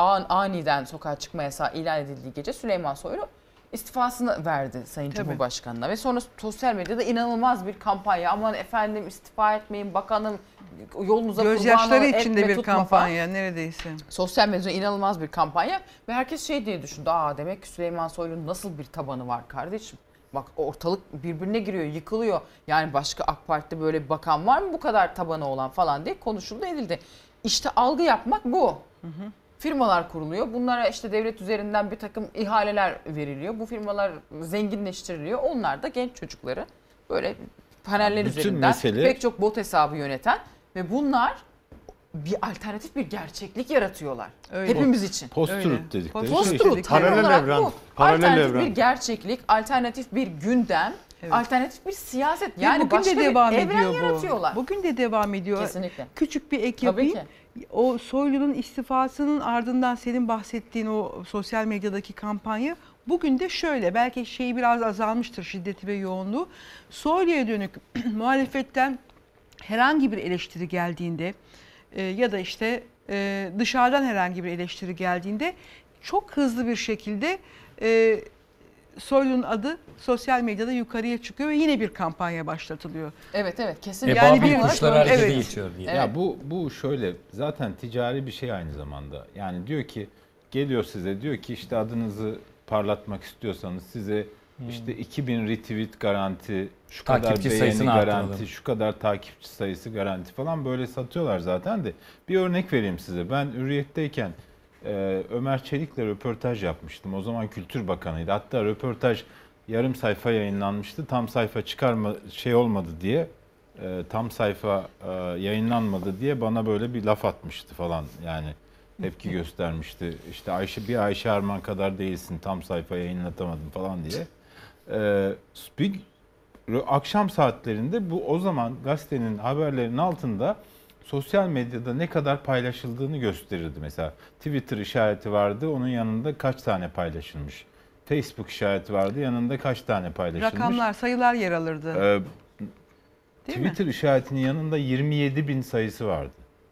aniden sokağa çıkma yasağı ilan edildiği gece Süleyman Soylu istifasını verdi Sayın Cumhurbaşkanı'na ve sonra sosyal medyada inanılmaz bir kampanya. Aman efendim istifa etmeyin bakanım yolunuza gözyaşları kurban içinde bir kampanya falan. Neredeyse. Sosyal medyada inanılmaz bir kampanya ve herkes şey diye düşündü. Demek ki Süleyman Soylu'nun nasıl bir tabanı var kardeşim? Bak ortalık birbirine giriyor, yıkılıyor. Yani başka AK Parti'de böyle bir bakan var mı bu kadar tabanı olan falan diye konuşuldu edildi. İşte algı yapmak bu. Hı hı. Firmalar kuruluyor. Bunlara işte devlet üzerinden bir takım ihaleler veriliyor. Bu firmalar zenginleştiriliyor. Onlar da genç çocukları böyle paneller üzerinden pek çok bot hesabı yöneten ve bunlar bir alternatif bir gerçeklik yaratıyorlar. Öyle. Hepimiz için. Post-truth dedikleri Post-truth. Paralel evren. Alternatif bir gerçeklik, alternatif bir gündem, alternatif bir siyaset. Yani bugün başka de devam bir ediyor evren bu. yaratıyorlar. Bugün de devam ediyor. Kesinlikle. Küçük bir ek yapayım. O Soylu'nun istifasının ardından senin bahsettiğin o sosyal medyadaki kampanya bugün de şöyle, belki şeyi biraz azalmıştır şiddeti ve yoğunluğu. Soylu'ya dönük muhalefetten herhangi bir eleştiri geldiğinde ya da işte dışarıdan herhangi bir eleştiri geldiğinde çok hızlı bir şekilde Soylu'nun adı sosyal medyada yukarıya çıkıyor ve yine bir kampanya başlatılıyor. Evet kesinlikle. Yani bir kuşlar harekete geçiyor diye. Evet. Ya bu şöyle zaten ticari bir şey aynı zamanda. Yani diyor ki geliyor size diyor ki işte adınızı parlatmak istiyorsanız size İşte 2000 retweet garanti, şu kadar Takipçi beğeni sayısını garanti, arttıralım. şu kadar takipçi sayısı garanti falan böyle satıyorlar zaten de. Bir örnek vereyim size. Ben Hürriyet'teyken Ömer Çelik'le röportaj yapmıştım. O zaman Kültür Bakanı'ydı. Hatta röportaj yarım sayfa yayınlanmıştı. Tam sayfa olmadı diye, tam sayfa yayınlanmadı diye bana böyle bir laf atmıştı falan yani. Tepki göstermişti. İşte Ayşe Arman kadar değilsin, tam sayfa yayınlatamadım falan diye. Bir akşam saatlerinde bu o zaman gazetenin haberlerinin altında sosyal medyada ne kadar paylaşıldığını gösterirdi. Mesela Twitter işareti vardı, onun yanında kaç tane paylaşılmış. Facebook işareti vardı, yanında kaç tane paylaşılmış. Rakamlar, sayılar yer alırdı. Twitter işaretinin yanında 27.000 sayısı vardı.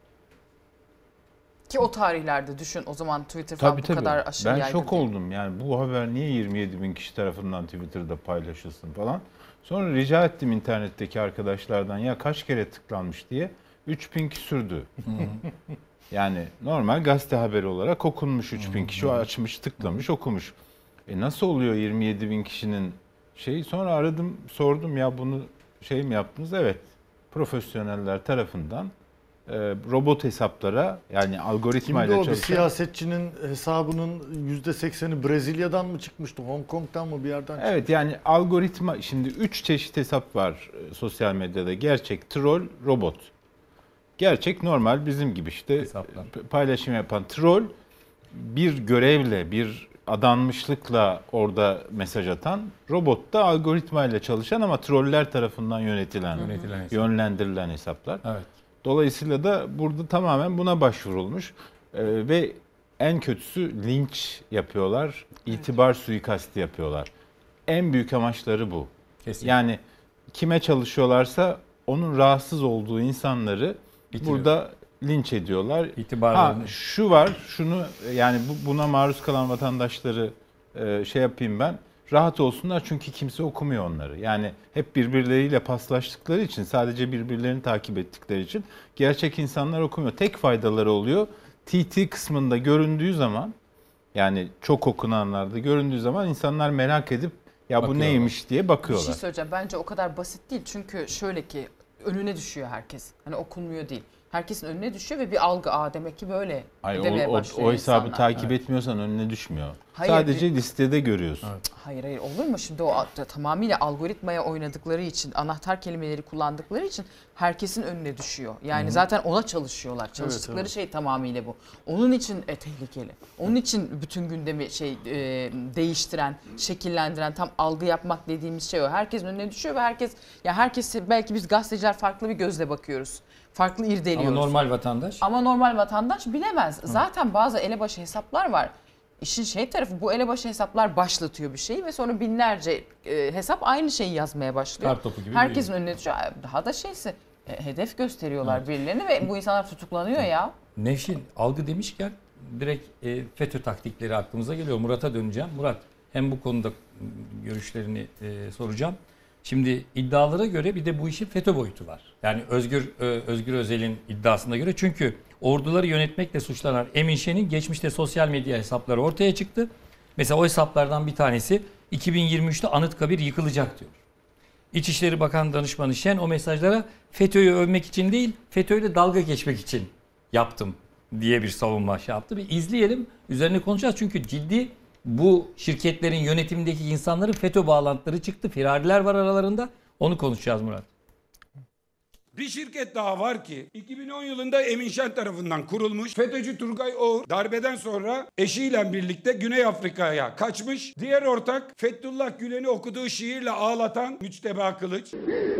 Ki o tarihlerde düşün, o zaman Twitter falan bu kadar aşırı yaygın. Ben şok oldum yani, bu haber niye 27.000 kişi tarafından Twitter'da paylaşılsın falan. Sonra rica ettim internetteki arkadaşlardan, ya kaç kere tıklanmış diye. 3000 küsürdü. Yani normal gazete haberi olarak okunmuş 3000 kişi açmış, tıklamış, okumuş. Nasıl oluyor 27.000 kişinin şeyi? Sonra aradım, sordum, ya bunu şey mi yaptınız? Evet, profesyoneller tarafından robot hesaplara, yani algoritmayla çalışan... çalışan... Bir siyasetçinin hesabının %80'i Brezilya'dan mı çıkmıştı, Hong Kong'dan mı bir yerden çıkmıştı? Evet, yani algoritma, şimdi 3 çeşit hesap var sosyal medyada. Gerçek, troll, robot. Gerçek normal bizim gibi işte paylaşım yapan. Troll bir görevle, bir adanmışlıkla orada mesaj atan. Robot da algoritmayla çalışan ama troller tarafından yönlendirilen hesaplar. Evet. Dolayısıyla da burada tamamen buna başvurulmuş ve en kötüsü linç yapıyorlar, itibar suikasti yapıyorlar. En büyük amaçları bu. Kesinlikle. Yani kime çalışıyorlarsa onun rahatsız olduğu insanları burada linç ediyorlar. İtibarlarını. Şu var, şunu yani buna maruz kalan vatandaşları şey yapayım ben. Rahat olsunlar çünkü kimse okumuyor onları. Yani hep birbirleriyle paslaştıkları için, sadece birbirlerini takip ettikleri için gerçek insanlar okumuyor. Tek faydaları oluyor. TT kısmında göründüğü zaman, yani çok okunanlarda göründüğü zaman insanlar merak edip ya bu neymiş diye bakıyorlar. Bir şey söyleyeceğim. Bence o kadar basit değil. Çünkü şöyle ki önüne düşüyor herkes. Hani okunmuyor değil. Herkesin önüne düşüyor ve bir algı, demek ki böyle demeye başlıyor o hesabı insanlar. takip etmiyorsan önüne düşmüyor. Hayır, sadece listede görüyorsun. Evet. Hayır olur mu? Şimdi o tamamıyla algoritmaya oynadıkları için, anahtar kelimeleri kullandıkları için herkesin önüne düşüyor. Yani zaten ona çalışıyorlar. Çalıştıkları şey tamamıyla bu. Onun için tehlikeli. Onun için bütün gündemi değiştiren, şekillendiren, tam algı yapmak dediğimiz şey o. Herkesin önüne düşüyor ve herkes belki biz gazeteciler farklı bir gözle bakıyoruz. Farklı irdeliyoruz. Ama normal vatandaş? Ama normal vatandaş bilemez. Zaten bazı elebaşı hesaplar var. İşin tarafı, bu elebaşı hesaplar başlatıyor bir şeyi ve sonra binlerce hesap aynı şeyi yazmaya başlıyor. Kartopu gibi. Herkesin önüne düşüyor. Daha da hedef gösteriyorlar birilerini ve bu insanlar tutuklanıyor ya. Nevşin, algı demişken direkt FETÖ taktikleri aklımıza geliyor. Murat'a döneceğim. Murat, hem bu konuda görüşlerini soracağım. Şimdi iddialara göre bir de bu işin FETÖ boyutu var. Yani Özgür Özel'in iddiasına göre, çünkü orduları yönetmekle suçlanan Emin Şen'in geçmişte sosyal medya hesapları ortaya çıktı. Mesela o hesaplardan bir tanesi 2023'te Anıtkabir yıkılacak diyor. İçişleri Bakan Danışmanı Şen o mesajlara FETÖ'yü övmek için değil, FETÖ'yle dalga geçmek için yaptım diye bir savunma yaptı. Bir izleyelim, üzerine konuşacağız çünkü ciddi bu şirketlerin yönetimindeki insanların FETÖ bağlantıları çıktı. Firariler var aralarında. Onu konuşacağız Murat. Bir şirket daha var ki 2010 yılında Emin Şen tarafından kurulmuş. FETÖ'cü Turgay Oğur darbeden sonra eşiyle birlikte Güney Afrika'ya kaçmış. Diğer ortak Fethullah Gülen'i okuduğu şiirle ağlatan Müçteba Kılıç.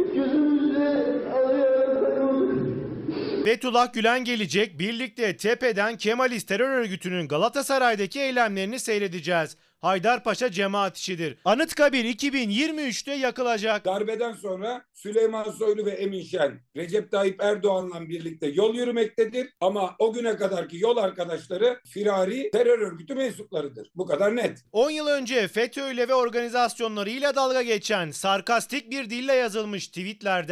Fethullah Gülen gelecek, birlikte tepeden Kemalist terör örgütünün Galatasaray'daki eylemlerini seyredeceğiz. Haydarpaşa cemaat işidir. Anıtkabir 2023'te yakılacak. Darbeden sonra Süleyman Soylu ve Emin Şen Recep Tayyip Erdoğan'la birlikte yol yürümektedir. Ama o güne kadarki yol arkadaşları firari terör örgütü mensuplarıdır. Bu kadar net. 10 yıl önce FETÖ ile ve organizasyonlarıyla dalga geçen sarkastik bir dille yazılmış tweetlerden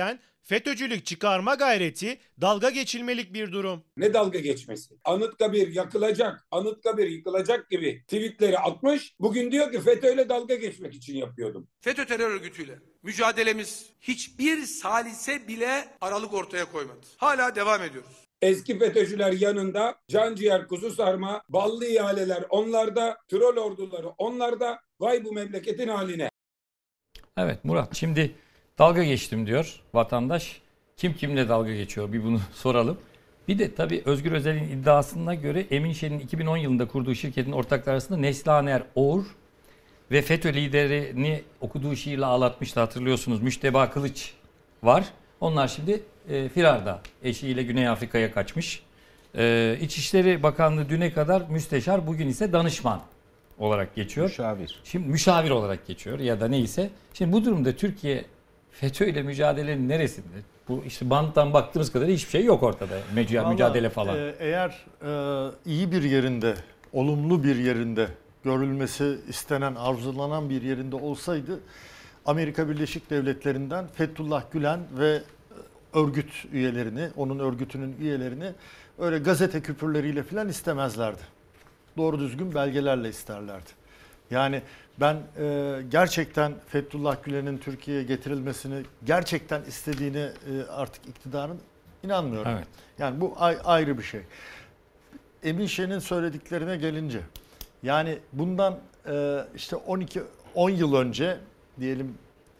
FETÖ'cülük çıkarma gayreti dalga geçilmelik bir durum. Ne dalga geçmesi? Anıtkabir yakılacak, Anıtkabir yıkılacak gibi tweetleri atmış. Bugün diyor ki FETÖ'yle dalga geçmek için yapıyordum. FETÖ terör örgütüyle mücadelemiz hiçbir salise bile aralık ortaya koymadı. Hala devam ediyoruz. Eski FETÖ'cüler yanında, canciğer kuzu sarma, ballı ihaleler onlarda, troll orduları onlarda, vay bu memleketin haline. Evet Murat, şimdi dalga geçtim diyor vatandaş. Kim kimle dalga geçiyor, bir bunu soralım. Bir de tabii Özgür Özel'in iddiasına göre Emin Şen'in 2010 yılında kurduğu şirketin ortakları arasında Neslihan Oğur ve FETÖ liderini okuduğu şiirle ağlatmıştı, hatırlıyorsunuz. Müşteba Kılıç var. Onlar şimdi firarda. Eşiyle Güney Afrika'ya kaçmış. İçişleri Bakanlığı düne kadar müsteşar, bugün ise danışman olarak geçiyor. Müşavir. Şimdi müşavir olarak geçiyor ya da neyse. Şimdi bu durumda Türkiye FETÖ ile mücadelenin neresinde? Bu işte banttan baktığımız kadar hiçbir şey yok ortada. Mücadele falan. Eğer iyi bir yerinde, olumlu bir yerinde görülmesi istenen, arzulanan bir yerinde olsaydı Amerika Birleşik Devletleri'nden Fethullah Gülen ve örgüt üyelerini, onun örgütünün üyelerini öyle gazete küpürleriyle falan istemezlerdi. Doğru düzgün belgelerle isterlerdi. Yani ben gerçekten Fethullah Gülen'in Türkiye'ye getirilmesini gerçekten istediğini artık iktidarın inanmıyorum. Evet. Yani bu ayrı bir şey. Emin Şen'in söylediklerine gelince, yani bundan işte 10 yıl önce diyelim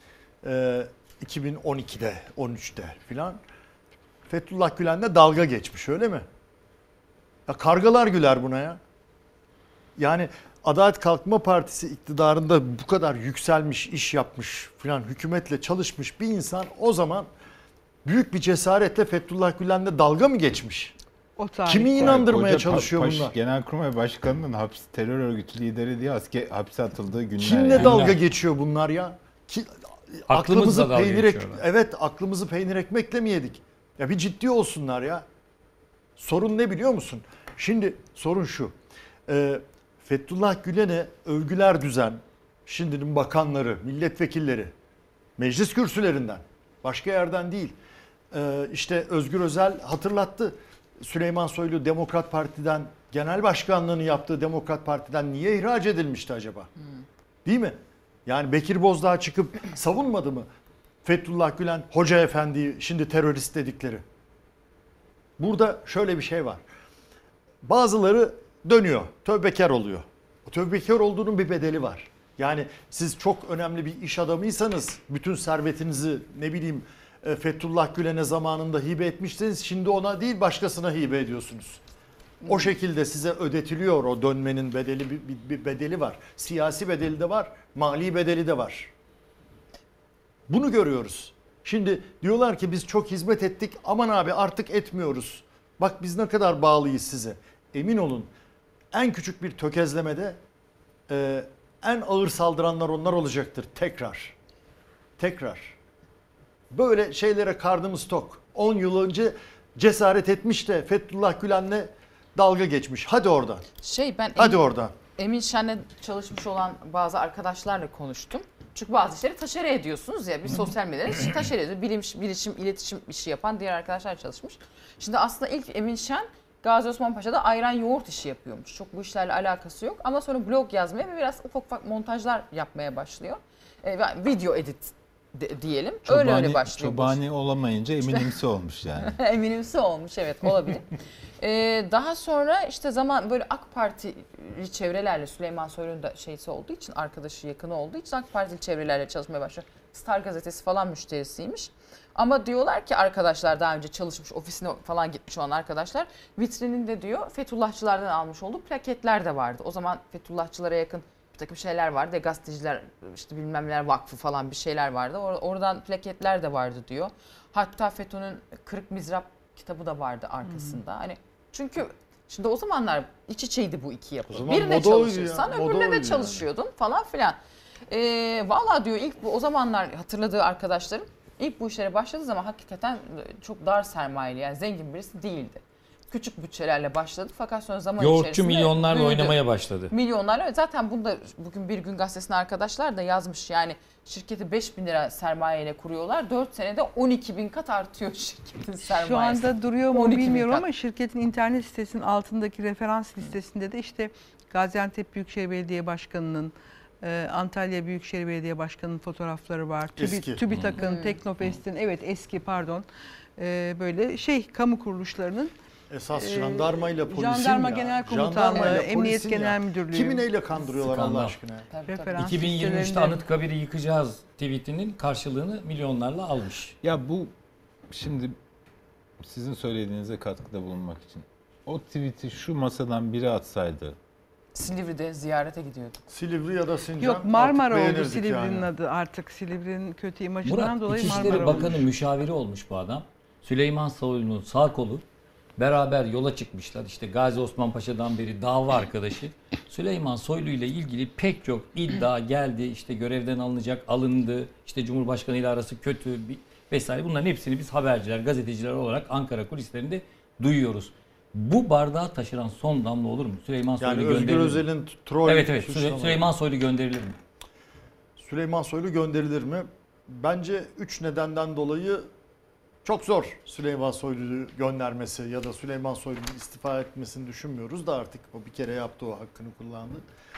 2012'de, 13'te filan Fethullah Gülen'le dalga geçmiş, öyle mi? Ya kargalar güler buna ya. Yani Adalet Kalkınma Partisi iktidarında bu kadar yükselmiş, iş yapmış filan, hükümetle çalışmış bir insan o zaman büyük bir cesaretle Fethullah Gülen'le dalga mı geçmiş? Kimi inandırmaya çalışıyor bunlar? Genelkurmay Başkanı'nın terör örgütü lideri diye hapse atıldığı günler. Kimle yani. dalga geçiyor bunlar ya? Aklımızı aklımızı peynir ekmekle mi yedik? Ya bir ciddi olsunlar ya. Sorun ne biliyor musun? Şimdi sorun şu. Fethullah Gülen'e övgüler düzen, şimdinin bakanları, milletvekilleri, meclis kürsülerinden, başka yerden değil. İşte Özgür Özel hatırlattı. Süleyman Soylu Demokrat Parti'den, genel başkanlığını yaptığı Demokrat Parti'den niye ihraç edilmişti acaba? Değil mi? Yani Bekir Bozdağ çıkıp savunmadı mı? Fethullah Gülen, Hoca Efendi'yi şimdi terörist dedikleri. Burada şöyle bir şey var. Bazıları dönüyor, tövbekar oluyor. O tövbekar olduğunun bir bedeli var. Yani siz çok önemli bir iş adamıysanız, bütün servetinizi ne bileyim Fethullah Gülen'e zamanında hibe etmişseniz, şimdi ona değil başkasına hibe ediyorsunuz. O şekilde size ödetiliyor, o dönmenin bedeli, bir bedeli var. Siyasi bedeli de var, mali bedeli de var. Bunu görüyoruz. Şimdi diyorlar ki biz çok hizmet ettik, aman abi artık etmiyoruz. Bak biz ne kadar bağlıyız size. Emin olun, en küçük bir tökezlemede en ağır saldıranlar onlar olacaktır tekrar. Tekrar. Böyle şeylere karnımız tok. 10 yıl önce cesaret etmiş de Fethullah Gülen'le dalga geçmiş. Hadi oradan. Hadi oradan. Emin Şen'le çalışmış olan bazı arkadaşlarla konuştum. Çünkü bazı işleri taşere ediyorsunuz ya, bir sosyal medyada taşere ediyor. Bilişim, iletişim işi yapan diğer arkadaşlar çalışmış. Şimdi aslında ilk Emin Şen Gazi Osman Paşa'da ayran yoğurt işi yapıyormuş. Çok bu işlerle alakası yok ama sonra blog yazmaya ve biraz ufak montajlar yapmaya başlıyor. Video edit diyelim. Öyle başlıyor. Çobani olamayınca eminimsi olmuş yani. Eminimsi olmuş, evet, olabilir. Daha sonra işte zaman böyle AK Partili çevrelerle, Süleyman Soylu'nun da şeysi olduğu için, arkadaşı yakını olduğu için AK Partili çevrelerle çalışmaya başlıyor. Star gazetesi falan müşterisiymiş. Ama diyorlar ki arkadaşlar, daha önce çalışmış, ofisine falan gitmiş olan arkadaşlar, vitrininde diyor Fethullahçılardan almış olduğu plaketler de vardı. O zaman Fethullahçılara yakın bir takım şeyler vardı. Gazeteciler işte bilmem neler vakfı falan bir şeyler vardı. Oradan plaketler de vardı diyor. Hatta FETÖ'nün Kırık Mizrap kitabı da vardı arkasında. Hani çünkü şimdi o zamanlar iç içeydi bu iki yapı. Birine çalışırsan öbürüne de çalışıyordun falan filan. Valla diyor ilk o zamanlar hatırladığı arkadaşlarım ilk bu işlere başladığı zaman hakikaten çok dar sermayeli, yani zengin birisi değildi. küçük bütçelerle başladı fakat sonra zaman Yoğurtçu içerisinde milyonlarla büyüdü. oynamaya başladı. Milyonlarla. Zaten bunu da bugün Bir Gün Gazetesi'nin arkadaşlar da yazmış. Yani şirketi 5.000 lira sermayeyle kuruyorlar. 4 senede 12.000 kat artıyor şirketin sermayesi. Şu anda duruyor mu 12.000 bilmiyorum kat. ama şirketin internet sitesinin altındaki referans listesinde de işte Gaziantep Büyükşehir Belediye Başkanı'nın, Antalya Büyükşehir Belediye Başkanı'nın fotoğrafları var. TÜBİTAK'ın, Teknofest'in, evet eski pardon, böyle kamu kuruluşlarının. Esas jandarmayla polisin Jandarma Genel Komutanlığı, Emniyet Genel Müdürlüğü. Kimi neyle kandırıyorlar Allah aşkına? Referans 2023'te listelerinde. Anıtkabir'i yıkacağız tweetinin karşılığını milyonlarla almış. Ya bu şimdi sizin söylediğinize katkıda bulunmak için o tweet'i şu masadan biri atsaydı. Silivri'de ziyarete gidiyordu. Silivri ya da Sincan. Yok, Marmara oldu beğenirdik Silivri'nin yani. adı artık. Silivri'nin kötü imajından Murat dolayı İçişleri Marmara Bakanı olmuş. müşaviri olmuş bu adam. Süleyman Soylu'nun sağ kolu. Beraber yola çıkmışlar. İşte Gazi Osman Paşa'dan beri dava arkadaşı. Süleyman Soylu ile ilgili pek çok iddia geldi. İşte görevden alınacak, alındı. İşte Cumhurbaşkanı ile arası kötü vesaire. Bunların hepsini biz haberciler, gazeteciler olarak Ankara kulislerinde duyuyoruz. Bu bardağı taşıran son damla olur mu? Süleyman Soylu Yani Özgür gönderilir mi? Özel'in troll Evet. suçlamaları. Süleyman Soylu gönderilir mi? Süleyman Soylu gönderilir mi? Bence 3 nedenden dolayı çok zor Süleyman Soylu'yu göndermesi ya da Süleyman Soylu'nun istifa etmesini düşünmüyoruz da artık o bir kere yaptı, o hakkını kullandı.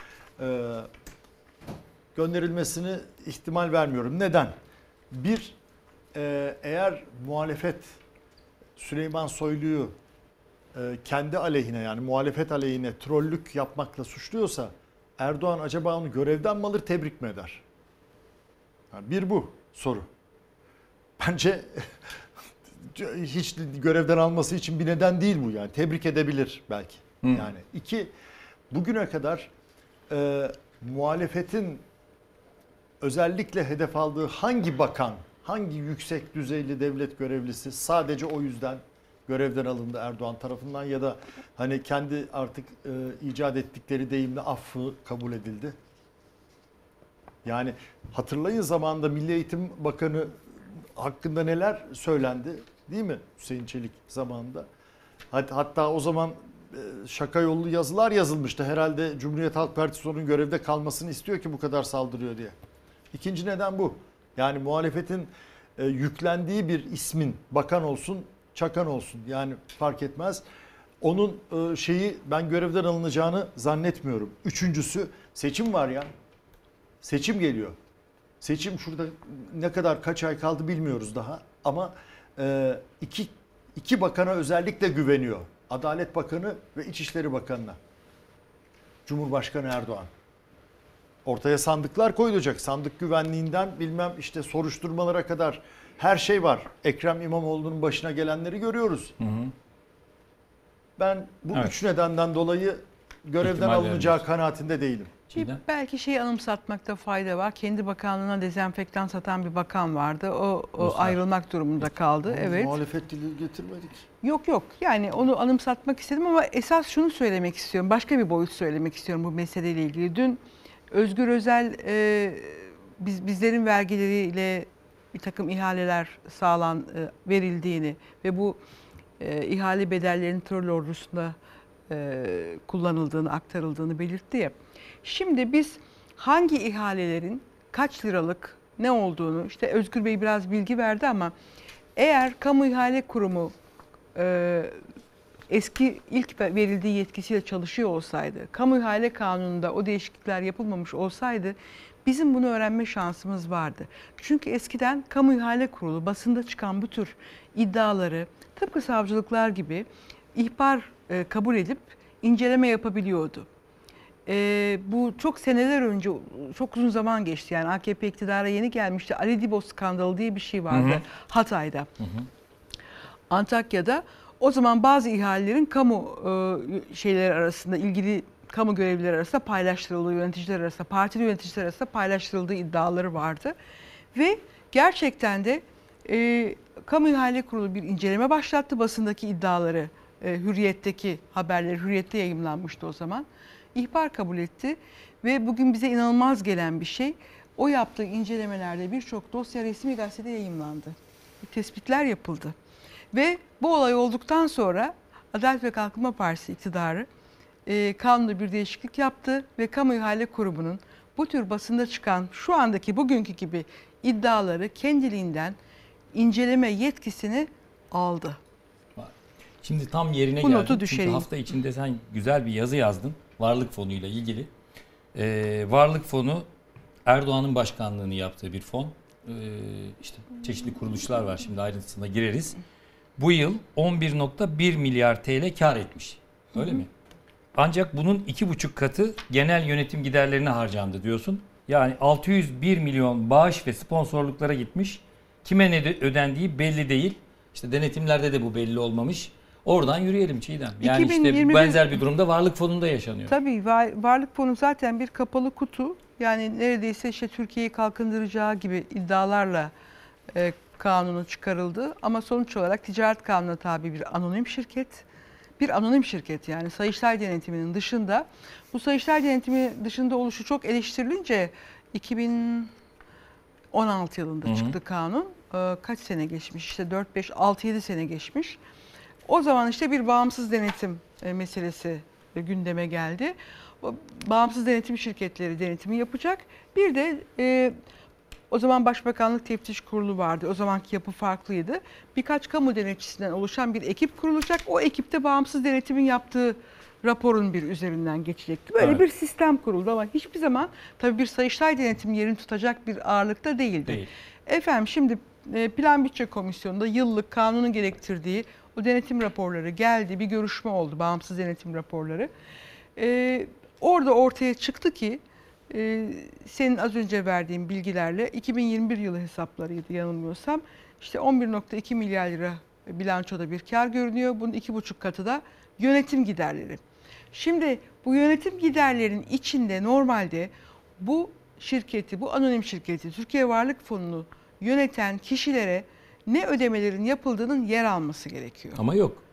Gönderilmesini ihtimal vermiyorum. Neden? Bir, eğer muhalefet Süleyman Soylu'yu kendi aleyhine, yani muhalefet aleyhine trollük yapmakla suçluyorsa Erdoğan acaba onu görevden mi alır, tebrik mi eder? Yani bir bu soru. Bence hiç görevden alması için bir neden değil bu yani. Tebrik edebilir belki. Yani iki, bugüne kadar muhalefetin özellikle hedef aldığı hangi bakan, hangi yüksek düzeyli devlet görevlisi sadece o yüzden görevden alındı Erdoğan tarafından ya da hani kendi artık icat ettikleri deyimle affı kabul edildi? Yani hatırlayın zamanında Milli Eğitim Bakanı hakkında neler söylendi, değil mi Hüseyin Çelik zamanında? Hatta o zaman şaka yollu yazılar yazılmıştı. Herhalde Cumhuriyet Halk Partisi onun görevde kalmasını istiyor ki bu kadar saldırıyor diye. İkinci neden bu. Yani muhalefetin yüklendiği bir ismin bakan olsun, çakan olsun yani fark etmez. Onun ben görevden alınacağını zannetmiyorum. Üçüncüsü seçim var ya. Seçim geliyor. Seçim şurada ne kadar kaç ay kaldı bilmiyoruz daha ama iki bakana özellikle güveniyor. Adalet Bakanı ve İçişleri Bakanı'na. Cumhurbaşkanı Erdoğan. Ortaya sandıklar koyulacak. Sandık güvenliğinden bilmem işte soruşturmalara kadar her şey var. Ekrem İmamoğlu'nun başına gelenleri görüyoruz. Ben bu üç nedenden dolayı görevden alınacağı kanaatinde değilim. Belki anımsatmakta fayda var. Kendi bakanlığına dezenfektan satan bir bakan vardı. O ayrılmak durumunda kaldı. Evet. Muhalefet dili getirmedik. Yok. Yani onu anımsatmak istedim ama esas şunu söylemek istiyorum. Başka bir boyut söylemek istiyorum bu meseleyle ilgili. Dün Özgür Özel bizlerin vergileriyle bir takım ihaleler verildiğini ve bu ihale bedellerinin troll ordusunda kullanıldığını, aktarıldığını belirtti ya. Şimdi biz hangi ihalelerin kaç liralık ne olduğunu, işte Özgür Bey biraz bilgi verdi ama eğer Kamu İhale Kurumu eski ilk verildiği yetkisiyle çalışıyor olsaydı, Kamu İhale Kanunu'nda o değişiklikler yapılmamış olsaydı bizim bunu öğrenme şansımız vardı. Çünkü eskiden Kamu İhale Kurulu basında çıkan bu tür iddiaları tıpkı savcılıklar gibi ihbar kabul edip inceleme yapabiliyordu. Bu çok seneler önce, çok uzun zaman geçti yani AKP iktidara yeni gelmişti. Ali Dibo skandalı diye bir şey vardı Hatay'da. Antakya'da o zaman bazı ihalelerin kamu şeyleri arasında, ilgili kamu görevlileri arasında paylaştırıldığı, yöneticiler arasında, partili yöneticiler arasında paylaştırıldığı iddiaları vardı. Ve gerçekten de Kamu İhale Kurulu bir inceleme başlattı, basındaki iddiaları, Hürriyet'teki haberleri, Hürriyet'te yayımlanmıştı o zaman. İhbar kabul etti ve bugün bize inanılmaz gelen bir şey, o yaptığı incelemelerde birçok dosya resmi gazetede yayımlandı. Tespitler yapıldı. Ve bu olay olduktan sonra Adalet ve Kalkınma Partisi iktidarı kanunda bir değişiklik yaptı ve Kamu İhale Kurumu'nun bu tür basında çıkan şu andaki bugünkü gibi iddiaları kendiliğinden inceleme yetkisini aldı. Şimdi tam yerine Bu geldim. notu Çünkü düşüreyim. hafta içinde sen güzel bir yazı yazdın. Varlık Fonu ile ilgili. Varlık Fonu Erdoğan'ın başkanlığını yaptığı bir fon. İşte çeşitli kuruluşlar var. Şimdi ayrıntısına gireriz. Bu yıl 11.1 milyar TL kar etmiş. Öyle mi? Ancak bunun 2,5 katı genel yönetim giderlerine harcandı diyorsun. Yani 601 milyon bağış ve sponsorluklara gitmiş. Kime ne ödendiği belli değil. İşte denetimlerde de bu belli olmamış. Oradan yürüyelim Çiğdem. Yani 2021 işte benzer bir durumda Varlık Fonu'nda yaşanıyor. Tabii Varlık Fonu zaten bir kapalı kutu. Yani neredeyse işte Türkiye'yi kalkındıracağı gibi iddialarla kanunu çıkarıldı. Ama sonuç olarak Ticaret Kanunu'na tabi bir anonim şirket. Bir anonim şirket yani Sayıştay denetiminin dışında. Bu Sayıştay denetimi dışında oluşu çok eleştirilince 2016 yılında çıktı kanun. Kaç sene geçmiş? İşte 4, 5, 6, 7 sene geçmiş. O zaman işte bir bağımsız denetim meselesi gündeme geldi. Bağımsız denetim şirketleri denetimi yapacak. Bir de o zaman Başbakanlık Teftiş Kurulu vardı. O zamanki yapı farklıydı. Birkaç kamu denetçisinden oluşan bir ekip kurulacak. O ekipte bağımsız denetimin yaptığı raporun bir üzerinden geçecekti. Böyle bir sistem kuruldu ama hiçbir zaman tabii bir Sayıştay denetimi yerini tutacak bir ağırlıkta değildi. Efendim şimdi Plan Bütçe Komisyonu'nda yıllık kanunun gerektirdiği o denetim raporları geldi. Bir görüşme oldu, bağımsız denetim raporları. Orada ortaya çıktı ki senin az önce verdiğin bilgilerle 2021 yılı hesaplarıydı yanılmıyorsam. İşte 11.2 milyar lira bilançoda bir kar görünüyor. Bunun 2,5 katı da yönetim giderleri. Şimdi bu yönetim giderlerin içinde normalde bu şirketi, bu anonim şirketi, Türkiye Varlık Fonu'nu yöneten kişilere ne ödemelerin yapıldığının yer alması gerekiyor. Ama yok.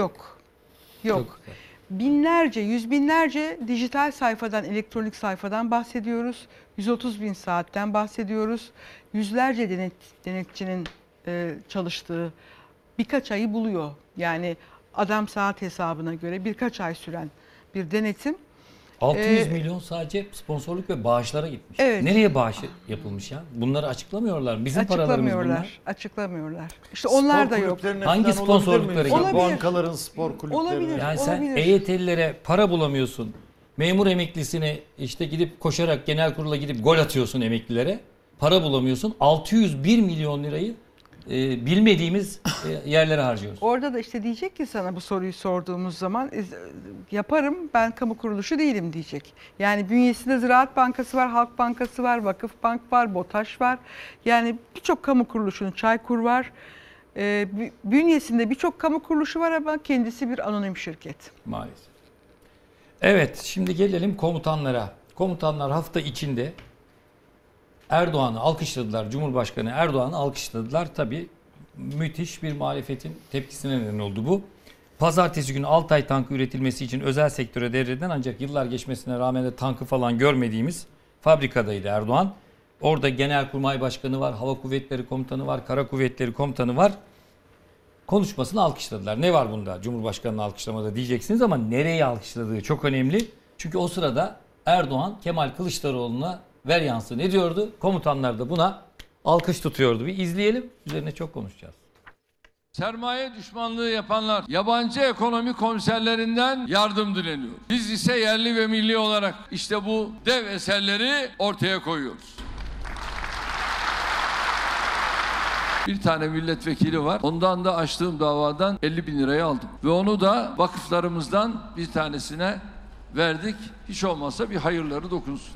Yok. Binlerce, yüz binlerce dijital sayfadan, elektronik sayfadan bahsediyoruz. 130 bin saatten bahsediyoruz. Yüzlerce denetçinin çalıştığı birkaç ayı buluyor. Yani adam saat hesabına göre birkaç ay süren bir denetim. 600 milyon sadece sponsorluk ve bağışlara gitmiş. Evet. Nereye bağış yapılmış ya? Bunları açıklamıyorlar. Bizim paralarımız bunlar. Açıklamıyorlar. İşte onlar da yok. Hangi sponsorlukları olabilir? Bankaların spor kulüpleri. Olabilir. Yani sen EYT'lilere para bulamıyorsun. Memur emeklisini işte gidip koşarak genel kurula gidip gol atıyorsun emeklilere. Para bulamıyorsun. 601 milyon lirayı bilmediğimiz yerlere harcıyoruz. Orada da işte diyecek ki sana bu soruyu sorduğumuz zaman yaparım ben kamu kuruluşu değilim diyecek. Yani bünyesinde Ziraat Bankası var, Halk Bankası var, Vakıfbank var, BOTAŞ var. Yani birçok kamu kuruluşunun Çaykur var. Bünyesinde birçok kamu kuruluşu var ama kendisi bir anonim şirket. Maalesef. Evet şimdi gelelim komutanlara. Komutanlar hafta içinde Erdoğan'ı alkışladılar. Cumhurbaşkanı Erdoğan'ı alkışladılar. Tabii müthiş bir muhalefetin tepkisine neden oldu bu. Pazartesi günü Altay tankı üretilmesi için özel sektöre devredilen ancak yıllar geçmesine rağmen de tankı falan görmediğimiz fabrikadaydı Erdoğan. Orada Genelkurmay Başkanı var, Hava Kuvvetleri Komutanı var, Kara Kuvvetleri Komutanı var. Konuşmasını alkışladılar. Ne var bunda Cumhurbaşkanı'nı alkışlamada diyeceksiniz ama nereye alkışladığı çok önemli. Çünkü o sırada Erdoğan Kemal Kılıçdaroğlu'na ver yansın ne diyordu? Komutanlar da buna alkış tutuyordu. Bir izleyelim. Üzerine çok konuşacağız. Sermaye düşmanlığı yapanlar yabancı ekonomi komiserlerinden yardım dileniyor. Biz ise yerli ve milli olarak işte bu dev eserleri ortaya koyuyoruz. Bir tane milletvekili var. Ondan da açtığım davadan 50 bin lirayı aldım. Ve onu da vakıflarımızdan bir tanesine verdik. Hiç olmazsa bir hayırları dokunsun.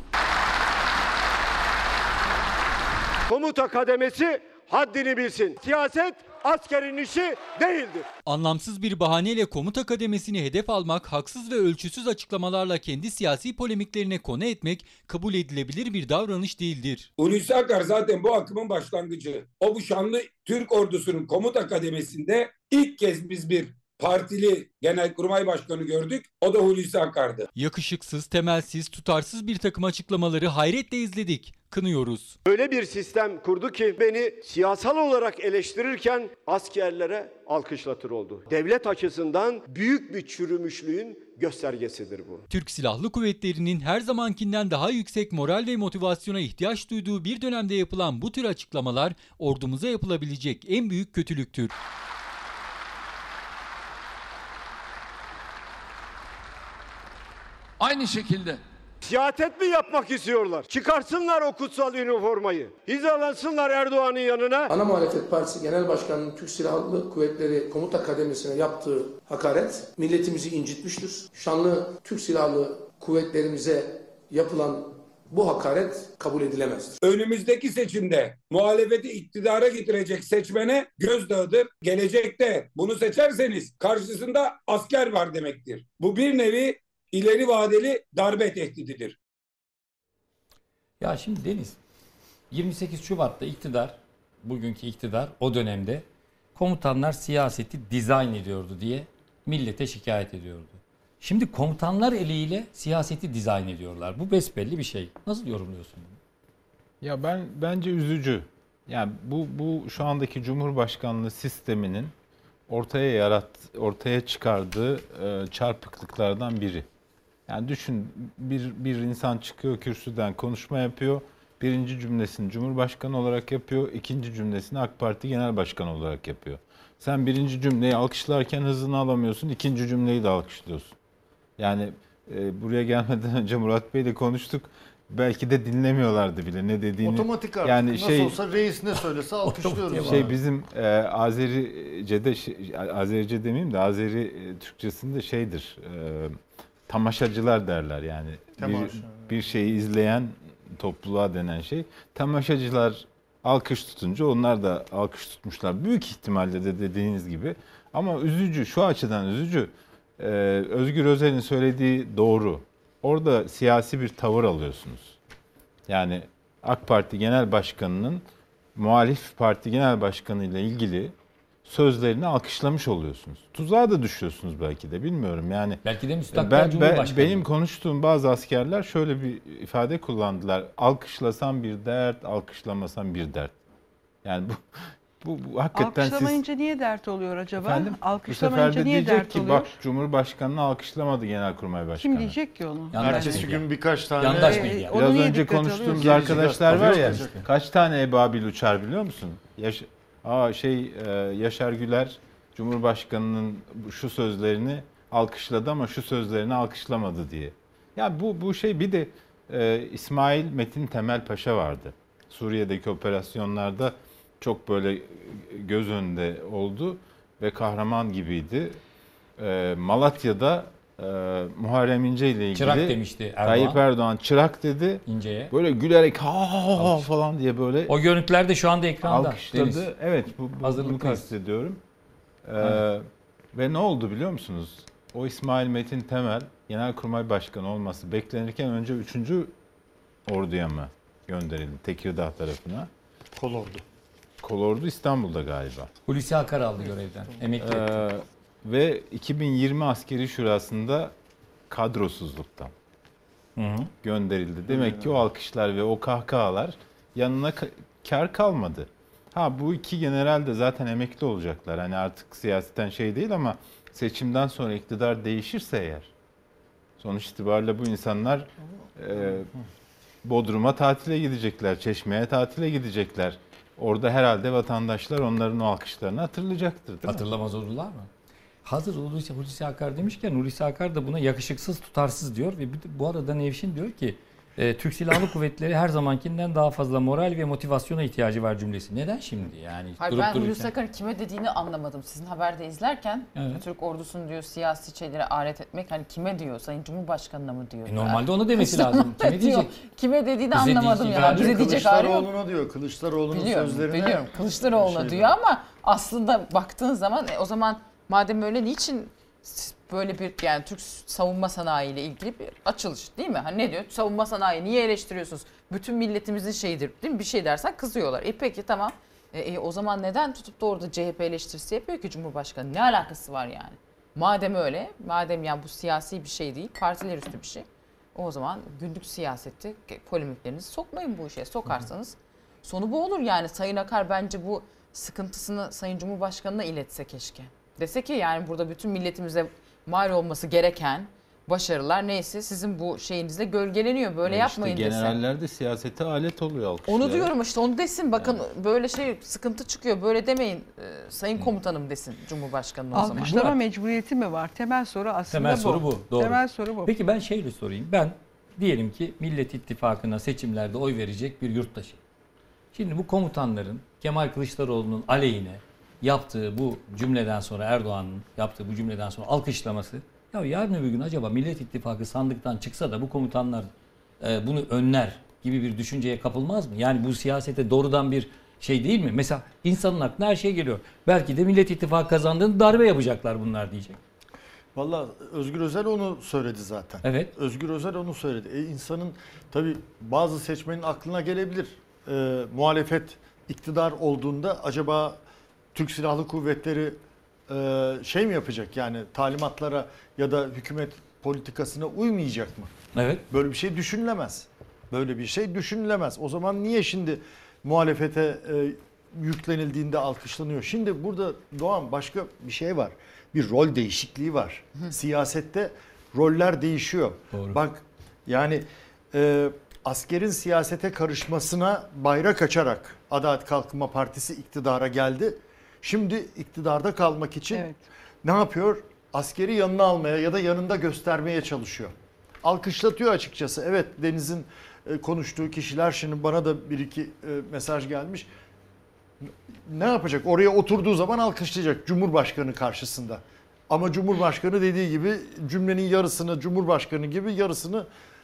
Komuta kademesi haddini bilsin. Siyaset askerin işi değildir. Anlamsız bir bahaneyle komuta kademesini hedef almak, haksız ve ölçüsüz açıklamalarla kendi siyasi polemiklerine konu etmek kabul edilebilir bir davranış değildir. Hulusi Akar zaten bu akımın başlangıcı. O bu şanlı Türk ordusunun komuta kademesinde ilk kez biz bir partili genelkurmay başkanı gördük. O da Hulusi Akar'dı. Yakışıksız, temelsiz, tutarsız bir takım açıklamaları hayretle izledik. Kınıyoruz. Öyle bir sistem kurdu ki beni siyasal olarak eleştirirken askerlere alkışlatır oldu. Devlet açısından büyük bir çürümüşlüğün göstergesidir bu. Türk Silahlı Kuvvetleri'nin her zamankinden daha yüksek moral ve motivasyona ihtiyaç duyduğu bir dönemde yapılan bu tür açıklamalar ordumuza yapılabilecek en büyük kötülüktür. Aynı şekilde Siyaset mi yapmak istiyorlar? Çıkarsınlar o kutsal üniformayı. Hizalansınlar Erdoğan'ın yanına. Ana Muhalefet Partisi Genel Başkanı'nın Türk Silahlı Kuvvetleri Komuta Kademesi'ne yaptığı hakaret milletimizi incitmiştir. Şanlı Türk Silahlı Kuvvetlerimize yapılan bu hakaret kabul edilemezdir. Önümüzdeki seçimde muhalefeti iktidara getirecek seçmene gözdağıdır. Gelecekte bunu seçerseniz karşısında asker var demektir. Bu bir nevi ileri vadeli darbe tehdididir. Ya şimdi Deniz, 28 Şubat'ta iktidar, bugünkü iktidar o dönemde komutanlar siyaseti dizayn ediyordu diye millete şikayet ediyordu. Şimdi komutanlar eliyle siyaseti dizayn ediyorlar. Bu besbelli bir şey. Nasıl yorumluyorsun bunu? Ya bence üzücü. Yani bu şu andaki Cumhurbaşkanlığı sisteminin ortaya çıkardığı çarpıklıklardan biri. Yani düşün, bir insan çıkıyor kürsüden konuşma yapıyor. Birinci cümlesini Cumhurbaşkanı olarak yapıyor. İkinci cümlesini AK Parti Genel Başkanı olarak yapıyor. Sen birinci cümleyi alkışlarken hızını alamıyorsun. İkinci cümleyi de alkışlıyorsun. Yani buraya gelmeden önce Murat Bey'le konuştuk. Belki de dinlemiyorlardı bile ne dediğini. Otomatik artık. Yani nasıl olsa reis ne söylese alkışlıyoruz. Bizim Azerice demeyeyim de Azeri Türkçesinde şeydir. Tamaşacılar derler yani. Bir şeyi izleyen topluluğa denen şey. Tamaşacılar alkış tutunca onlar da alkış tutmuşlar. Büyük ihtimalle de dediğiniz gibi. Ama üzücü, şu açıdan üzücü. Özgür Özel'in söylediği doğru. Orada siyasi bir tavır alıyorsunuz. Yani AK Parti Genel Başkanı'nın muhalif parti genel başkanı ile ilgili sözlerini alkışlamış oluyorsunuz. Tuzağa da düşüyorsunuz belki de, bilmiyorum. Yani belki de müstakbel Cumhurbaşkanı. Benim konuştuğum bazı askerler şöyle bir ifade kullandılar. Alkışlasam bir dert, alkışlamasam bir dert. Yani bu hakikaten alkışlamayınca niye dert oluyor acaba? Efendim? Alkışlamayınca niye dert ki, oluyor? bak Cumhurbaşkanı'nı alkışlamadı Genelkurmay Başkanı. Kim diyecek ki onu? Ertesi gün birkaç tane yandaş medya. Biraz önce konuştuğumuz arkadaşlar var ya, kaç tane ebabil uçar biliyor musun? Yaşar Güler Cumhurbaşkanı'nın şu sözlerini alkışladı ama şu sözlerini alkışlamadı diye. Ya bu şey, bir de İsmail Metin Temel Paşa vardı. Suriye'deki operasyonlarda çok böyle göz önünde oldu ve kahraman gibiydi. Malatya'da Muharrem İnce ile ilgili çırak demişti Erdoğan. Tayyip Erdoğan çırak dedi. İnce'ye. Böyle gülerek ha falan diye böyle. O görüntüler de şu anda ekranda. Alkışladı. Deniz. Evet, bunu kastediyorum. Ve ne oldu biliyor musunuz? O İsmail Metin Temel Genelkurmay Başkanı olması beklenirken önce 3. Orduya mı gönderildi? Tekirdağ tarafına. Kolordu İstanbul'da galiba. Hulusi Akar aldı görevden. Emekli etti. Ve 2020 Askeri Şurası'nda kadrosuzluktan gönderildi. Demek ki o alkışlar ve o kahkahalar yanına kar kalmadı. Bu iki general de zaten emekli olacaklar. Hani artık siyasetten şey değil ama seçimden sonra iktidar değişirse eğer, sonuç itibariyle bu insanlar Bodrum'a tatile gidecekler, Çeşme'ye tatile gidecekler. Orada herhalde vatandaşlar onların o alkışlarını hatırlayacaktır. Hatırlamaz olurlar mı? Hazır Hulusi Akar demişken Hulusi Akar da buna yakışıksız, tutarsız diyor ve bu arada Nevşin diyor ki Türk Silahlı Kuvvetleri her zamankinden daha fazla moral ve motivasyona ihtiyacı var cümlesi. Neden şimdi yani? Hayır, ben Hulusi Akar'ın kime dediğini anlamadım. Sizin haberde izlerken Türk ordusunu diyor siyasi şeylere alet etmek, hani kime diyor? Sayın Cumhurbaşkanı'na mı diyor? Normalde onu demesi lazım. Kime diyecek? Kime dediğini anlamadım ya. Bize diyecek Kılıçdaroğlu'na diyor. Kılıçdaroğlu'nun sözlerine. Biliyorum. Kılıçdaroğlu'na diyor ama aslında baktığın zaman o zaman madem öyle niçin böyle bir, yani Türk savunma sanayi ile ilgili bir açılış değil mi? Hani ne diyor? Savunma sanayi niye eleştiriyorsunuz? Bütün milletimizin şeyidir değil mi? Bir şey dersen kızıyorlar. Peki tamam. O zaman neden tutup da orada CHP eleştirisi yapıyor ki Cumhurbaşkanı? Ne alakası var yani? Madem öyle, madem yani bu siyasi bir şey değil, partiler üstü bir şey. O zaman günlük siyasette polemiklerinizi sokmayın bu işe. Sokarsanız sonu bu olur yani. Sayın Akar bence bu sıkıntısını Sayın Cumhurbaşkanı'na iletse keşke. Dese ki yani burada bütün milletimize mal olması gereken başarılar neyse sizin bu şeyinizle gölgeleniyor. Böyle yapmayın işte dese. generaller de siyasete alet oluyor alkışlar. Onu diyorum işte, onu desin. Bakın böyle şey sıkıntı çıkıyor. Böyle demeyin Sayın Komutanım desin Cumhurbaşkanı o zaman. Alkışlama mecburiyeti mi var? Temel soru aslında Temel soru bu. Doğru. Temel soru bu. Peki ben şeyle sorayım. Ben diyelim ki Millet İttifakı'na seçimlerde oy verecek bir yurttaşım. Şimdi bu komutanların Kemal Kılıçdaroğlu'nun aleyhine yaptığı bu cümleden sonra, Erdoğan'ın yaptığı bu cümleden sonra alkışlaması, ya yarın öbür gün acaba Millet İttifakı sandıktan çıksa da bu komutanlar bunu önler gibi bir düşünceye kapılmaz mı? Yani bu siyasete doğrudan bir şey değil mi? Mesela insanın aklına her şey geliyor. Belki de Millet İttifakı kazandığında darbe yapacaklar bunlar diyecek. Valla Özgür Özel onu söyledi zaten. Evet. Özgür Özel onu söyledi. İnsanın tabii bazı seçmenin aklına gelebilir. Muhalefet iktidar olduğunda acaba Türk Silahlı Kuvvetleri şey mi yapacak, yani talimatlara ya da hükümet politikasına uymayacak mı? Evet. Böyle bir şey düşünülemez. Böyle bir şey düşünülemez. O zaman niye şimdi muhalefete yüklenildiğinde alkışlanıyor? Şimdi burada Doğan başka bir şey var. Bir rol değişikliği var. Siyasette roller değişiyor. Doğru. Bak yani askerin siyasete karışmasına bayrak açarak Adalet Kalkınma Partisi iktidara geldi. Şimdi iktidarda kalmak için ne yapıyor? Askeri yanına almaya ya da yanında göstermeye çalışıyor. Alkışlatıyor açıkçası. Evet, Deniz'in konuştuğu kişiler, şimdi bana da bir iki mesaj gelmiş. Ne yapacak? Oraya oturduğu zaman alkışlayacak Cumhurbaşkanı karşısında. Ama Cumhurbaşkanı dediği gibi cümlenin yarısını Cumhurbaşkanı gibi, yarısını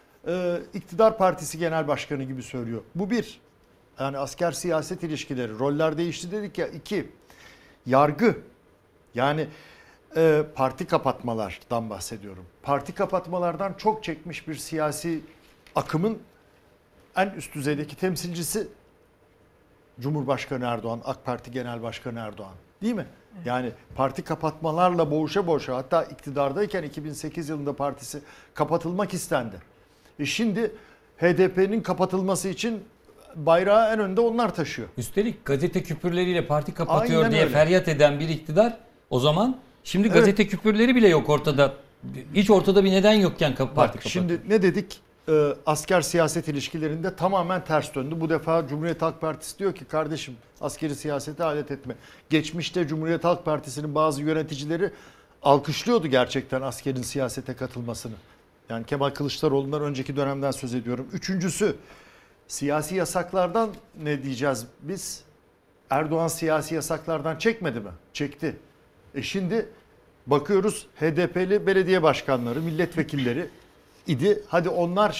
iktidar partisi genel başkanı gibi söylüyor. Bu bir. Yani asker siyaset ilişkileri, roller değişti dedik ya. İki, yargı. Yani parti kapatmalardan bahsediyorum. Parti kapatmalardan çok çekmiş bir siyasi akımın en üst düzeydeki temsilcisi Cumhurbaşkanı Erdoğan, AK Parti Genel Başkanı Erdoğan. Değil mi? Yani parti kapatmalarla boğuşa boğuşa, hatta iktidardayken 2008 yılında partisi kapatılmak istendi. Şimdi HDP'nin kapatılması için bayrağı en önde onlar taşıyor. Üstelik gazete küpürleriyle parti kapatıyor Aynen diye öyle. feryat eden bir iktidar, o zaman şimdi gazete küpürleri bile yok ortada. Hiç ortada bir neden yokken parti kapatıyor. Şimdi ne dedik? Asker siyaset ilişkilerinde tamamen ters döndü. Bu defa Cumhuriyet Halk Partisi diyor ki kardeşim, askeri siyasete alet etme. Geçmişte Cumhuriyet Halk Partisi'nin bazı yöneticileri alkışlıyordu gerçekten askerin siyasete katılmasını. Yani Kemal Kılıçdaroğlu'ndan önceki dönemden söz ediyorum. Üçüncüsü, siyasi yasaklardan ne diyeceğiz biz? Erdoğan siyasi yasaklardan çekmedi mi? Çekti. Şimdi bakıyoruz HDP'li belediye başkanları, milletvekilleri idi. Hadi onlar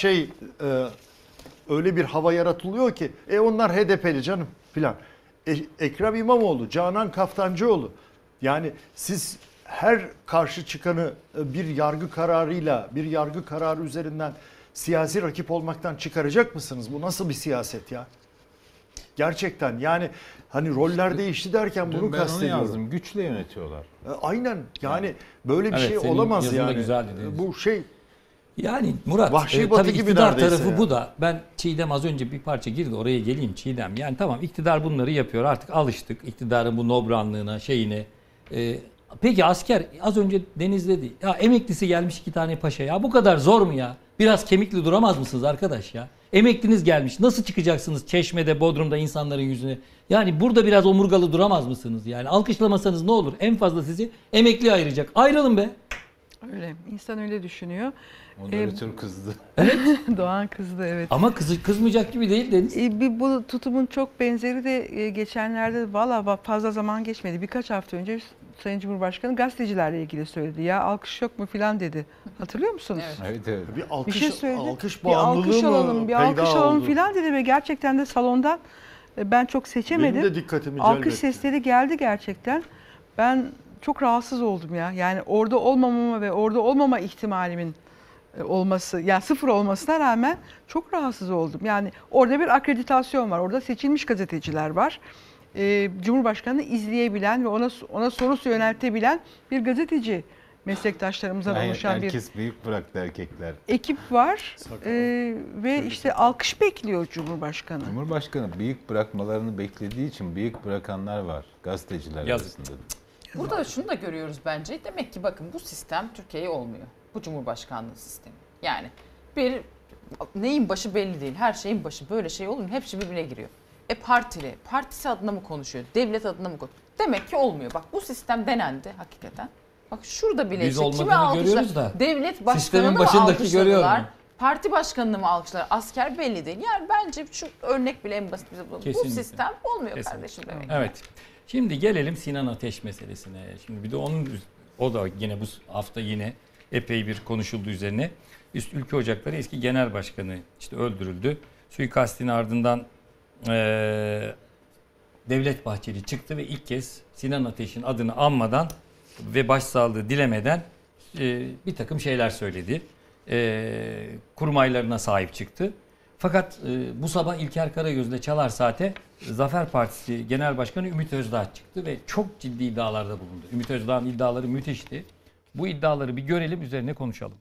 öyle bir hava yaratılıyor ki onlar HDP'li canım filan. Ekrem İmamoğlu, Canan Kaftancıoğlu. Yani siz her karşı çıkanı bir yargı kararıyla, bir yargı kararı üzerinden siyasi rakip olmaktan çıkaracak mısınız? Bu nasıl bir siyaset ya? Gerçekten yani hani roller değişti derken bunu kastediyorum. Ben onu yazdım. Güçle yönetiyorlar. Aynen yani böyle bir Evet, şey senin olamaz yazın da yani. güzeldi Deniz. Bu şey yani Murat, Vahşi Batı tabii gibi iktidar neredeyse tarafı ya. bu da. Ben Çiğdem az önce bir parça girdi, oraya geleyim Çiğdem. Yani tamam, iktidar bunları yapıyor, artık alıştık iktidarın bu nobranlığına, şeyine. Peki asker, az önce Deniz dedi ya, emeklisi gelmiş 2 tane paşa, ya bu kadar zor mu ya? Biraz kemikli duramaz mısınız arkadaş ya? Emekliniz gelmiş, nasıl çıkacaksınız Çeşme'de, Bodrum'da insanların yüzüne? Yani burada biraz omurgalı duramaz mısınız? Yani alkışlamasanız ne olur? En fazla sizi emekli ayıracak. Ayrılın be. Öyle. İnsan öyle düşünüyor. Moderatör kızdı. Evet. Doğan kızdı, evet. Ama kızmayacak gibi değil Deniz. Bu tutumun çok benzeri de geçenlerde, valla fazla zaman geçmedi. Birkaç hafta önce Sayın Cumhurbaşkanı gazetecilerle ilgili söyledi. Ya alkış yok mu filan dedi. Hatırlıyor musunuz? Evet. Bir alkış, Bir şey söyledi. alkış Bir alkış bağımlılığı mı alalım, bir alkış peyda alalım oldu? filan dedi ve gerçekten de salondan ben çok seçemedim. Benim de dikkatimi alkış celbetti. sesleri geldi gerçekten. Ben çok rahatsız oldum ya. Yani orada olmamama ve orada olmama ihtimalimin olması, yani sıfır olmasına rağmen çok rahatsız oldum. Yani orada bir akreditasyon var. Orada seçilmiş gazeteciler var. Cumhurbaşkanı'nı izleyebilen ve ona soru yöneltebilen bir gazeteci meslektaşlarımızdan oluşan bir herkes büyük bıraktı erkekler. ekip var ve işte alkış bekliyor Cumhurbaşkanı. Cumhurbaşkanı büyük bırakmalarını beklediği için büyük bırakanlar var gazeteciler arasında. Burada şunu da görüyoruz bence. Demek ki bakın bu sistem Türkiye'ye olmuyor. Bu Cumhurbaşkanlığı sistemi. Yani bir neyin başı belli değil. Her şeyin başı. Böyle şey olur mu? Hepsi birbirine giriyor. Partisi adına mı konuşuyor? Devlet adına mı konuşuyor? Demek ki olmuyor. Bak bu sistem denendi hakikaten. Bak şurada bile Biz işte kimi görüyoruz da. Devlet başkanını mı alkışladılar? Parti başkanını mı alkışlar? Asker belli değil. Yani bence şu örnek bile en basit bize bulalım. Bu sistem olmuyor kardeşim demek. Evet. Şimdi gelelim Sinan Ateş meselesine. Şimdi bir de o da yine bu hafta yine epey bir konuşuldu üzerine. Ülke Ocakları eski genel başkanı işte öldürüldü. Suikastin ardından Devlet Bahçeli çıktı ve ilk kez Sinan Ateş'in adını anmadan ve başsağlığı dilemeden bir takım şeyler söyledi. Kurmaylarına sahip çıktı. Fakat bu sabah İlker Karagöz'le Çalar Saat'e Zafer Partisi Genel Başkanı Ümit Özdağ çıktı ve çok ciddi iddialarda bulundu. Ümit Özdağ'ın iddiaları müthişti. Bu iddiaları bir görelim, üzerine konuşalım.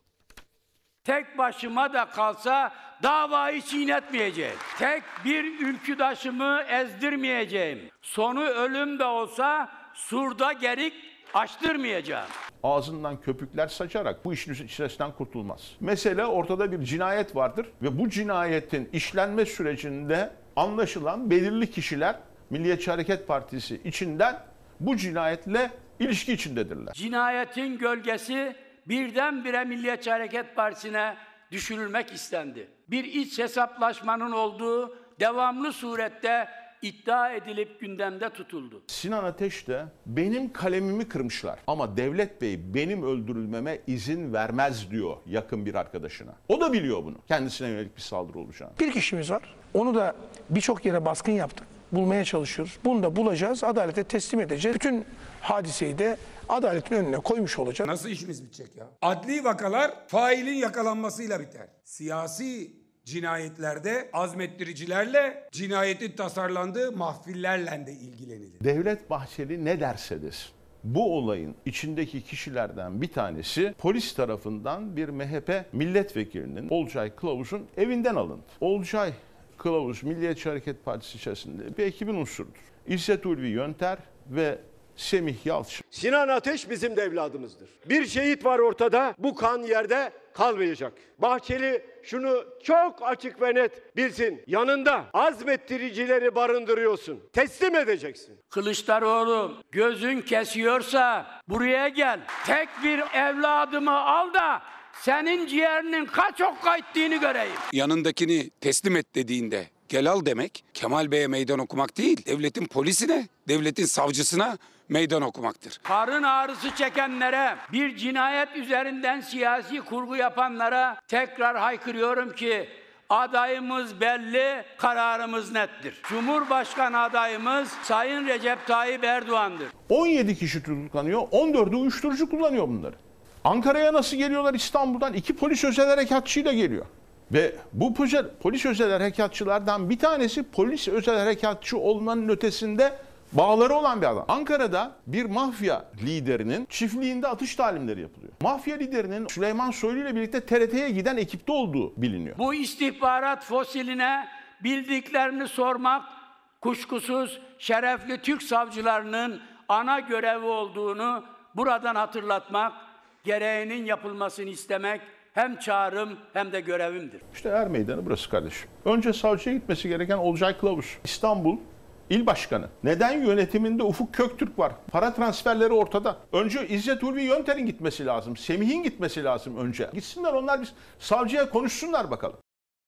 Tek başıma da kalsa davayı çiğnetmeyeceğim. Tek bir ülküdaşımı ezdirmeyeceğim. Sonu ölüm de olsa surda gerik açtırmayacağım. Ağzından köpükler saçarak bu işin üstesinden kurtulmaz. Mesele ortada bir cinayet vardır ve bu cinayetin işlenme sürecinde anlaşılan belirli kişiler Milliyetçi Hareket Partisi içinden bu cinayetle ilişki içindedirler. Cinayetin gölgesi birdenbire Milliyetçi Hareket Partisi'ne düşürülmek istendi. Bir iç hesaplaşmanın olduğu devamlı surette iddia edilip gündemde tutuldu. Sinan Ateş de benim kalemimi kırmışlar ama Devlet Bey benim öldürülmeme izin vermez diyor yakın bir arkadaşına. O da biliyor bunu. Kendisine yönelik bir saldırı olacağını. Bir kişimiz var. Onu da birçok yere baskın yaptık. Bulmaya çalışıyoruz. Bunu da bulacağız. Adalete teslim edeceğiz. Bütün hadiseyi de adaletin önüne koymuş olacağız. Nasıl işimiz bitecek ya? Adli vakalar failin yakalanmasıyla biter. Siyasi cinayetlerde azmettiricilerle, cinayetin tasarlandığı mahfillerle de ilgilenilir. Devlet Bahçeli ne derse desin. Bu olayın içindeki kişilerden bir tanesi polis tarafından bir MHP milletvekilinin Olcay Kılavuz'un evinden alındı. Olcay Kılavuz Milliyetçi Hareket Partisi içerisinde bir ekibin unsurudur. İzzet Ulvi Yönter ve Semih Yalçın. Sinan Ateş bizim de evladımızdır. Bir şehit var ortada, bu kan yerde kalmayacak. Bahçeli şunu çok açık ve net bilsin. Yanında azmettiricileri barındırıyorsun. Teslim edeceksin. Kılıçdaroğlu gözün kesiyorsa buraya gel. Tek bir evladımı al da senin ciğerinin kaç okka ettiğini göreyim. Yanındakini teslim et dediğinde gel al demek Kemal Bey'e meydan okumak değil, devletin polisine, devletin savcısına meydan okumaktır. Karın ağrısı çekenlere, bir cinayet üzerinden siyasi kurgu yapanlara tekrar haykırıyorum ki adayımız belli, kararımız nettir. Cumhurbaşkanı adayımız Sayın Recep Tayyip Erdoğan'dır. 17 kişi tutuklanıyor, 14'ü uyuşturucu kullanıyor bunları. Ankara'ya nasıl geliyorlar? İstanbul'dan 2 polis özel harekatçıyla geliyor. Ve bu polis özel harekatçılardan bir tanesi polis özel harekatçı olmanın ötesinde bağları olan bir adam. Ankara'da bir mafya liderinin çiftliğinde atış talimleri yapılıyor. Mafya liderinin Süleyman Soylu ile birlikte TRT'ye giden ekipte olduğu biliniyor. Bu istihbarat fosiline bildiklerini sormak kuşkusuz şerefli Türk savcılarının ana görevi olduğunu buradan hatırlatmak, gereğinin yapılmasını istemek hem çağrım hem de görevimdir. İşte er meydanı burası kardeşim. Önce savcıya gitmesi gereken Olcay Kılavuz. İstanbul İl Başkanı. Neden yönetiminde Ufuk Köktürk var? Para transferleri ortada. Önce İzzet Ulvi Yönter'in gitmesi lazım. Semih'in gitmesi lazım önce. Gitsinler onlar biz savcıya konuşsunlar bakalım.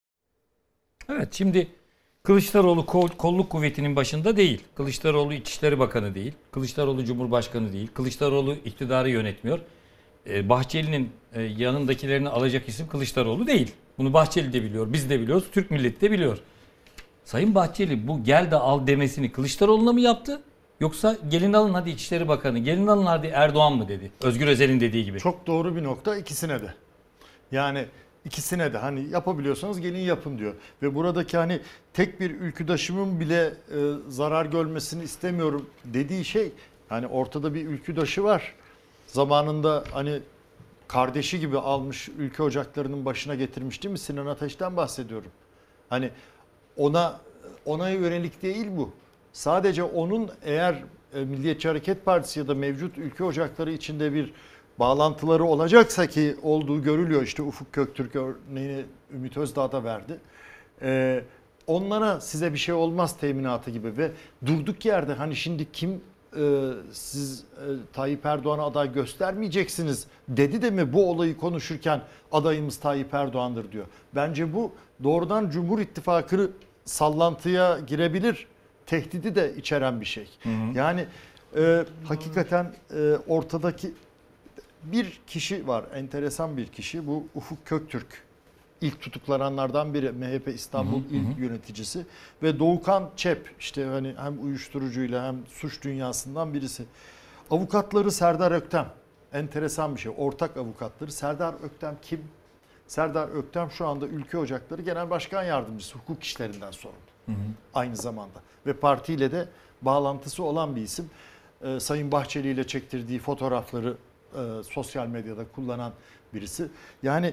Evet, şimdi Kılıçdaroğlu kolluk kuvvetinin başında değil. Kılıçdaroğlu İçişleri Bakanı değil. Kılıçdaroğlu Cumhurbaşkanı değil. Kılıçdaroğlu iktidarı yönetmiyor. Bahçeli'nin yanındakilerini alacak isim Kılıçdaroğlu değil. Bunu Bahçeli de biliyor, biz de biliyoruz, Türk milleti de biliyor. Sayın Bahçeli bu gel de al demesini Kılıçdaroğlu'na mı yaptı? Yoksa gelin alın hadi İçişleri Bakanı, gelin alın hadi Erdoğan mı dedi? Özgür Özel'in dediği gibi. Çok doğru bir nokta, ikisine de. Yani ikisine de hani yapabiliyorsanız gelin yapın diyor. Ve buradaki hani tek bir ülküdaşımın bile zarar görmesini istemiyorum dediği şey, hani ortada bir ülküdaşı var. zamanında hani kardeşi gibi almış, ülke ocaklarının başına getirmiş değil mi? Sinan Ateş'ten bahsediyorum. Hani ona yönelik değil bu. Sadece onun eğer Milliyetçi Hareket Partisi ya da mevcut ülke ocakları içinde bir bağlantıları olacaksa, ki olduğu görülüyor, işte Ufuk Köktürk örneğini Ümit Özdağ da verdi. Onlara size bir şey olmaz teminatı gibi ve durduk yerde hani şimdi kim siz Tayyip Erdoğan'a aday göstermeyeceksiniz dedi de mi bu olayı konuşurken adayımız Tayyip Erdoğan'dır diyor. Bence bu doğrudan Cumhur İttifakı sallantıya girebilir, tehdidi de içeren bir şey. Hı hı. Yani hakikaten ortadaki bir kişi var, enteresan bir kişi, bu Ufuk Köktürk. İlk tutuklananlardan biri, MHP İstanbul İl Yöneticisi ve Doğukan Çep, işte hani hem uyuşturucuyla hem suç dünyasından birisi. Avukatları Serdar Öktem, enteresan bir şey, ortak avukatları. Serdar Öktem kim? Serdar Öktem şu anda Ülke Ocakları Genel Başkan Yardımcısı, hukuk işlerinden sorumlu aynı zamanda ve partiyle de bağlantısı olan bir isim. Sayın Bahçeli ile çektirdiği fotoğrafları sosyal medyada kullanan birisi. Yani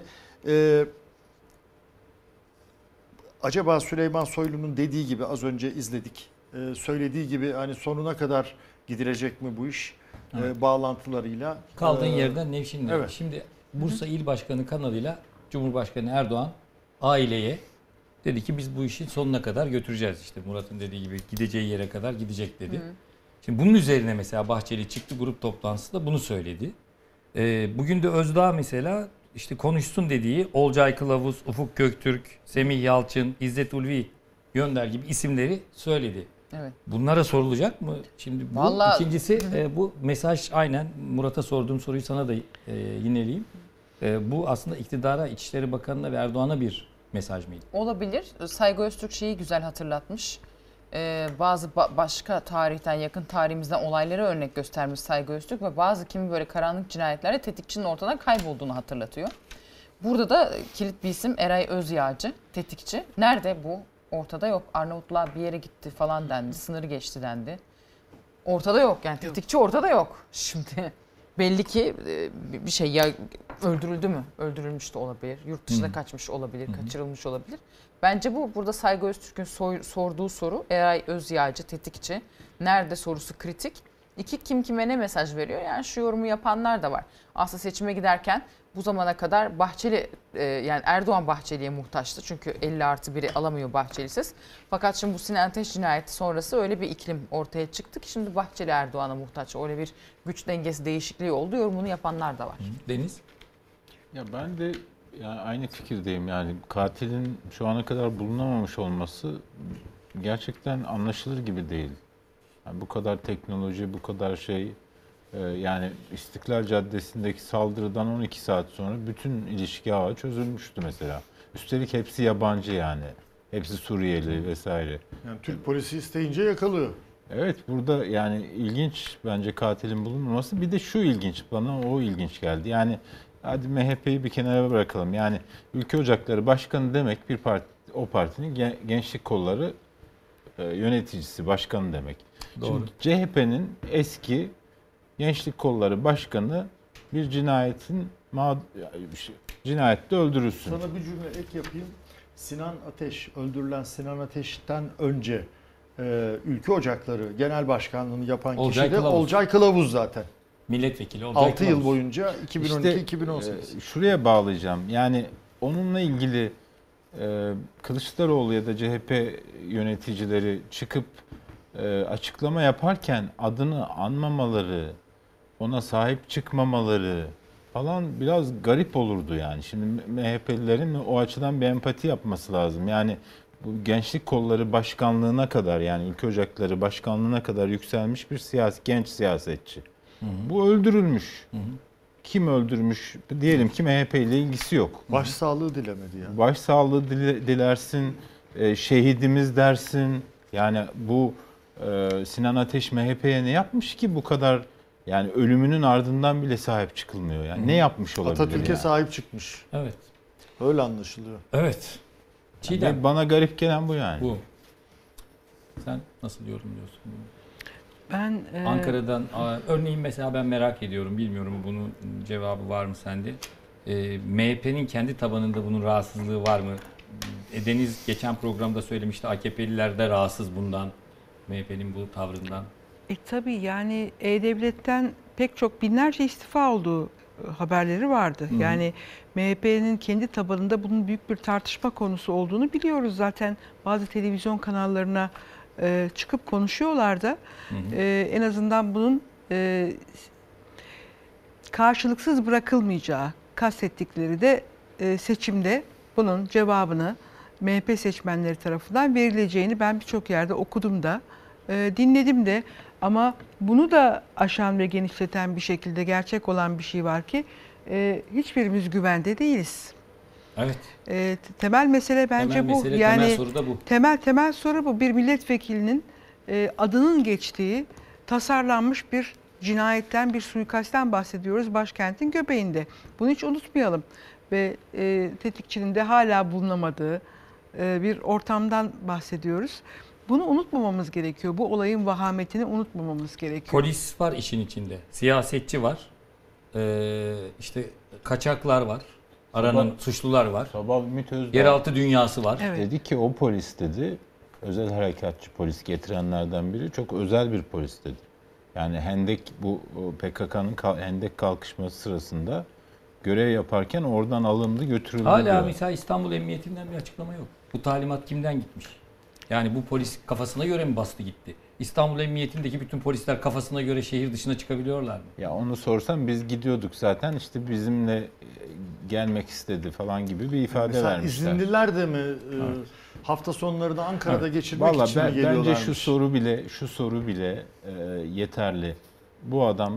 acaba Süleyman Soylu'nun dediği gibi, az önce izledik, söylediği gibi hani sonuna kadar gidilecek mi bu iş? Evet. Bağlantılarıyla? Kaldığın yerden Nevşin'le. Evet. Şimdi Bursa İl Başkanı kanalıyla Cumhurbaşkanı Erdoğan aileye dedi ki biz bu işin sonuna kadar götüreceğiz. İşte Murat'ın dediği gibi gideceği yere kadar gidecek dedi. Şimdi bunun üzerine mesela Bahçeli çıktı, grup toplantısında bunu söyledi. Bugün de Özdağ mesela işte konuşsun dediği Olcay Kılavuz, Ufuk Köktürk, Semih Yalçın, İzzet Ulvi Gönder gibi isimleri söyledi. Evet. Bunlara sorulacak mı? Şimdi bu vallahi, ikincisi bu mesaj aynen Murat'a sorduğum soruyu sana da yineleyeyim. Bu aslında iktidara, İçişleri Bakanı'na ve Erdoğan'a bir mesaj mıydı? Olabilir. Saygı Öztürk şeyi güzel hatırlatmış. Bazı başka tarihten, yakın tarihimizden olaylara örnek göstermiş Saygı Öztürk ve bazı kimi böyle karanlık cinayetlerde tetikçinin ortadan kaybolduğunu hatırlatıyor. Burada da kilit bir isim Eray Özyağcı, tetikçi. Nerede bu? Ortada yok. Arnavutluğa bir yere gitti falan dendi, sınırı geçti dendi. Ortada yok yani, tetikçi ortada yok. Şimdi belli ki bir şey, ya öldürüldü mü? Öldürülmüş de olabilir, yurt dışına kaçmış olabilir, kaçırılmış olabilir. Bence bu burada Saygı Öztürk'ün sorduğu soru, Eray Özyağcı, tetikçi, nerede sorusu kritik. İki, kim kime ne mesaj veriyor? Yani şu yorumu yapanlar da var. Aslında seçime giderken bu zamana kadar Bahçeli, yani Erdoğan Bahçeli'ye muhtaçtı. Çünkü 50+1'i alamıyor Bahçelisiz. Fakat şimdi bu Sinan Ateş cinayeti sonrası öyle bir iklim ortaya çıktı ki şimdi Bahçeli Erdoğan'a muhtaç. Öyle bir güç dengesi değişikliği oldu. Yorumunu yapanlar da var. Deniz? Ya ben de yani aynı fikirdeyim. Yani katilin şu ana kadar bulunamamış olması gerçekten anlaşılır gibi değil. Yani bu kadar teknoloji, bu kadar şey, yani İstiklal Caddesi'ndeki saldırıdan 12 saat sonra bütün ilişki ağı çözülmüştü mesela. Üstelik hepsi yabancı yani. Hepsi Suriyeli vesaire. Yani Türk polisi isteyince yakalıyor. Evet, burada yani ilginç bence katilin bulunmaması. Bir de şu ilginç, bana o ilginç geldi. Yani hadi MHP'yi bir kenara bırakalım. Yani Ülke Ocakları Başkanı demek bir parti, o partinin gençlik kolları yöneticisi, başkanı demek. Doğru. Şimdi CHP'nin eski gençlik kolları başkanı bir cinayette öldürülsün. Sana bir cümle ek yapayım. Sinan Ateş, öldürülen Sinan Ateş'ten önce Ülke Ocakları Genel Başkanlığını yapan kişi de Olcay Kılavuz zaten. Milletvekili Olcay 6 yıl boyunca 2012-2018. İşte, şuraya bağlayacağım. Yani onunla ilgili Kılıçdaroğlu ya da CHP yöneticileri çıkıp açıklama yaparken adını anmamaları, ona sahip çıkmamaları falan biraz garip olurdu yani. Şimdi MHP'lilerin o açıdan bir empati yapması lazım. Yani bu gençlik kolları başkanlığına kadar, yani Ülke Ocakları başkanlığına kadar yükselmiş bir genç siyasetçi. Bu öldürülmüş. Kim öldürmüş? Diyelim ki MHP ile ilgisi yok. Başsağlığı dilemedi yani. Başsağlığı dilersin, şehidimiz dersin. Yani bu Sinan Ateş MHP'ye ne yapmış ki bu kadar, yani ölümünün ardından bile sahip çıkılmıyor. Yani ne yapmış olabilir? Atatürk'e yani sahip çıkmış. Evet. Öyle anlaşılıyor. Evet. Yani bana garip gelen bu yani. Bu. Sen nasıl yorumluyorsun bunu? Ben Ankara'dan örneğin mesela ben merak ediyorum, bilmiyorum bunun cevabı var mı sende? MHP'nin kendi tabanında bunun rahatsızlığı var mı? Deniz geçen programda söylemişti, AKP'liler de rahatsız bundan, MHP'nin bu tavrından. Tabii yani E-Devlet'ten pek çok binlerce istifa olduğu haberleri vardı. Hı hı. Yani MHP'nin kendi tabanında bunun büyük bir tartışma konusu olduğunu biliyoruz. Zaten bazı televizyon kanallarına çıkıp konuşuyorlar da. Hı hı. En azından bunun karşılıksız bırakılmayacağı kastettikleri de seçimde bunun cevabını MHP seçmenleri tarafından verileceğini ben birçok yerde okudum da, dinledim de. Ama bunu da aşan ve genişleten bir şekilde gerçek olan bir şey var ki hiçbirimiz güvende değiliz. Evet. Temel mesele bence temel bu. Mesele, yani temel soru da bu. Temel soru bu. Bir milletvekilinin adının geçtiği tasarlanmış bir cinayetten, bir suikastten bahsediyoruz başkentin göbeğinde. Bunu hiç unutmayalım. Ve tetikçinin de hala bulunamadığı bir ortamdan bahsediyoruz. Bunu unutmamamız gerekiyor. Bu olayın vahametini unutmamamız gerekiyor. Polis var işin içinde. Siyasetçi var. İşte kaçaklar var. Aranan suçlular var. Sabah Ümit Özdağ yeraltı dünyası var. Evet. dedi ki o polis dedi, özel harekatçı polis getirenlerden biri çok özel bir polis dedi. Yani Hendek, bu PKK'nın Hendek kalkışması sırasında görev yaparken oradan alındı, götürüldü. Hala diyor. mesela İstanbul Emniyetinden bir açıklama yok. Bu talimat kimden gitmiş? Yani bu polis kafasına göre mi bastı gitti? İstanbul Emniyetindeki bütün polisler kafasına göre şehir dışına çıkabiliyorlar mı? Ya onu sorsam biz gidiyorduk zaten, işte bizimle gelmek istedi falan gibi bir ifade mesela vermişler. İzinliler de mi hafta sonları da Ankara'da geçirmek Vallahi için mi geliyorlarmış? bence şu soru bile yeterli. Bu adam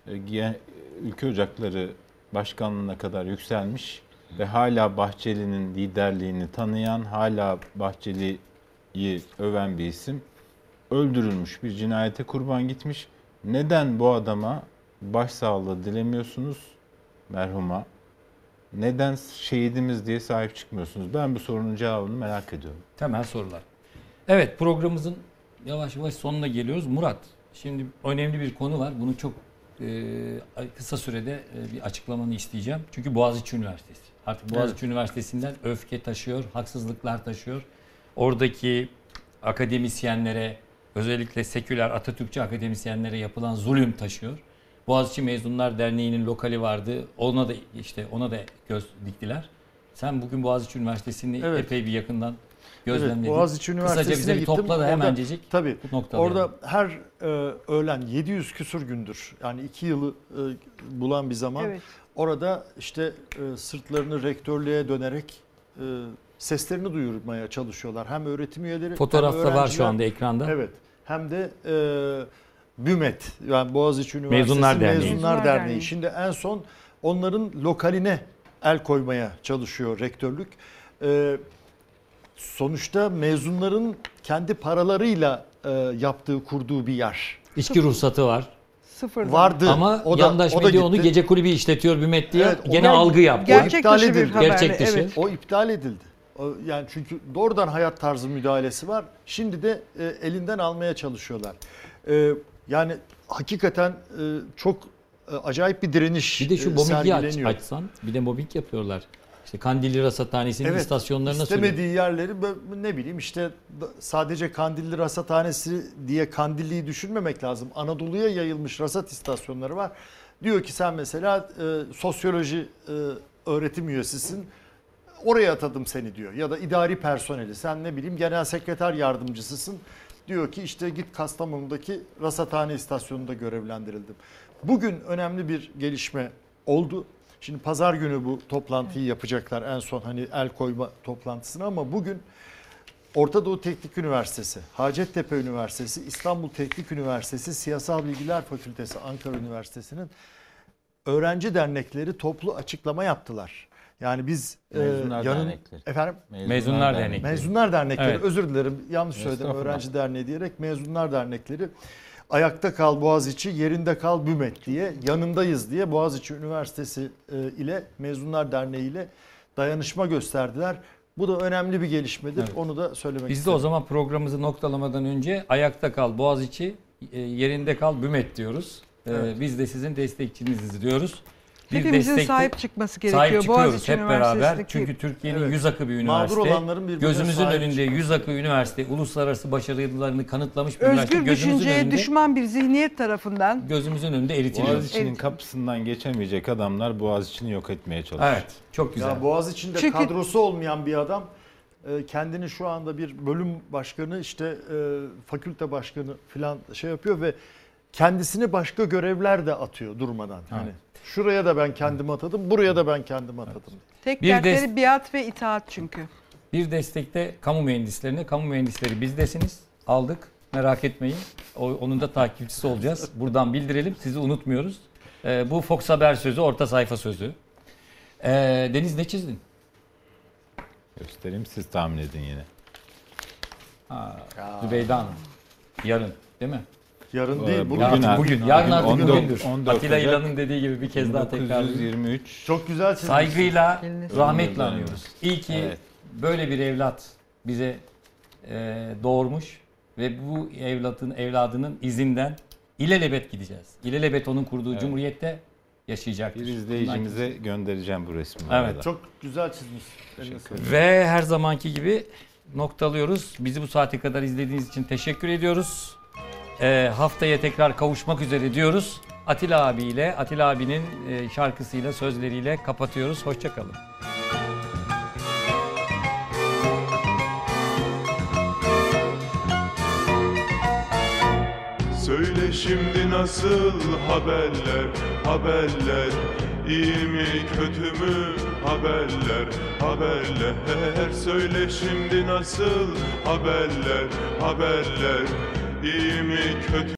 Ülke Ocakları Başkanlığı'na kadar yükselmiş ve hala Bahçeli'nin liderliğini tanıyan, hala Bahçeli'yi öven bir isim. Öldürülmüş, bir cinayete kurban gitmiş. Neden bu adama başsağlığı dilemiyorsunuz, merhuma? Neden şehidimiz diye sahip çıkmıyorsunuz? Ben bu sorunun cevabını merak ediyorum. Temel sorular. Evet, programımızın yavaş yavaş sonuna geliyoruz. Murat, şimdi önemli bir konu var. Bunu çok kısa sürede bir açıklamanı isteyeceğim. Çünkü Boğaziçi Üniversitesi. Artık Boğaziçi Üniversitesi'nden öfke taşıyor, haksızlıklar taşıyor. Oradaki akademisyenlere, özellikle seküler Atatürkçü akademisyenlere yapılan zulüm taşıyor. Boğaziçi Mezunlar Derneği'nin lokali vardı. Ona da göz diktiler. Sen bugün Boğaziçi Üniversitesi'ni epey bir yakından gözlemledin. Evet, Boğaziçi Üniversitesi'ne Kısaca bize bir topla da hemencecik. Tabii. Bu orada her öğlen 700 küsur gündür, yani 2 yılı bulan bir zaman. Evet. Orada işte sırtlarını rektörlüğe dönerek seslerini duyurmaya çalışıyorlar. Hem öğretim üyeleri, fotoğrafta hem var şu anda ekranda. Evet. Hem de BÜMET, yani Boğaziçi Üniversitesi Mezunlar Derneği. Şimdi en son onların lokaline el koymaya çalışıyor rektörlük. Sonuçta mezunların kendi paralarıyla kurduğu bir yer. İçki ruhsatı var. Sıfırdan. Vardı. Ama o da, yandaş o da medya onu gitti. gece kulübü işletiyor BÜMET diye Evet, gene algı yaptı. Gerçek iptal dışı bir edildi. haberle, Gerçek dışı. evet. O iptal edildi. Yani çünkü doğrudan hayat tarzı müdahalesi var. Şimdi de elinden almaya çalışıyorlar. Yani hakikaten çok acayip bir direniş Bir de şu mobbingi sergileniyor. açsan, bir de mobbing yapıyorlar. İşte Kandilli Rasathanesi'nin istasyonlarına istemediği yerleri, ne bileyim işte sadece Kandilli Rasathanesi diye Kandilli'yi düşünmemek lazım. Anadolu'ya yayılmış rasat istasyonları var. Diyor ki sen mesela sosyoloji öğretim üyesisin. Oraya atadım seni diyor. Ya da idari personeli. Sen ne bileyim genel sekreter yardımcısısın. Diyor ki işte git Kastamonu'daki rasathane istasyonunda görevlendirildim. Bugün önemli bir gelişme oldu. Şimdi pazar günü bu toplantıyı yapacaklar, en son hani el koyma toplantısını, ama bugün Orta Doğu Teknik Üniversitesi, Hacettepe Üniversitesi, İstanbul Teknik Üniversitesi, Siyasal Bilgiler Fakültesi, Ankara Üniversitesi'nin öğrenci dernekleri toplu açıklama yaptılar. Yani biz Mezunlar dernekleri. Efendim? Mezunlar Dernekleri. Mezunlar Dernekleri. Evet. Özür dilerim. Yanlış söyledim. Öğrenci Derneği diyerek Mezunlar Dernekleri. Ayakta kal Boğaziçi, yerinde kal BÜMET diye, yanındayız diye Boğaziçi Üniversitesi ile Mezunlar Derneği ile dayanışma gösterdiler. Bu da önemli bir gelişmedir. Evet. Onu da söylemek Biz de istedim. o zaman programımızı noktalamadan önce ayakta kal Boğaziçi, yerinde kal bümet diyoruz. Evet. Biz de sizin destekçiniziz diyoruz. Hepimizin sahip çıkması gerekiyor. Sahip çıkıyoruz Boğaziçi hep beraber. Üniversitesi'ndeki- Çünkü Türkiye'nin Evet. yüz akı bir üniversite. Mağdur olanların birbirine Gözümüzün sahip önünde çıkması. yüz akı üniversite, uluslararası başarılarını kanıtlamış bir üniversite. Özgür Gözümüzün düşünceye önünde, düşman bir zihniyet tarafından gözümüzün önünde eritiliyor. Boğaziçi'nin kapısından geçemeyecek adamlar Boğaziçi'ni yok etmeye çalışıyor. Evet, çok güzel. Ya Boğaziçi'nde Çünkü- kadrosu olmayan bir adam kendini şu anda bir bölüm başkanı, işte fakülte başkanı falan şey yapıyor ve kendisini başka görevler de atıyor durmadan. Hani şuraya da ben kendimi atadım, buraya da ben kendimi atadım. tek Bir dertleri biat ve itaat çünkü. Bir destekte kamu mühendislerine, kamu mühendisleri bizdesiniz. Aldık. Merak etmeyin. Onun da takipçisi olacağız. Buradan bildirelim. Sizi unutmuyoruz. Bu Fox Haber sözü, orta sayfa sözü. Deniz ne çizdin? Göstereyim, siz tahmin edin yine. Zübeyde Hanım. Yarın değil mi? Yarın değil, bugün. Bugün. Yarın artık 14 bugündür. 14 Atilla Ocak İlhan'ın dediği gibi bir kez daha tekrar. 1923. Çok güzel çizmiş. Saygıyla, rahmetle Yıllar anıyoruz. İyi ki Evet. böyle bir evlat bize doğurmuş ve bu evladının izinden ilelebet gideceğiz. İlelebet onun kurduğu cumhuriyette yaşayacaktır. Bir izleyicimize göndereceğim bu resmi. Evet. arada. Çok güzel çizmiş. Ve her zamanki gibi noktalıyoruz. Bizi bu saate kadar izlediğiniz için teşekkür ediyoruz. Haftaya tekrar kavuşmak üzere diyoruz. Atilla abinin şarkısıyla, sözleriyle kapatıyoruz. Hoşça kalın. Söyle şimdi nasıl haberler, iyi mi kötü mü haberler, söyle şimdi nasıl haberler, iyi mi kötü